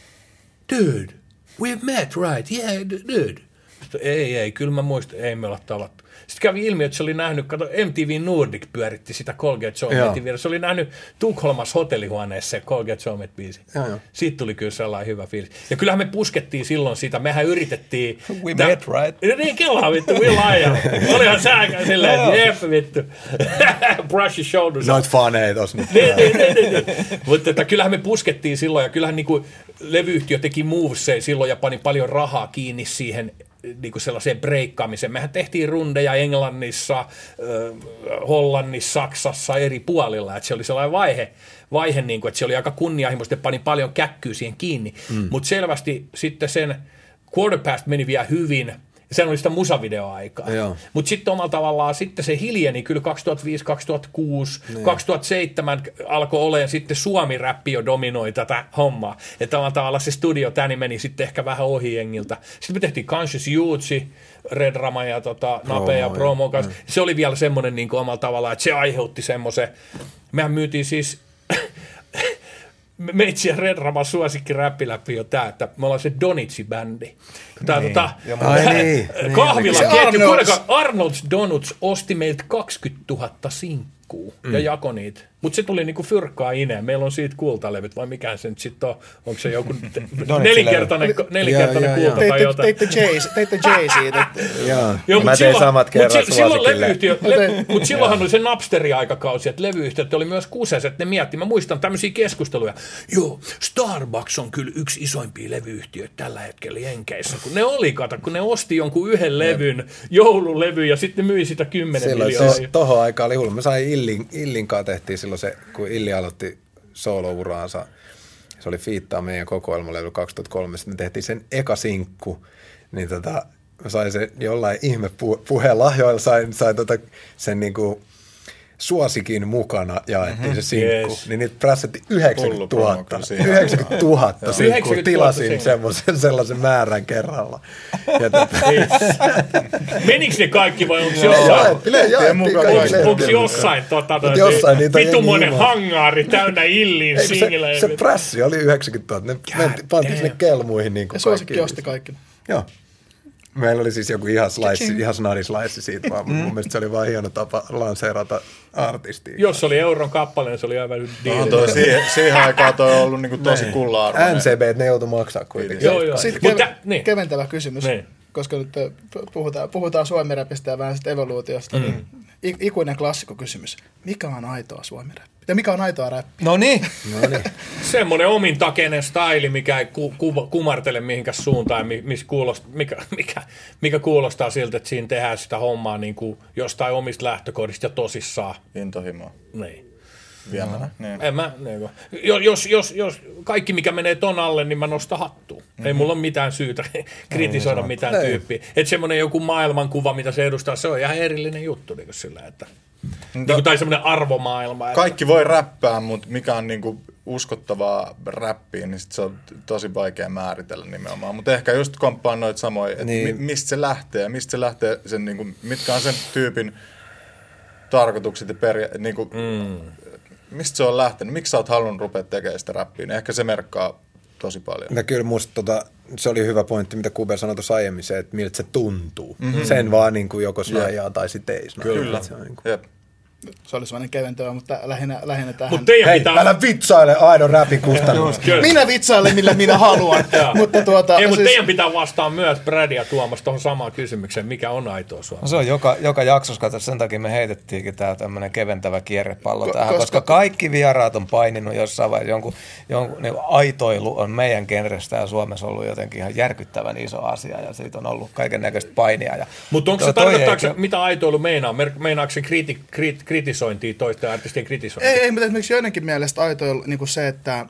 Dude, we've met, right? Yeah, dude. Sitten, ei, ei, kyllä mä muistan, ei me olla tavattu. Sitten kävi ilmi, että se oli nähnyt, kato, M T V Nordic pyöritti sitä Colgate Soulmate vielä. Se oli nähnyt Tukholmassa hotellihuoneessa se Colgate Soulmate-biisi. Siitä tuli kyllä sellainen hyvä fiilis. Ja kyllähän me puskettiin silloin sitä. Mehän yritettiin... We tä- met, right? Niin, kelaa vittu, Will I Am. Olihan sääkään silleen, että jep vittu. Brush your shoulders. Noit faneet os nyt. niin, niin, niin, niin. Mutta kyllähän me puskettiin silloin, ja kyllähän niinku levyyhtiö teki movesei silloin, ja pani paljon rahaa kiinni siihen niin kuin sellaiseen breikkaamiseen. Mehän tehtiin rundeja Englannissa, äh, Hollannissa, Saksassa eri puolilla. Että se oli sellainen vaihe, vaihe niin kuin, että se oli aika kunnianhimoista, pani paljon käkkyä siihen kiinni. Mm. Mutta selvästi sitten sen Quarter Past meni vielä hyvin. Sehän oli sitä musavideoaikaa. Mutta sitten omalla tavallaan sitten se hiljeni kyllä kaksituhattaviisi kaksituhattakuusi, niin. kaksituhattaseitsemän alkoi olemaan sitten Suomi-räppi jo dominoi tätä hommaa. Että omalla tavallaan se Studio Täni meni sitten ehkä vähän ohi jengiltä. Sitten me tehtiin Conscious Youth, Red Rama ja tota, Nape ja Promo kanssa. Mm. Se oli vielä semmoinen niin kuin omalla tavallaan, että se aiheutti semmoisen. Mehän myytiin siis... Meitsi ja Red Raman suosikki räppiläpi on tää, että me ollaan se Donitsi-bändi. Tää niin. tota, niin. kahvilaketju, Arnold's. Arnold's Donuts osti meiltä kaksikymmentätuhatta sinkkuu mm. ja jakoi niitä Mutta se tuli niinku fyrkkaa ineen. Meillä on siitä kultalevyt, vai mikään se nyt sitten on? Onko se joku nelinkertainen, nelinkertainen kulta tai jotain? Teitte J, teitte J siitä. Joo, mä tein samat kerrat suosikille. Mutta silloinhan oli se Napsteri-aikakausi, että levyyhtiöt oli myös kuseset, ne mietti. Mä muistan tämmöisiä keskusteluja. Joo, Starbucks on kyllä yksi isoimpia levyyhtiöitä tällä hetkellä Jenkeissä. Kun ne oli, kato, kun ne osti jonkun yhden levyn, joululevy, ja sitten myi sitä kymmenen miljoonaa. Tohon aikaan oli hullu. Mä sain Illin, Illin kanssa tehtiin silloin se, kun Illi aloitti solo-uraansa. Se oli fiittaa meidän kokoelmalevy kaksituhattakolme. Sitten me tehtiin sen eka sinkku. Niin tota, mä sain sen jollain ihme puheen lahjoilla, sain, sain tota sen niinku suosikin mukana jaettiin mm-hmm. se sinkku. Yes. Niin niitä prässättiin yhdeksänkymmentätuhatta. yhdeksänkymmentätuhatta sinkkuun. Tilasin semmoisen sellaisen määrän kerralla. Tota. Menikö ne kaikki vai onko jossain? Onko jossain tota, vitumoinen hangaari täynnä Illin singlejä? Se, se prässi oli yhdeksänkymmentätuhatta. Ne pantiin sinne kelmuihin. Niin ja suosikki osti kaikki. Joo. Meillä oli siis joku ihan slice, ihan snadislaissi siitä vaan, mutta mun mielestä se oli vaan hieno tapa lanseerata artistia. Jos oli euron kappale, niin se oli aivan diili. No, siihen, siihen aikaan toi on ollut niinku tosi kulla-arvoinen. N C B, ne joutui maksaa kuitenkin. Joo, joo. Sitten kev- Mutta, niin. keventävä kysymys, niin. koska nyt puhutaan, puhutaan suomi-räpistä ja vähän evoluutiosta, mm. niin ikuinen klassikokysymys. Mikä on aitoa suomi-räppiä? Ja mikä on aitoa räppiä? No niin. Semmoinen omintakeinen staili, mikä ei ku, ku, kumartele mihinkään suuntaan, missä kuulostaa, mikä, mikä, mikä kuulostaa siltä, että siinä tehdään sitä hommaa niin kuin jostain omista lähtökohdista ja tosissaan. Intohimoa. Niin. Viemänä. Niin. En mä, niin jos, jos, jos kaikki, mikä menee ton alle, niin mä nostan hattuun. Mm-hmm. Ei mulla ole mitään syytä kritisoida no, mitään ei. tyyppiä. Että semmoinen joku maailmankuva, mitä se edustaa, se on ihan erillinen juttu. Niin sillä, että, niin kuin, tai semmoinen arvomaailma. Kaikki voi räppää, mutta mikä on niin kuin uskottavaa räppiä, niin sit se on tosi vaikea määritellä nimenomaan. Mutta ehkä just komppaan noita samoja, että niin. mi- mistä se lähtee, mistä se lähtee, sen, niin kuin, mitkä on sen tyypin tarkoitukset ja peria- niin kuin, mm. mistä se on lähtenyt? Miksi sä oot halunnut rupea tekemään sitä räppiä? Niin ehkä se merkkaa tosi paljon. No kyllä musta tota, se oli hyvä pointti, mitä Kube sanoi tuossa aiemmin, se, että miltä se tuntuu. Mm-hmm. Sen vaan niin kuin joko snajaa tai sitten ei snajaa. Kyllä. Se, on niin kuin... Jep. Se oli sellainen keventävä, mutta lähinnä, lähinnä tähän. Mut hei, pitää... älä vitsaile aidon räpin kustannuksia. Minä vitsailen, millä minä haluan. mutta tuota, ei, mutta siis... teidän pitää vastaa myös Brad ja Tuomas tuohon samaan kysymykseen, mikä on aitoa Suomessa. No se on joka, joka jaksossa, kato, sen takia me heitettiinkin tämä tämmöinen keventävä kierrepallo Ko- tähän, koska... koska kaikki vieraat on paininut jossain vaiheessa, jonkun, jonkun niin aitoilu on meidän genrestä ja Suomessa ollut jotenkin ihan järkyttävän iso asia ja siitä on ollut kaiken näköistä painia. Mutta onko se tarkoittaako, ei... mitä aitoilu meinaa? Meinaako se kriti, krit, kritisointia toista artistien kritisointia? Ei, ei, mutta esimerkiksi joidenkin mielestä aitoilu niin kuin se, että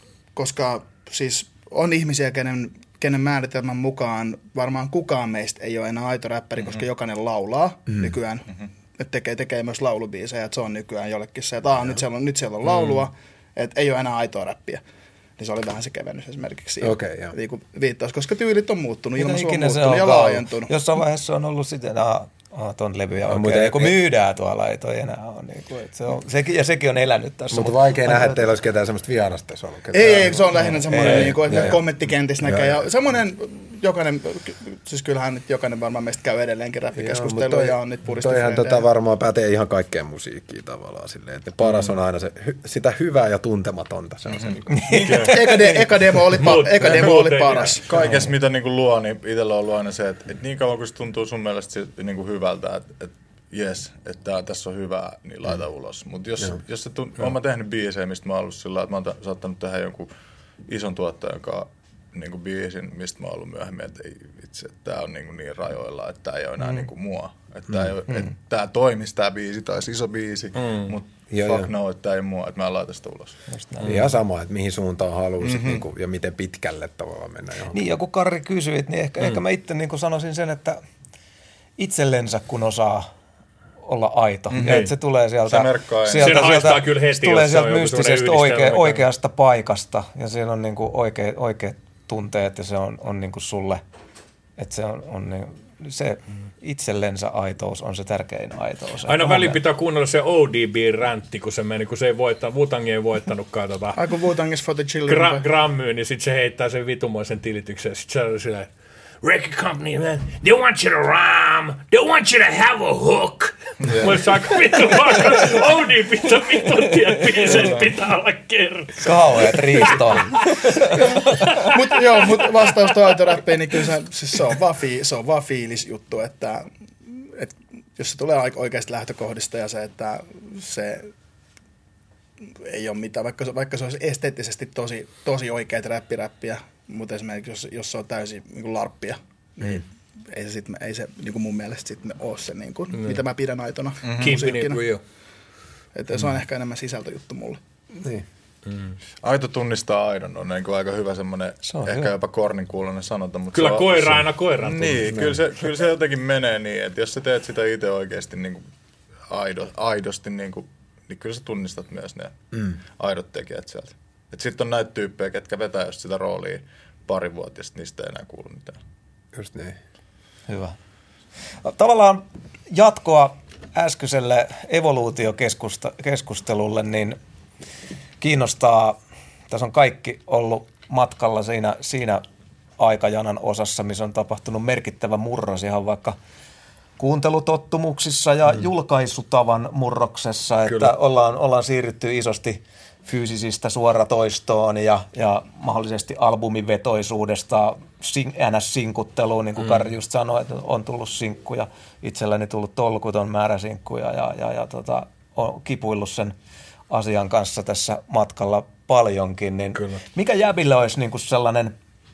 koska siis on ihmisiä, kenen, kenen määritelmän mukaan varmaan kukaan meistä ei ole enää aito räppäri, mm-hmm. koska jokainen laulaa mm-hmm. nykyään. Mm-hmm. Että tekee, tekee myös laulubiisejä, että se on nykyään jollekin se, että nyt siellä on, nyt siellä on laulua, mm-hmm. että ei ole enää aitoa räppiä. Niin se oli vähän se kevennys esimerkiksi. Okay, niin viittaus, koska tyylit on muuttunut, ilmaisu on muuttunut on ja laajentunut. Jossain vaiheessa on ollut sitten, Ah, ton levyjä on okay. Kun myydään tuolla, ei toi enää ole. Niin kuin, se on sekin, ja sekin on elänyt tässä. Mutta vaikea nähdä, että teillä olisi ketään semmoista vierasta. Ei, ei, se on lähinnä semmoinen, niin kuin, että kommenttikentissä näkee. Ja, ja semmoinen, jokainen, siis kyllähän nyt jokainen varmaan meistä käy edelleenkin räppikeskustelua ja on nyt puristifrendejä. Toihan tota varmaan pätee ihan kaikkeen musiikkiin tavallaan silleen, että paras on aina se, sitä hyvää ja tuntematonta. Se on se, mm-hmm. niin eka demo oli, pa- eka demo oli paras. Kaikessa, mitä niin kuin luo, niin itsellä on ollut aina se, että, että niin kauan kuin se tuntuu sun mielestä niin kuin hyvältä, että, että jes, että tässä on hyvää, niin laita mm. ulos. Mutta jos, jos se tunt- oon mä tehnyt biisejä, mistä mä oon ollut sillä että mä oon ta- saattanut tehdä jonkun ison tuottajan kanssa niin kuin biisin, mistä mä oon ollut myöhemmin, että ei, itse, että tää on niin, kuin niin rajoilla, että tää ei ole enää mm. niin kuin mua. Että tää, mm. et, tää toimisi tää biisi, tai iso biisi, mm. mutta fuck no, että tää ei mua, että mä en laita sitä ulos. Mm. Ihan sama, että mihin suuntaan haluaisit mm-hmm. niin kuin, ja miten pitkälle tavallaan mennä johonkin. Niin, joku Karri kysyit, niin ehkä, mm. ehkä mä itse niin kuin sanoisin sen, että itsellensä kun osaa olla aito. Mm-hmm. Ja että se tulee sieltä, se merkkaa, sieltä, sieltä kyllä heti, se tulee sieltä mystisestä oikea, oikeasta paikasta ja siinä on niinku oikeat, oikeat tunteet ja se on, on niinku sulle, että se on, on niin, se itsellensä aitous on se tärkein aitous. Aina väliin pitää kuunnella se O D B-räntti, kun se meni, kun se ei voittanut, Wu-Tang ei voittanutkaan tota Aiku Wu-Tang is for the children. Gra- Grammyyn, niin sitten se heittää sen vitumoisen tilityksen. Sitten se oli silleen, record company, man, they want you to rhyme, they want you to have a hook. Yeah. Mä olisin aika vittu vaikka, Oudi pitää vittu tiedä, pitää olla kerran. Kauheat riistoa. Mut joo, mut vastaus tuo aitoräppiin, niin kyllä se, siis se, on vaan fi, se on vaan fiilisjuttu, että et, jos se tulee oikeasta lähtökohdista ja se, että se ei ole mitään, vaikka, vaikka se olisi esteettisesti tosi, tosi oikeat räppiräppiä, mutta esimerkiksi jos, jos se on täysin niin kuin larppia, niin ei se, sit, ei se niin kuin mun mielestä sitten ole se, niin kuin, mm. mitä mä pidän aitona mm-hmm. musiikkina. Että mm. se on ehkä enemmän sisältöjuttu mulle. Niin. Mm. Aito tunnistaa aidon on niin kuin aika hyvä semmoinen, ehkä hyvä. Jopa kornin kuuloinen sanonta. Mutta kyllä se on, koira aina koiran tunnistaa. Niin, kyllä se, kyllä se jotenkin menee niin, että jos sä teet sitä itse oikeasti niin kuin aido, aidosti, niin, kuin, niin kyllä sä tunnistat myös ne mm. aidot tekijät sieltä. Sitten on näitä tyyppejä, ketkä vetää just sitä roolia pari vuotta ja sitten niistä ei enää kuulu mitään. Just niin. Hyvä. Tavallaan jatkoa äskeiselle evoluutiokeskustelulle, niin kiinnostaa, tässä on kaikki ollut matkalla siinä, siinä aikajanan osassa, missä on tapahtunut merkittävä murros ihan vaikka kuuntelutottumuksissa ja mm. julkaisutavan murroksessa, että Kyllä. ollaan, ollaan siirrytty isosti fyysisistä suoratoistoon ja, ja mahdollisesti albumivetoisuudesta sing, ns-sinkutteluun, niin kuin mm. Kari just sanoi, että on tullut sinkkuja, itselläni tullut tolkuton määrä sinkkuja ja, ja, ja tota, on kipuillut sen asian kanssa tässä matkalla paljonkin, niin Kyllä. mikä jäbille olisi niin kuin sellainen,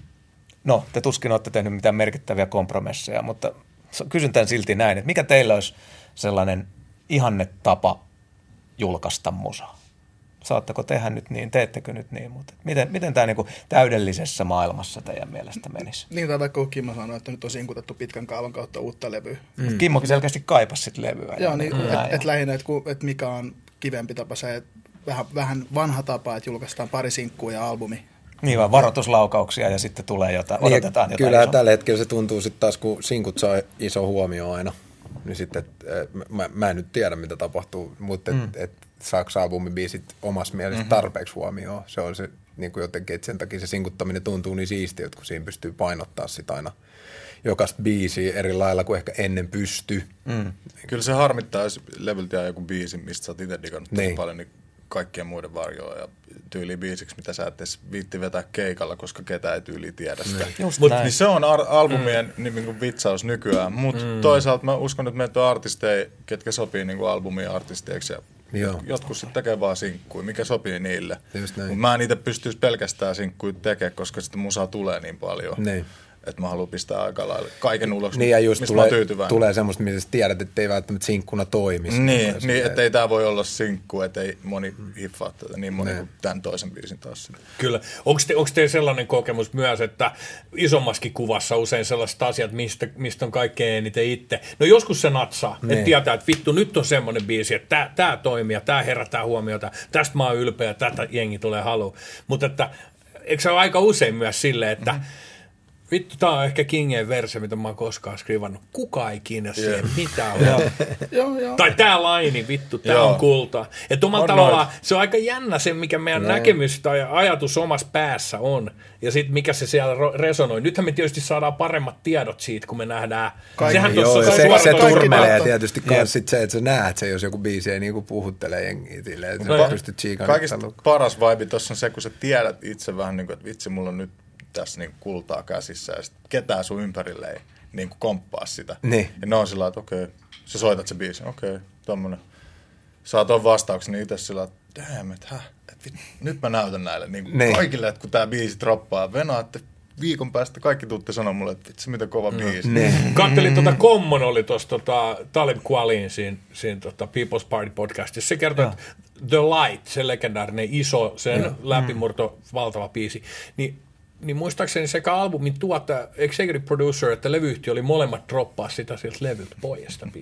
no te tuskin olette tehnyt mitään merkittäviä kompromisseja, mutta kysyn tämän silti näin, että mikä teillä olisi sellainen ihannetapa julkaista musaa? Saatteko tehdä nyt niin, teettekö nyt niin, mutta miten, miten tämä niinku täydellisessä maailmassa teidän mielestä menisi? Niin, tai vaikka Kimmo sanoi, että nyt on sinkutettu pitkän kaavan kautta uutta levyä. Mm. Kimmokin selkeästi kaipasi sit levyä. Joo, niin, mm. että et lähinnä, että et mikä on kivempi tapa se, että vähän, vähän vanha tapa, että julkaistaan pari sinkkua ja albumi. Niin vaan, varoituslaukauksia ja sitten tulee jotain, niin, odotetaan jotain Kyllä iso. Tällä hetkellä se tuntuu sitten taas, kun sinkut saa iso huomio aina, niin sitten, et, mä, mä en nyt tiedä, mitä tapahtuu, mutta mm. et, et, saako albumibiisit omassa mielessä mm-hmm. tarpeeksi huomioon. Se on se niin kuin jotenkin, että sen takia se sinkuttaminen tuntuu niin siistiä, kun siinä pystyy painottaa sitä aina jokaista biisiä eri lailla kuin ehkä ennen pystyy. Mm. Kyllä se harmittaa, jos levyltä jää joku biisi, mistä sä oot itse digannut niin. paljon, niin kaikkien muiden varjoa ja tyyliin biisiksi, mitä sä et edes viitti vetää keikalla, koska ketään ei tyyli tiedä sitä. Mut, niin se on ar- albumien mm. niin kuin vitsaus nykyään, mutta mm. toisaalta mä uskon, että meitä on artisteja, ketkä sopii niin kuin albumien artisteiksi ja Joo. jotkut sitten tekee vaan sinkkuja, mikä sopii niille. Mutta mä en itse pystyisi pelkästään sinkkuja tekemään, koska sitä musaa tulee niin paljon. Niin. Että mä haluan pistää aika lailla kaiken ulos, niin, ja just mistä tulee, mä oon tyytyväinen. Tulee semmoista, mitä sä tiedät, että ei välttämättä sinkkuna toimisi. Niin, niin että ei tää voi olla sinkku, että ei moni hiffaa tätä niin moni kuin tämän toisen biisin taas. Kyllä. Onko te, teillä sellainen kokemus myös, että isommaskin kuvassa usein sellaiset asiat, mistä, mistä on kaikkein eniten itse? No joskus se natsaa, niin. Että tietää, että vittu nyt on semmoinen biisi, että tää, tää toimii ja tää herättää huomiota, tästä mä oon ylpeä, tätä jengi tulee haluun. Mutta että eikö se ole aika usein myös silleen, että mm-hmm. vittu, tää on ehkä Kingeen verse, mitä mä oon koskaan skrivannut. Kuka ei kiinnosta yeah. siihen mitään. Joo, joo. Tai tää laini, vittu, tää joo. on kultaa. Että omalla tavallaan se on aika jännä se, mikä meidän no. näkemys tai ajatus omassa päässä on. Ja sitten mikä se siellä resonoi. Nythän me tietysti saadaan paremmat tiedot siitä, kun me nähdään. Kaikki, Sehän joo, se, se, se turmelee tietysti myös sit se, että sä näet se, jos joku biisi ei niinku puhuttele jengiä silleen. Että no, pystyt chiikaan. Kaikista paras vibe tuossa on se, kun sä tiedät itse vähän niin kuin, että vitsi, mulla on nyt tässä niin kultaa käsissä ja sit ketään sun ympärille ei niin komppaa sitä. Niin. Ja ne on sillä että okei, sä soitat se biisin, okei, tommonen. Saat ton vastauksen, niin itse sillä että damn, et häh, et vit, nyt mä näytän näille niin niin. kaikille, että kun tää biisi droppaa, venaatte viikon päästä kaikki tuutte sanoa mulle, että vitsi, mitä kova biisi. Niin. Kattelin tuota, Common oli tuossa tota, Talib Kweliin siinä, siinä tota People's Party podcastissa. Se kertoi, että The Light, se legendaarinen iso, sen ja. läpimurto, valtava biisi, niin niin muistaakseni sekä albumin tuottaja, executive producer, että levyyhtiö oli molemmat droppaa sitä sieltä levyltä pois sitä biisiä.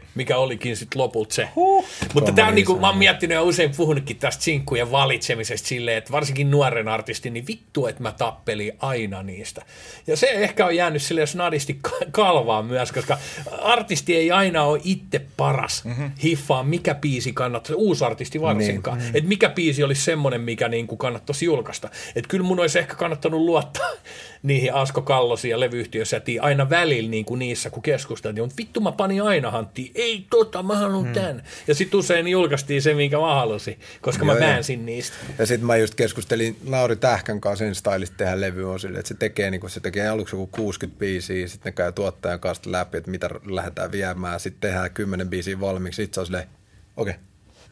mikä olikin sitten lopulta se. Huh. Mutta tämä on niin kuin, mä oon miettinyt ja usein puhunutkin tästä sinkkujen valitsemisesta silleen, että varsinkin nuoren artistin, niin vittu, että mä tappelin aina niistä. Ja se ehkä on jäänyt silleen snadisti kalvaan myös, koska artisti ei aina ole itse paras mm-hmm. hiffaa, mikä biisi kannattaa, uusi artisti varsinkaan. Niin. Että mikä biisi olisi semmoinen, mikä niin kuin kannattaisi julkaista. Että kyllä mun olisi ehkä kannattanut luottaa niihin Asko Kallosia ja levyyhtiösätiin aina välillä niin kuin niissä, kun keskusteltiin. Mutta vittu mä panin aina hanttiin, ei tota, mä haluan hmm. tän. Ja sitten usein julkaistiin se, minkä mä halusin, koska joo, mä väänsin niistä. Ja sitten mä just keskustelin Lauri Tähkän kanssa sen stylista tehdä levy on sille, että se tekee, niin kun se tekee aluksi joku kuusikymmentä biisiä, sitten ne käy tuottajan kanssa läpi, että mitä lähdetään viemään, sitten tehdään kymmenen biisiä valmiiksi, sitten se on silleen, okei, okay.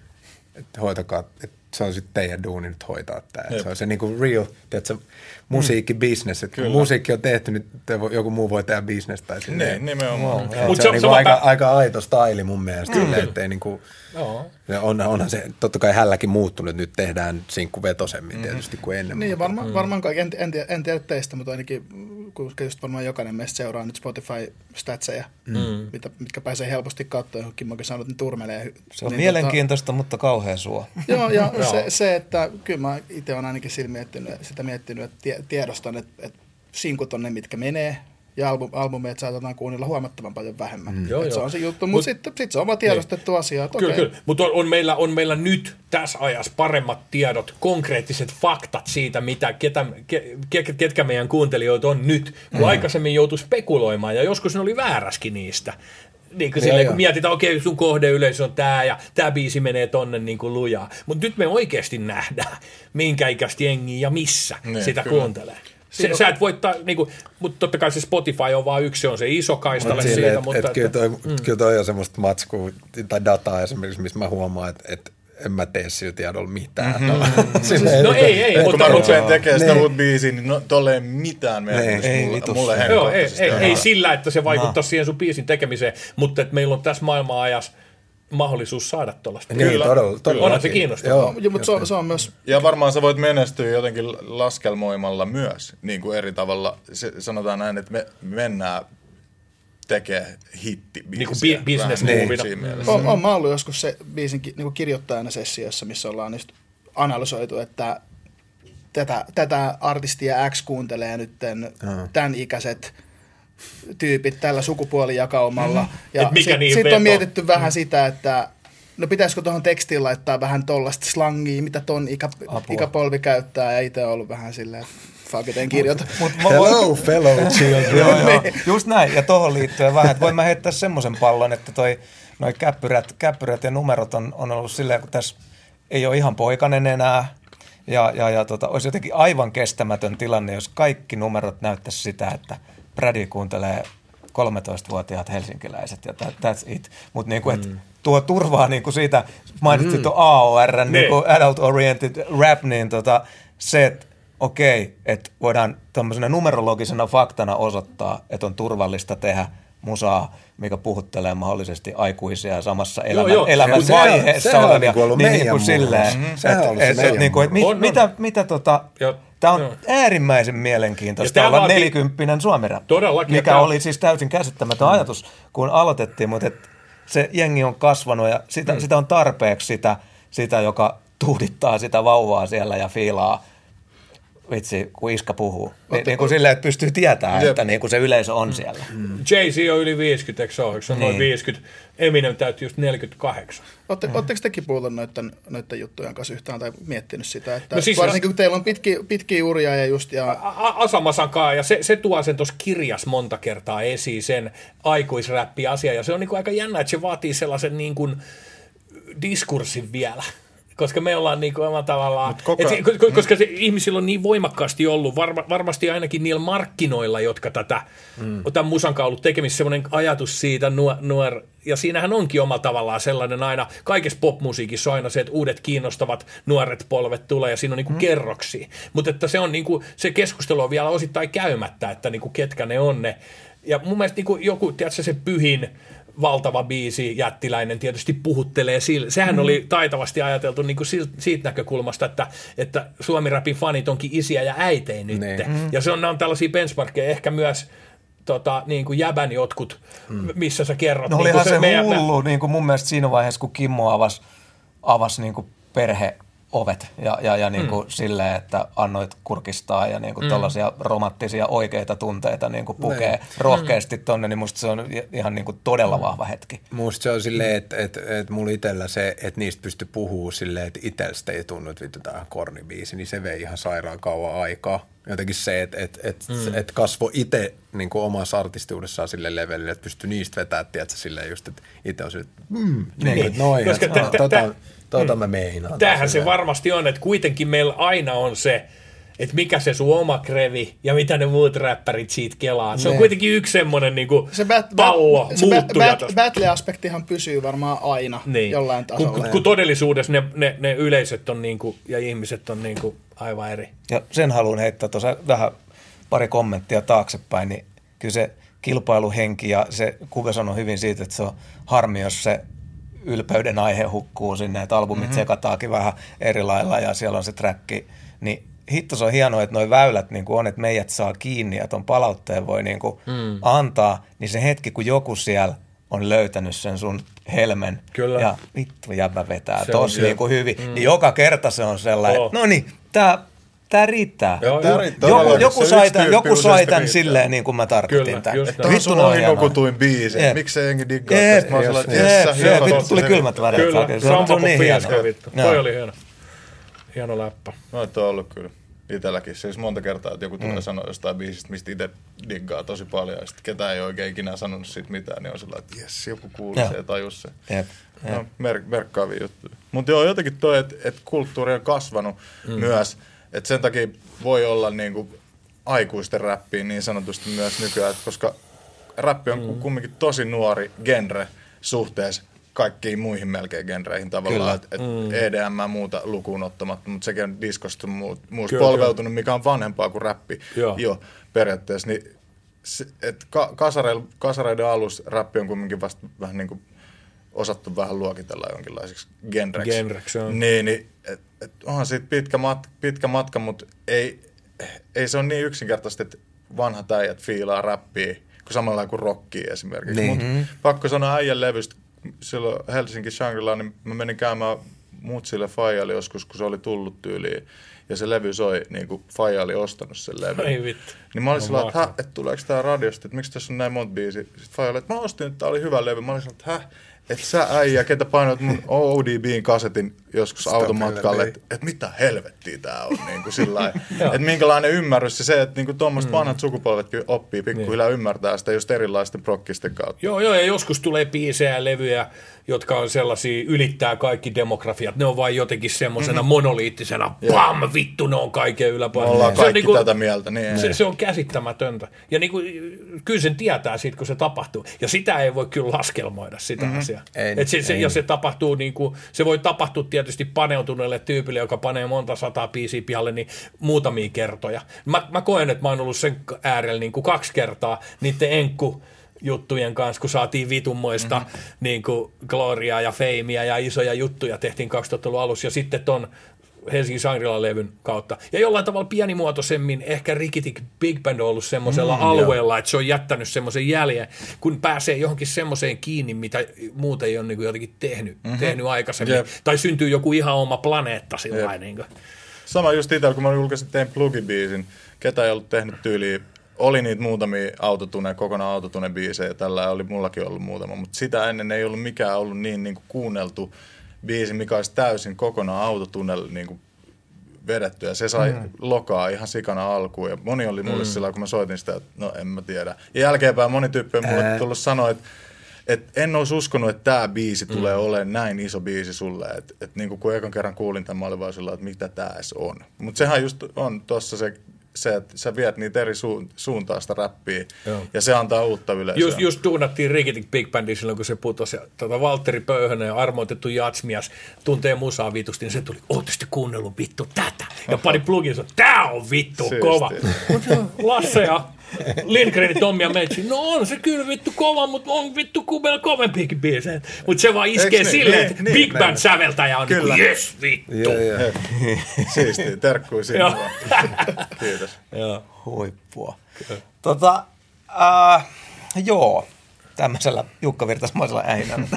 että hoitakaa, että se on sitten teidän duuni nyt hoitaa tämä. Se on se niinku real, tiedätkö, musiikkibisnes. Mm. Musiikki on tehty, nyt joku muu voi tehdä bisnestä. Niin, nimenomaan. No, se, se on niinku aika, aika aito staili mun mielestä. Mm. Ettei niinku, on, onhan se totta kai hälläkin muuttunut, nyt tehdään sinkku vetosemmin tietysti kuin ennen. Niin, varma, mm. varmaan kaikki, en, en, tiedä, en tiedä teistä, mutta ainakin, koska just varmaan jokainen meistä seuraa nyt Spotify-statseja, mm. mitä, mitkä pääsee helposti katsoa johonkin, mä oon sanonut, että ne turmelee. Se on niin, mielenkiintoista, tota, mutta kauhean suo. Joo, ja se, se, että kyllä mä itse olen ainakin sillä miettinyt, sitä miettinyt, että tiedostan, että, että sinkut on ne, mitkä menee, ja album, albumeet saatetaan kuunnella huomattavan paljon vähemmän. Mm. Joo, se on se juttu, mutta Mut, sitten sit se on vaan tiedostettu niin. asia. Kyllä, okay. kyllä. Mutta on, on, meillä, on meillä nyt tässä ajassa paremmat tiedot, konkreettiset faktat siitä, mitä, ketä, ke, ketkä meidän kuuntelijoita on nyt, kun mm. aikaisemmin joutui spekuloimaan, ja joskus ne oli vääräskin niistä. Niin kuin silleen, kun mietitään, okei, okay, sun kohdeyleisö on tää ja tää biisi menee tonne niin kuin lujaa. Mutta nyt me oikeasti nähdään, minkä ikäistä jengiä ja missä ne, sitä kyllä. kuuntelee. Se, sä et voittaa, niin kuin, mutta totta kai se Spotify on vaan yksi, se on se iso kaistale Mut siitä. Et, mutta et, et, kyllä, toi, mm. kyllä toi on semmoista matskua tai dataa esimerkiksi, missä mä huomaan, että et, en mä tee sillä tiedolla mitään. Mm-hmm. Silleen, no ei, ei. Kun mä rupean tekemään sitä uut biisiä, niin no, tolle ei mitään merkitystä mulle, mulle henkilökohtaisesti. Ei, ei, ei sillä, että se vaikuttaa no. siihen sun biisin tekemiseen, mutta että meillä on tässä maailman ajassa mahdollisuus saada tuollaista. Niin, kyllä. todella. todella Onhan se kiinnostavaa. Joo, ja, mutta se, se on myös... Ja varmaan sä voit menestyä jotenkin laskelmoimalla myös, niin kuin eri tavalla. Se, sanotaan näin, että me mennään tekee hittibiisiä. Niin kuin business movina. Mm. On, on mä ollut joskus se biisin niin kirjoittajana sessiossa, missä ollaan niistä analysoitu, että tätä, tätä artistia X kuuntelee nyt tämän ikäiset tyypit tällä sukupuolijakaumalla. Mm. Ja sitten niin sit on mietitty mm. vähän sitä, että no pitäisikö tuohon tekstiin laittaa vähän tollaista slangia, mitä ton ikä, ikäpolvi käyttää, ja itse on ollut vähän silleen, fuck it, en kirjoita. Mut, mut, Hello, fellow children. joo, joo. Just näin, ja tohon liittyen vähän, että voin mä heittää semmoisen pallon, että toi, noi käppyrät, käppyrät ja numerot on, on ollut silleen, kun tässä ei ole ihan poikainen enää, ja, ja, ja tota, olisi jotenkin aivan kestämätön tilanne, jos kaikki numerot näyttäisi sitä, että Brady kuuntelee kolmetoistavuotiaat helsinkiläiset ja that, that's it. Mutta niinku, mm. tuo turvaa niinku siitä, mainitsit mm. tuon A O R, niinku Adult Oriented Rap, niin tota, se, että okei, okay, että voidaan tämmöisenä numerologisena faktana osoittaa, että on turvallista tehdä musaa, mikä puhuttelee mahdollisesti aikuisia samassa elämän, joo, joo. elämän se, vaiheessa se, olevia. Se on niin, niin kuin silleen, mm-hmm. Sehän on ollut se meidän niin kuin, mit, mitä, mitä tota... Jo. Tämä on joo. äärimmäisen mielenkiintoista olla nelikymppinen suomirappi, mikä tämä... oli siis täysin käsittämätön mm. ajatus, kun aloitettiin, mutta et se jengi on kasvanut ja sitä, mm. sitä on tarpeeksi sitä, sitä, joka tuudittaa sitä vauvaa siellä ja fiilaa, vitsi, kun iskä puhuu. Ni, niin kuin silleen, että pystyy tietämään, Jep. että niin kuin se yleisö on siellä. Mm. Jay-Z on yli viisikymmentä, eikö se ole? Se on niin. noin viisikymmentä. Eminem täytyy just neljäkymmentäkahdeksan. Ootte, mm. Oletteko tekin puhunut noiden, noiden juttujen kanssa yhtään tai miettinyt sitä? Että no siis varsinkin kun teillä on pitkiä, pitkiä uria ja just... Ja... Asamasankaa, ja se, se tuo sen tuossa kirjas monta kertaa esiin, sen aikuisräppi-asia. Ja se on niin kuin aika jännä, että se vaatii sellaisen niin kuin diskurssin vielä. Koska me ollaan niin kuin tavallaan, koko... et, koska se ihmisillä on niin voimakkaasti ollut, varma, varmasti ainakin niillä markkinoilla, jotka tätä, mm. tämän musan kanssa ollut tekemistä, semmoinen ajatus siitä nuor, nuor, ja siinähän onkin omalla tavallaan sellainen aina, kaikessa popmusiikissa on aina se, että uudet kiinnostavat nuoret polvet tulee, ja siinä on niin kuin mm. kerroksia. Mutta että se on niin kuin, se keskustelu on vielä osittain käymättä, että niin kuin ketkä ne on ne. Ja mun mielestä niin kuin joku, tiedätkö, se Pyhin, valtava biisi, jättiläinen, tietysti puhuttelee sillä. Sehän mm. oli taitavasti ajateltu niin kuin siitä näkökulmasta, että, että Suomi-rapin fanit onkin isiä ja äitejä nyt. Mm. Ja se on, nämä on tällaisia benchmarkkeja ehkä myös tota, niin kuin jäbän jotkut, mm. missä sä kerrot. No niin olihan se, se meidän, hullu niin kuin mun mielestä siinä vaiheessa, kun Kimmo avasi avas niin kuin perheovet ja, ja, ja niin kuin mm. silleen, että annoit kurkistaa ja niin kuin mm. tällaisia romanttisia oikeita tunteita niin kuin pukee Näin. rohkeasti tonne, niin musta se on ihan niin kuin todella vahva hetki. Musta se on silleen, että et, et mulla itsellä se, että niistä pystyy puhumaan silleen, että itseltä ei tunnu, että vittu tää on kornibiisi, niin se vei ihan sairaan kauan aikaa. Jotenkin se, että et, et, mm. et kasvo itse niin kuin omassa artistiudessaan sille levelille, että pystyy niistä vetämään, tiedätkö, silleen just, että itse on silleen, että mm, niin, että noin, Koska että t- t- tota, t- tota mm. mä meinaan. Tämähän se varmasti on, että kuitenkin meillä aina on se, että mikä se sun oma krevi ja mitä ne muut räppärit siitä kelaa. Se on ne. kuitenkin yksi semmoinen niinku Se bat- pallo, se muuttuja. bat- battle-aspektihan pysyy varmaan aina niin. jollain tasolla. Kun, kun todellisuudessa ne, ne, ne yleisöt on niinku, ja ihmiset on niinku aivan eri. Ja sen haluan heittää tuossa vähän pari kommenttia taaksepäin, niin kyllä se kilpailuhenki ja se Kuve sanoi hyvin siitä, että se on harmi, jos se ylpeyden aihe hukkuu sinne, että albumit mm-hmm. sekataakin vähän eri lailla ja siellä on se träkki, niin hitto se on hienoa, että noi väylät niin on, että meidät saa kiinni ja ton palautteen voi niin kuin mm. antaa, niin se hetki, kun joku siellä on löytänyt sen sun helmen Kyllä. ja vittu jäbä vetää se tosi niin kuin hyvin, mm. niin joka kerta se on sellainen, oh. että no niin, tää Tää riittää. Joo, Tää joo. riittää. Joku, Joo, joku se sai yksi tämän, tyyppi joku useasti sai tämän riittää. silleen, niin kuin mä tarkoitin Kyllä, tämän. just Että näin. vittu noin nukutuin biisi. Jep. Miksei jengi diggaa Jep, tästä? Mä oon jep, sellainen, että jes, sä jep, hieno. vittu tuli kylmät väreet. Kyllä, Se on, se on niin hieno. Fiasco, vittu. Joo. Toi oli hieno. Hieno läppä. Noita on ollut kyllä itselläkin. Siis monta kertaa, että joku tulee mm. sanoa jostain biisistä, mistä itse diggaa tosi paljon, ja sitten ketään ei oikein ikinä sanonut siitä mitään, niin on sellainen, että jes, joku kuuli se ja tajus se. Jep. No, mer- merkkaavia juttuja. Mutta joo, jotenkin toi, että et kulttuuri on kasvanut mm. myös, että sen takia voi olla niinku aikuisten räppiin niin sanotusti myös nykyään, koska räppi on mm. kumminkin tosi nuori genre suhteessa kaikkiin muihin melkein genreihin tavallaan, että et mm. E D M ja muuta lukuun ottamatta, mutta sekin on diskosta muusta polveutunut, mikä on vanhempaa kuin räppi Joo. jo periaatteessa. Niin, et ka- kasareil, kasareiden alussa räppi on kumminkin vasta vähän niin kuin osattu vähän luokitella jonkinlaiseksi genreksi. Genreksi on. Niin, niin et, et onhan siitä pitkä, mat, pitkä matka, mutta ei, ei se ole niin yksinkertaisesti, että vanhat äijät fiilaa räppiä, kuin samalla kuin rockia esimerkiksi. Niin. Mut pakko sanoa äijän levystä, silloin Helsinki Shangri-La, niin mä menin käymään Mutsille Fajalle joskus, kun se oli tullut tyyliin. Ja se levy soi, niin kuin Faija oli ostanut sen levyn. Ei vittu. Niin mä olin no, sillä, että, hä, että tuleeko tää radiosta, että miksi tässä on näin monta biisiä. Sitten Faija oli, että mä ostin, että tää oli hyvä levy. Mä olin sillä, että hä, että sä äijä, ketä painoit mun O D B:n kasetin joskus automatkalle, että et mitä helvettiä tää on, niin kuin sillä että minkälainen ymmärrys ja se, että niin kuin tuommoiset mm. vanhat sukupolvetkin oppii pikkuhiljaa niin. ymmärtää sitä just erilaisten prokkisten kautta. Joo, joo, ja joskus tulee biisejä ja levyjä, jotka on sellaisia, ylittää kaikki demografiat. Ne on vain jotenkin semmoisena mm-hmm. monoliittisena, pam, vittu, ne on kaiken yläpuolella. Me ollaan se kaikki on, niin kuin, tätä mieltä. Niin, se, se on käsittämätöntä. Ja niin kuin, kyllä sen tietää siitä, kun se tapahtuu. Ja sitä ei voi kyllä laskelmoida, sitä mm-hmm. asiaa. Ei, Et se, se, ei. ja se tapahtuu, niin kuin, se voi tapahtua tietysti paneutuneelle tyypille, joka panee monta sataa biisiä pihalle, niin muutamia kertoja. Mä, mä koen, että mä oon ollut sen äärellä niin kuin kaksi kertaa niiden enkku juttujen kanssa, kun saatiin vitunmoista mm-hmm. niin kuin gloriaa ja feimiä ja isoja juttuja tehtiin kaksituhattaluvun alussa ja sitten ton Helsingin Shangri-La-levyn kautta. Ja jollain tavalla pienimuotoisemmin ehkä Rikitik Big Band on ollut semmoisella mm, alueella, joo. että se on jättänyt semmoisen jäljen, kun pääsee johonkin semmoiseen kiinni, mitä muuten ei ole niin kuin jotenkin tehnyt, mm-hmm. tehnyt aikaisemmin. Jep. Tai syntyy joku ihan oma planeetta sillä niin kuin. Sama just itsellä, kun mä julkaisin tein Plugi-biisin, ketä ei ollut tehnyt tyyliä. Oli niitä muutamia autotune, kokonaan autotune-biisejä, tällä oli mullakin ollut muutama, mutta sitä ennen ei ollut mikään ollut niin, niin kuin kuunneltu biisi, mikä olisi täysin kokonaan autotunnelle niin kuin vedetty, ja se sai mm. lokaa ihan sikana alkuun, ja moni oli mulle mm. sillä, kun mä soitin sitä, että no en mä tiedä. Ja jälkeenpäin moni tyyppi on mulle Ää. tullut sanoa, että et en olisi uskonut, että tämä biisi tulee mm. olemaan näin iso biisi sulle, että et, niin kun ekan kerran kuulin tämän, mä olin vaan sillä, että mitä tämä edes on. Mutta sehän just on tuossa se, se, että sä viet niitä eri suun, suuntaan sitä räppiä, Joo. ja se antaa uutta yleisöä. Just, just tuunattiin Rikitik Big Bandia silloin, kun se putosi. Tuota, Valtteri Pöyhönen, armoitettu jatsmies, tuntee musaa vitusti, niin se tuli, ootte sitten kuunnellut vittu tätä? Ja pani plugin, sanoi, tää on vittu Siisti. kova. Lasse ja Lindgren, Tommi ja Meitsi, no on se kyllä vittu kova, mutta on vittu kubel kovempiakin biisejä. Mutta se vaan iskee niin? silleen, että niin, Big Band säveltäjä on kyllä. Niin jes vittu. Yeah, yeah. Siistiä, terkkui sinne vaan. Kiitos. Huippua. Tota, Uh, joo, tämmöisellä Jukka Virtasmaisella ähinällä.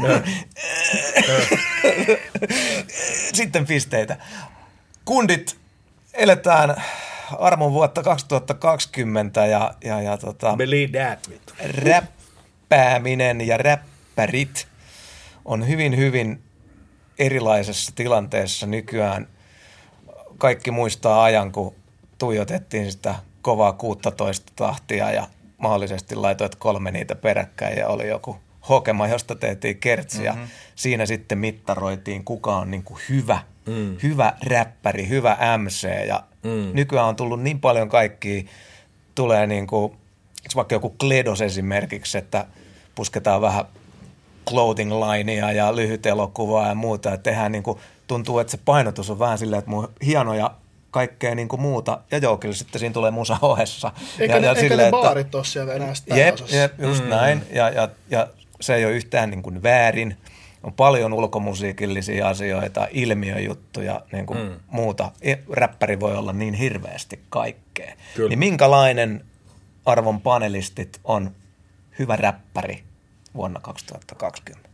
Sitten pisteitä. Kundit, eletään armon vuotta kaksituhattakaksikymmentä ja, ja, ja tota, Believe that. räppääminen ja räppärit on hyvin, hyvin erilaisessa tilanteessa nykyään. Kaikki muistaa ajan, kun tuijotettiin sitä kovaa kuusitoista tahtia ja mahdollisesti laitoit kolme niitä peräkkäin ja oli joku hokema, josta tehtiin kertsi ja mm-hmm. siinä sitten mittaroitiin, kuka on niin kuin hyvä, mm. hyvä räppäri, hyvä M C ja mm. nykyään on tullut niin paljon kaikkia, tulee niin kuin, vaikka joku Kledos esimerkiksi, että pusketaan vähän clothing linea ja lyhyt elokuvaa ja muuta, että tehdään niin kuin, tuntuu, että se painotus on vähän silleen, että mun hienoja kaikkea niin kuin muuta, ja joo, kyllä sitten siinä tulee musa ohessa. Eikä ja, ne, ja eikä silleen, ne baarit ole siellä enää sitä jep, osassa. jep, just mm. näin, ja, ja, ja se ei ole yhtään niin kuin väärin. On paljon ulkomusiikillisia asioita, ilmiöjuttuja, niin kuin mm. muuta. Räppäri voi olla niin hirveästi kaikkea. Kyllä. Niin minkälainen, arvon panelistit, on hyvä räppäri vuonna kaksituhattakaksikymmentä?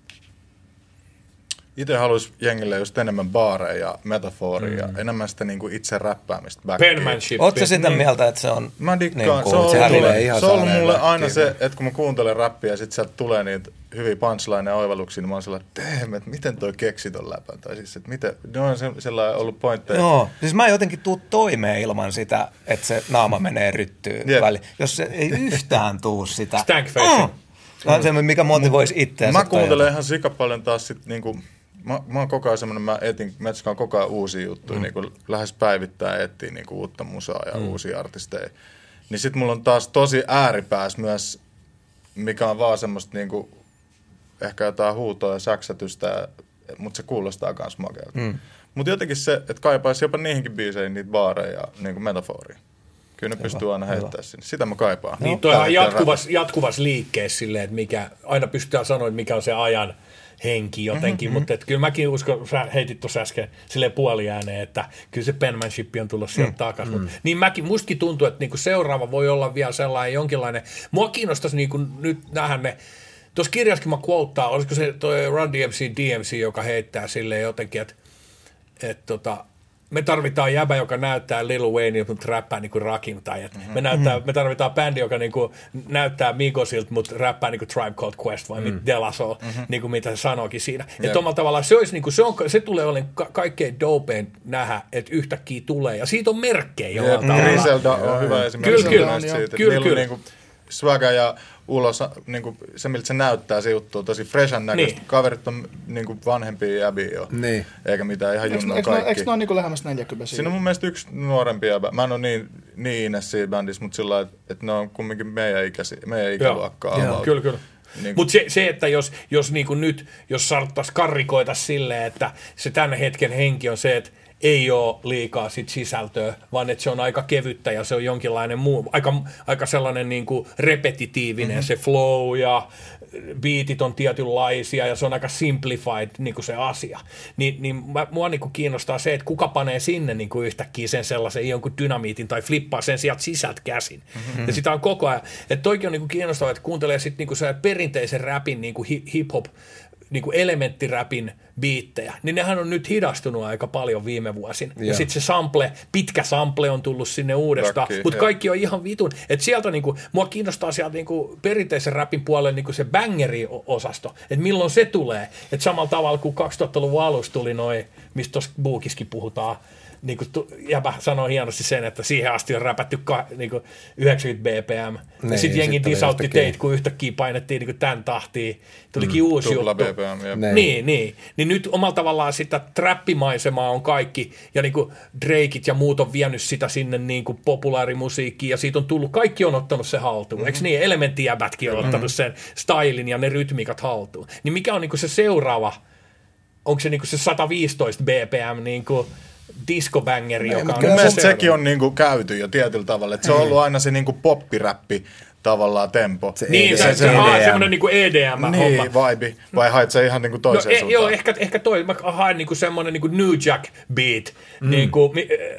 Itse haluaisi jengille just enemmän baareja ja metaforia, mm. enemmän sitä niinku itse räppäämistä. Penmanship. Oletko sä sitä niin mieltä, että se on... Mä dikkaan. Niin kuin, se on se ollut, ihan se on ollut mulle aina se, että kun mä kuuntelen räppiä ja sit sieltä tulee niitä hyviä punchline ja oivalluksia, niin mä oon sellainen, että damn, että miten toi keksi ton läpän. Tai siis, että miten, ne on sellainen ollut pointteja. Joo, siis mä jotenkin tuu toimeen ilman sitä, että se naama menee ryttyyn yep. väliin. Jos se ei yhtään tuu sitä... Stankface. Oh! Mm. Se, mikä motivoisi itseänsä. Mä kuuntelen ihan sika paljon taas sit niinku... Mä, mä oon koko ajan semmoinen, mä etin, mä etskaan koko ajan uusia juttuja, mm. niin kuin lähes päivittäin etsii niin kuin uutta musaa ja mm. uusia artisteja. Niin sit mulla on taas tosi ääripääs myös, mikä on vaan semmoista niin kuin, ehkä jotain huutoa ja säksätystä, mutta se kuulostaa kans makealta. Mm. Mutta jotenkin se, että kaipaisi jopa niihinkin biiseihin niitä baareja ja niin kuin metaforia. Kyllä ne hyvä, pystyy aina heittämään sinne. Sitä mä kaipaan. Niin toihan jatkuvas, jatkuvas liikkeessä silleen, että mikä, aina pystytään sanoa, että mikä on se ajan henki jotenkin, mm-hmm. mutta että kyllä mäkin uskon, sä heitit tuossa äsken silleen puoliääneen, että kyllä se penmanship on tullut sieltä mm. takaisin. Mm. Mutta niin mäkin, mustakin tuntuu, että niinku seuraava voi olla vielä sellainen jonkinlainen, mua kiinnostaisi niinku nyt nähdä ne, tuossa kirjassakin mä quotetaan, olisiko se toi Run D M C D M C, joka heittää silleen jotenkin, että et tota, me tarvitaan jäbä, joka näyttää Lil Wayne, mutta räppää niin kuin Rakim. Tai mm-hmm. me, näyttää, me tarvitaan bändi, joka niin kuin näyttää Migosilta, mutta räppää niin kuin Tribe Called Quest vai mm-hmm. De La Soul, mm-hmm. niin kuin mitä se sanookin siinä. Yep. Että omalla tavallaan se, olisi, niin kuin, se, on, se tulee olemaan ka- kaikkein dopein nähdä, että yhtäkkiä tulee. Ja siitä on merkkejä jollain yep. tavalla. Griselda on hyvä esimerkki. Kyllä, kyllä. Siitä, kyllä, kyllä. Niin kuin swagger ja ulos, niin kuin se miltä se näyttää, se juttu on tosi freshan näköistä. Niin. Kaverit on niin kuin vanhempia jäbiä jo, niin. Eikä mitään ihan junnoa kaikki. Eikö ne ole niin lähemmäs neljäkymmentä? Siinä on mun mielestä yksi nuorempi jäbä. Mä en ole niin, niin innes siinä bändissä, mutta sillä lailla, että ne on kumminkin meidän, ikäsi, meidän ikäluokkaa. Kyllä, kyllä. Niin mutta se, se, että jos, jos niin kuin nyt, jos saattaisi karrikoita silleen, että se tämän hetken henki on se, että ei ole liikaa sit sisältöä, vaan että se on aika kevyttä ja se on jonkinlainen muu, aika, aika sellainen niin kuin repetitiivinen mm-hmm. se flow ja beatit on tietynlaisia ja se on aika simplified niin kuin se asia. Ni, niin mua niin kuin kiinnostaa se, että kuka panee sinne niin kuin yhtäkkiä sen sellaisen jonkun dynamiitin tai flippaa sen sieltä sisältä käsin. Mm-hmm. Ja sitä on koko ajan. Että toikin on niin kuin kiinnostavaa, että kuuntelee sitten niin kuin se perinteisen räpin niin kuin hip-hop niin kuin elementtiräpin biittejä, niin nehän on nyt hidastunut aika paljon viime vuosin. Ja, ja sitten se sample, pitkä sample on tullut sinne uudestaan, mutta kaikki on ihan vitun. Että sieltä niinku, mua kiinnostaa sieltä niinku perinteisen räpin puolelle niinku se bangeri-osasto, että milloin se tulee. Että samalla tavalla kuin kaksituhattaluvun alussa tuli noin, mistä tuossa Bookiskin puhutaan, niin kuin jäbä sanoi hienosti sen, että siihen asti on räpätty ka, niin kuin yhdeksänkymmentä B P M. Niin, ja sitten jengi disautti teit, kun yhtäkkiä painettiin niin kuin tämän tahtiin. Tulikin mm, uusi juttu. B P M, niin. niin, niin. Niin nyt omalla tavallaan sitä trappimaisemaa on kaikki, ja niin kuin Drakeit ja muut on vienyt sitä sinne niin kuin populaarimusiikkiin, ja siitä on tullut, kaikki on ottanut se haltuun. Mm-hmm. Eikö niin? Elementtijäbätkin on mm-hmm. ottanut sen stylin ja ne rytmiikat haltuun. Niin mikä on niin kuin se seuraava, onko se niin kuin se sata viisitoista B P M niin kuin disco-bangeri, joka on... Mun mielestä sekin on niinku käyty jo tietyllä tavalla, että se on ollut aina se niinku poppiräppi tavallaan tempo. Se niin, se, se, se on semmoinen niinku E D M-homma. Niin, vibe. Vai haet se ihan niinku toiseen no, suuntaan? Joo, ehkä, ehkä toi. Mä haen niinku semmoinen niinku New Jack beat. Mm. Niinku,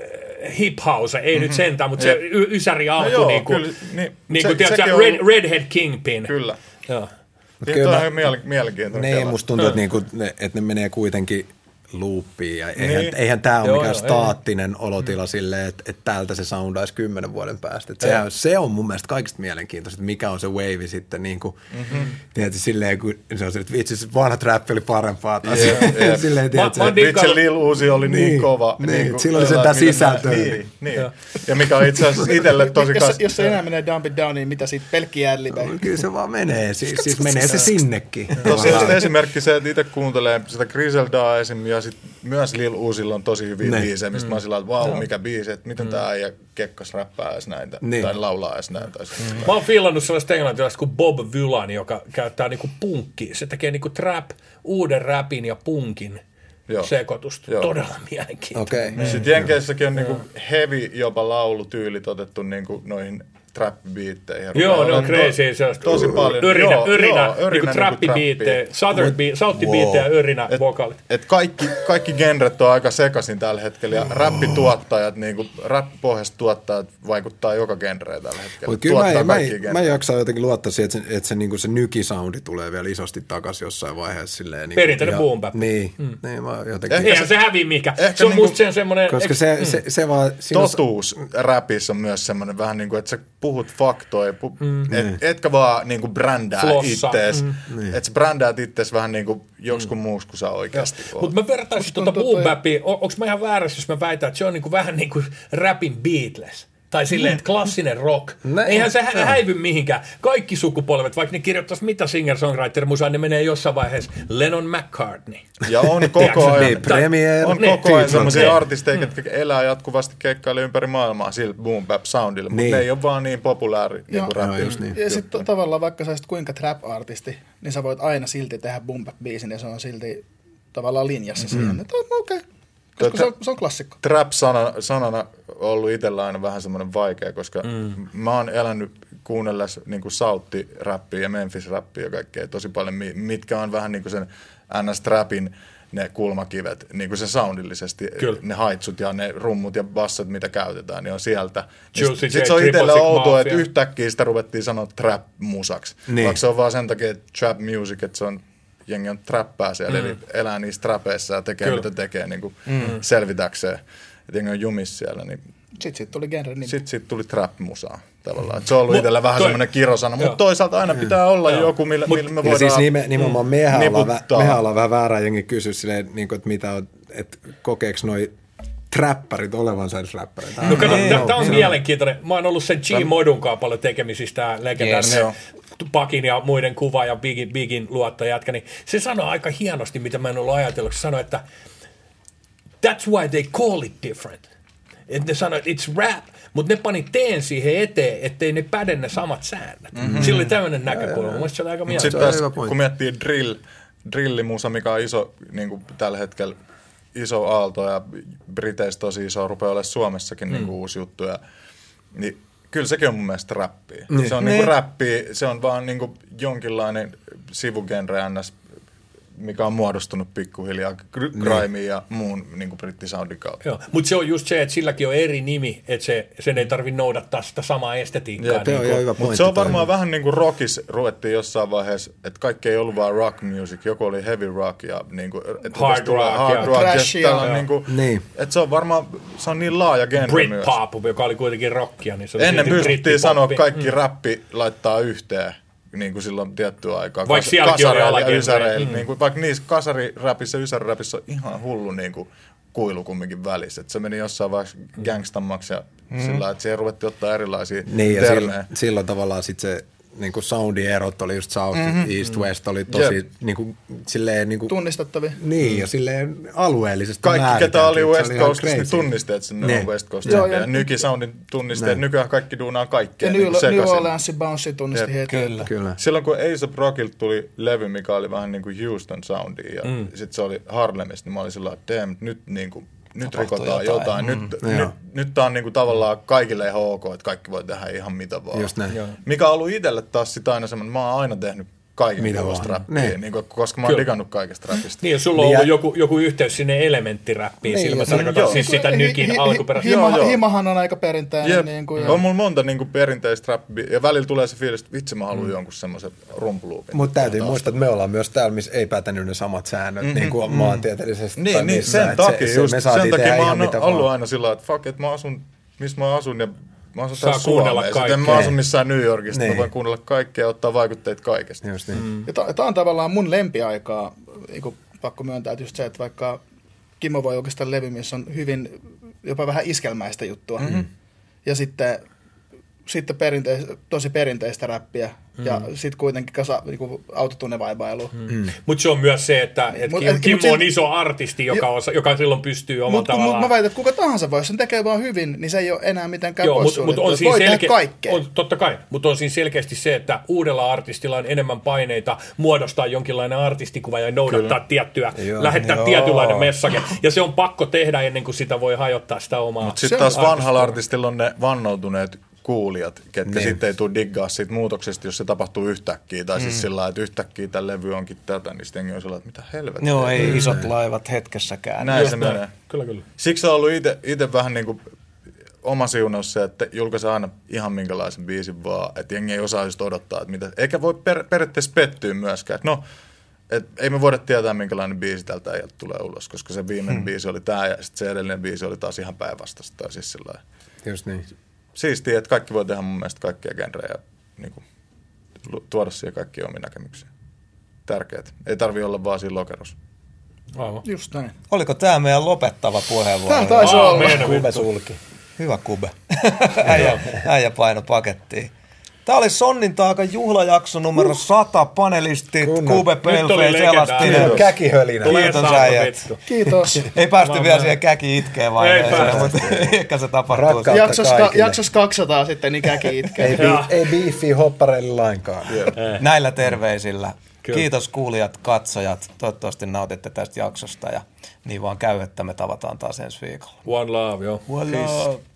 hip house, ei mm-hmm. nyt sentään, mutta se y- ysäri alku, no joo, niin kuin, kyllä, niin, niin se, kuin tiedätkö, on... Red, Redhead Kingpin. Kyllä. Joo. Tämä on ihan miele- mielenkiintoinen. Niin, musta tuntuu, että, niinku, ne, että ne menee kuitenkin loopiin. Ja eihän, niin. eihän tämä ole Joo, mikään joo, staattinen ei. olotila mm. silleen, että, että täältä se soundaisi kymmenen vuoden päästä. Että sehän, se on mun mielestä kaikista mielenkiintoista, että mikä on se wave sitten. Niin kuin, mm-hmm. Tiedätkö, silleen, kun se on se, että vitsi, se vanha trappi oli parempaa. Tai yeah, yeah. silleen, tiedätkö, ma, vitsi, Lil Uzi oli niin, niin kova. Niin, niin kuin, silloin oli sentään sisältöä. Niin, niin. Ja mikä on itse asiassa itselle tosi jos, kas... jos se enää menee Dump It Down, niin mitä siitä pelkkiä ällipäin? No, kyllä se vaan menee. Siis, siis menee se sinnekin. Tosiaan esimerkki se, että itse kuuntelee sitä Griseldaa esim. Ja sit myös Lil Uzilla on tosi hyviä ne. biisejä, mistä mm. mä oon sillä, että vau, wow, mikä biisi, että miten mm. tää äijä kekkas räppää edes näitä, niin. tai laulaa edes näitä. Mm. Mä oon fiilannut sellaista englantilaista kuin Bob Vylan, joka käyttää niinku punkkia. Se tekee niinku trap, uuden rapin ja punkin Joo. sekoitusta. Joo. Todella mielenkiintoinen. Okay. Mm. Sitten Jenkeissäkin on niinku heavy jopa laulutyylit otettu niinku noihin trap-biitteihin. Joo, ne on crazy. Se on tosi paljon. Örinä, joo, örinä, joo, örinä niinku trappi-biittejä, southern beat, south-biittejä ja örinä vokaalit. Et kaikki, kaikki genret on aika sekaisin tällä hetkellä, ja räppituottajat, niinku rap-pohjaiset tuottajat vaikuttaa joka genreen tällä hetkellä. Mutta kyllä mä, mä, mä jaksan jotenkin luottaa siihen, että se, että se, niinku se nykisoundi tulee vielä isosti takaisin jossain vaiheessa. Silleen, niinku, perinteinen boom bap. Niin, mm. niin mä jotenkin... Eihän se, se häviä mikä. Se on niinku, musta sen semmoinen... Koska se, se, se vaan... Totuus räpissä on myös semmoinen vähän niin kuin, että sä puhut faktoja, pu- mm. et, etkä vaan niin kuin brändää Flossa. ittees. Mm. Että sä brändäät ittees vähän niin kuin joksikun mm. muuksi kuin sä oikeasti oot. Mutta mä vertaisin tuota boom bapia. On, onko mä ihan väärässä, jos mä väitän, että se on niin kuin vähän niin kuin rapin Beatles? Tai silleen, että klassinen rock. Näin. Eihän se hä- häivy mihinkään. Kaikki sukupolvet, vaikka ne kirjoittaisi mitä singer-songwriter-musaa, ne menee jossain vaiheessa Lennon McCartney. Ja on koko ajan, niin, Premier, on koko ajan sellaisia artisteja, jotka elää jatkuvasti keikkaille ympäri maailmaa sillä boom bap soundilla, mutta niin. ne ei ole vaan niin populääri niin kuin rap. No, niin. Ja sitten tavallaan vaikka sä olisit kuinka trap-artisti, niin sä voit aina silti tehdä boom bap-biisin ja se on silti tavallaan linjassa mm-hmm. siihen, että okei. Okay. Koska se on, se on klassikko. Trap-sanana on ollut itsellä aina vähän semmoinen vaikea, koska mm. mä oon elänyt kuunnellessa niin kuin South-räppiä ja Memphis-räppiä ja kaikkea tosi paljon, mitkä on vähän niin kuin sen N S-trapin ne kulmakivet, niin kuin se soundillisesti, Kyllä. ne haitsut ja ne rummut ja bassot, mitä käytetään, niin on sieltä. Sitten sit se on itsellä outoa, että yhtäkkiä sitä ruvettiin sanoa trap-musaksi. Niin. Vaikka se on vaan sen takia, että trap music, että se on jengi on trappää siellä, mm. eli elää niissä trapeissa ja tekee Kyllä. mitä tekee niin kuin mm. selvitäkseen. Että jengi on jumissa siellä. Niin sitten siitä tuli genre nimi. Sitten siitä tuli trap-musaa tavallaan. Et se on ollut itsellä vähän semmoinen kirosana, mutta toisaalta aina pitää olla joo. joku, millä, millä me voidaan ja siis nime, nimenomaan mehän mm. ollaan, mehän ollaan vähän väärää jengi kysyä silleen, niin kuin, että mitä on, että kokeeko noi trapparit olevansa edes räppäreitä. No kato, tämä on mielenkiintoinen. Mä oon ollut sen G-Modun kanssa paljon tekemisissä, tämä legendaarinen yes. Pakin ja muiden kuva ja Bigin, Bigin luottajätkä, niin se sanoo aika hienosti, mitä mä en ollut ajatellut. Se sanoi, että that's why they call it different. Että ne sanoi, että it's rap, mutta ne pani teen siihen eteen, ettei ne päde ne samat säännöt. Mm-hmm. Sillä oli tämmöinen näkökulma. Mun mielestä se oli aika mielenkiintoinen. Sitten taas, kun miettii drill, drillimusa, mikä on iso niin kuin tällä hetkellä, iso aalto ja Briteissä tosi iso, rupeaa olemaan Suomessakin mm. niin kuin uusi juttu. Ja, niin kyllä sekin on mun mielestä räppiä. Mm. Se on mm. niin kuin räppiä, se on vaan niin kuin jonkinlainen sivugenre ns, mikä on muodostunut pikkuhiljaa grime ja muun niin kuin brittisoundin kautta. Mutta se on just se, että silläkin on eri nimi, että se, sen ei tarvitse noudattaa sitä samaa estetiikkaa. Ja, niin kuin. Mutta se on varmaan vähän niin kuin rockissa ruvettiin jossain vaiheessa, että kaikki ei ollut vaan rock music, joku oli heavy rock ja niin kuin, että hard rock, hard ja, rock trashia. Ja, niin kuin, niin. Että se on varmaan, se on niin laaja genre Brit myös. Britpop, joka oli kuitenkin rockia, niin se oli ennen pystyttiin sanoa, kaikki mm. räppi laittaa yhteen. Niin kuin silloin tiettyä aikaa. Vaikka sielläkin oli alagenreillä. Mm. Niin kuin, vaikka niissä kasariräpissä ja ysäriräpissä on ihan hullu niin kuin kuilu kumminkin välissä. Että se meni jossain vaiheessa gangstammaksi ja mm. sillä että siihen ruvettiin ottaa erilaisia niin, termejä. Silloin, silloin tavallaan sitten se niin kuin soundierot oli just South, mm-hmm. East, West oli tosi yep. niin kuin, silleen niin kuin, tunnistettavia. Niin, mm. ja silleen alueellisesti kaikki, ketä oli West Coast, niin tunnisteet sinne ne on West Coast. Joo, ja Nyki-soundin tunnisteet. Nykyään kaikki duunaa kaikkea. Ja niin New Orleans Bounce tunnisti heti. Kyllä. Kyllä. Silloin kun A$AP Rockilta tuli levy, mikä oli vähän niin kuin Houston soundi, ja mm. sitten se oli Harlemista, niin mä olin sillä että damn, nyt niin kuin nyt rikotaan jotain. jotain. Mm, nyt, nyt, nyt tämä on niinku tavallaan kaikille ihan ok, että kaikki voi tehdä ihan mitä vaan. Just näin. Mikä on ollut itselle taas sitä aina semmoinen, mä oon aina tehnyt kaiken Mitä kuulosta vaan. räppiä, Niin. niin kuin, koska mä oon Kyllä. digannut kaikesta räpistä. Niin, ja sulla on Niin, ollut ja- joku, joku yhteys sinne elementtiräppiin, Niin, sillä mä ja- tarkoitan joo. siis sitä Hi- nykin hi- alkuperäistä. Hima, Joo, joo. himahan on aika perinteinen. Jep. Niin kuin, On mulla monta niin kuin perinteistä räppiä, ja välillä tulee se fiilis, että vitsi mä haluan mm. jonkun semmoisen rumpuluupin. Mutta täytyy muistaa, että me ollaan myös täällä, missä ei pätenyt ne samat säännöt mm-hmm. niin kuin maantieteellisesti. tai Niin, niin missä, sen että takia, se, se, just, me sen saatiin takia tehdä mä ihan oon mitä ollut vaan. aina sillä että fuck, että mä asun, missä mä asun, ja mä asun Saa täällä kuunnella Suomessa. Sitten kaikkea. mä asun missään New Yorkissa, niin. Niin. mä voin kuunnella kaikkea ja ottaa vaikutteita kaikesta. Just niin. Mm. Ja tämä on tavallaan mun lempiaikaa, niin kuin pakko myöntää, että just se, että vaikka Kimmo voi oikeastaan levy, missä on hyvin, jopa vähän iskelmäistä juttua. Mm-hmm. Ja sitten, sitten perinteis, tosi perinteistä räppiä. Mm-hmm. Ja sitten kuitenkin kasa, niin kuin autotunnevaibailu. Mm. Mutta se on myös se, että et Mut- Kim, et- Kimmo mut on se- iso artisti, joka, osa, joka silloin pystyy omalla Mutta mut, tavallaan. mä väitän, että kuka tahansa voi, jos sen tekee vaan hyvin, niin se ei ole enää mitenkään Joo, mutta mut on siinä voi selkeä, tehdä kaikkea. on, totta kai, mutta on siinä selkeästi se, että uudella artistilla on enemmän paineita muodostaa jonkinlainen artistikuva ja noudattaa Kyllä. tiettyä, Joo, lähettää joo. tietynlainen message. Ja se on pakko tehdä ennen kuin sitä voi hajottaa sitä omaa. Mutta sitten Se on taas vanhalla artistia. artistilla on ne vannoutuneet kuulijat, ketkä Niin. sitten ei tule diggaa siitä muutoksesta, jos se tapahtuu yhtäkkiä. Tai siis sillä lailla, että yhtäkkiä tämä levy onkin tätä, niin sitten on sellainen, että mitä helvettiä. Joo, ei isot laivat hetkessäkään. Näin se menee. Kyllä, kyllä. Siksi on ollut itse vähän niin kuin oma siunaus se, että julkaisee aina ihan minkälaisen biisin vaan, että jengi ei osaa just odottaa, että mitä. Eikä voi per, periaatteessa pettyä myöskään, että no, et ei me voida tietää minkälainen biisi tältä äijältä tulee ulos, koska se viimeinen hmm. biisi oli tämä ja sitten se edellinen biisi oli taas ihan päinvastaista. Tai siis sillä lailla. Just niin. Siistiä, että kaikki voi tehdä mun mielestä kaikkia genrejä ja niin kuin, tuoda siihen kaikkia omia näkemyksiä. Tärkeät. Ei tarvi olla vaan siinä lokerossa. Aivan. Just näin. Oliko tämä meidän lopettava puheenvuoro? Tämä taisi Aa, olla. meidän Kube vittu. sulki. Hyvä Kube. äijä, äijä paino pakettiin. Tämä oli Sonnin taakan juhlajakso numero sata. Panelistit, Kunnon. Kube, Nyt oli Paleface, legendaarinen. Elastinen. Käkihölinä. Kiitos Saapa äijät. vittu. Kiitos. Ei päästy Mä- vielä mä- siihen käki itkeen Ei vaiheeseen, päästy. mutta ehkä se tapahtuu. Rakkautta Jaksossa, kaikille. jaksossa kaksisataa sitten ikäkin itkee. Ei, bi- ei biiffiä hoppareille lainkaan. Näillä terveisillä. Kyllä. Kiitos kuulijat, katsojat. Toivottavasti nautitte tästä jaksosta ja niin vaan käy, että me tavataan taas ensi viikolla. One love, joo. Voilà. Peace.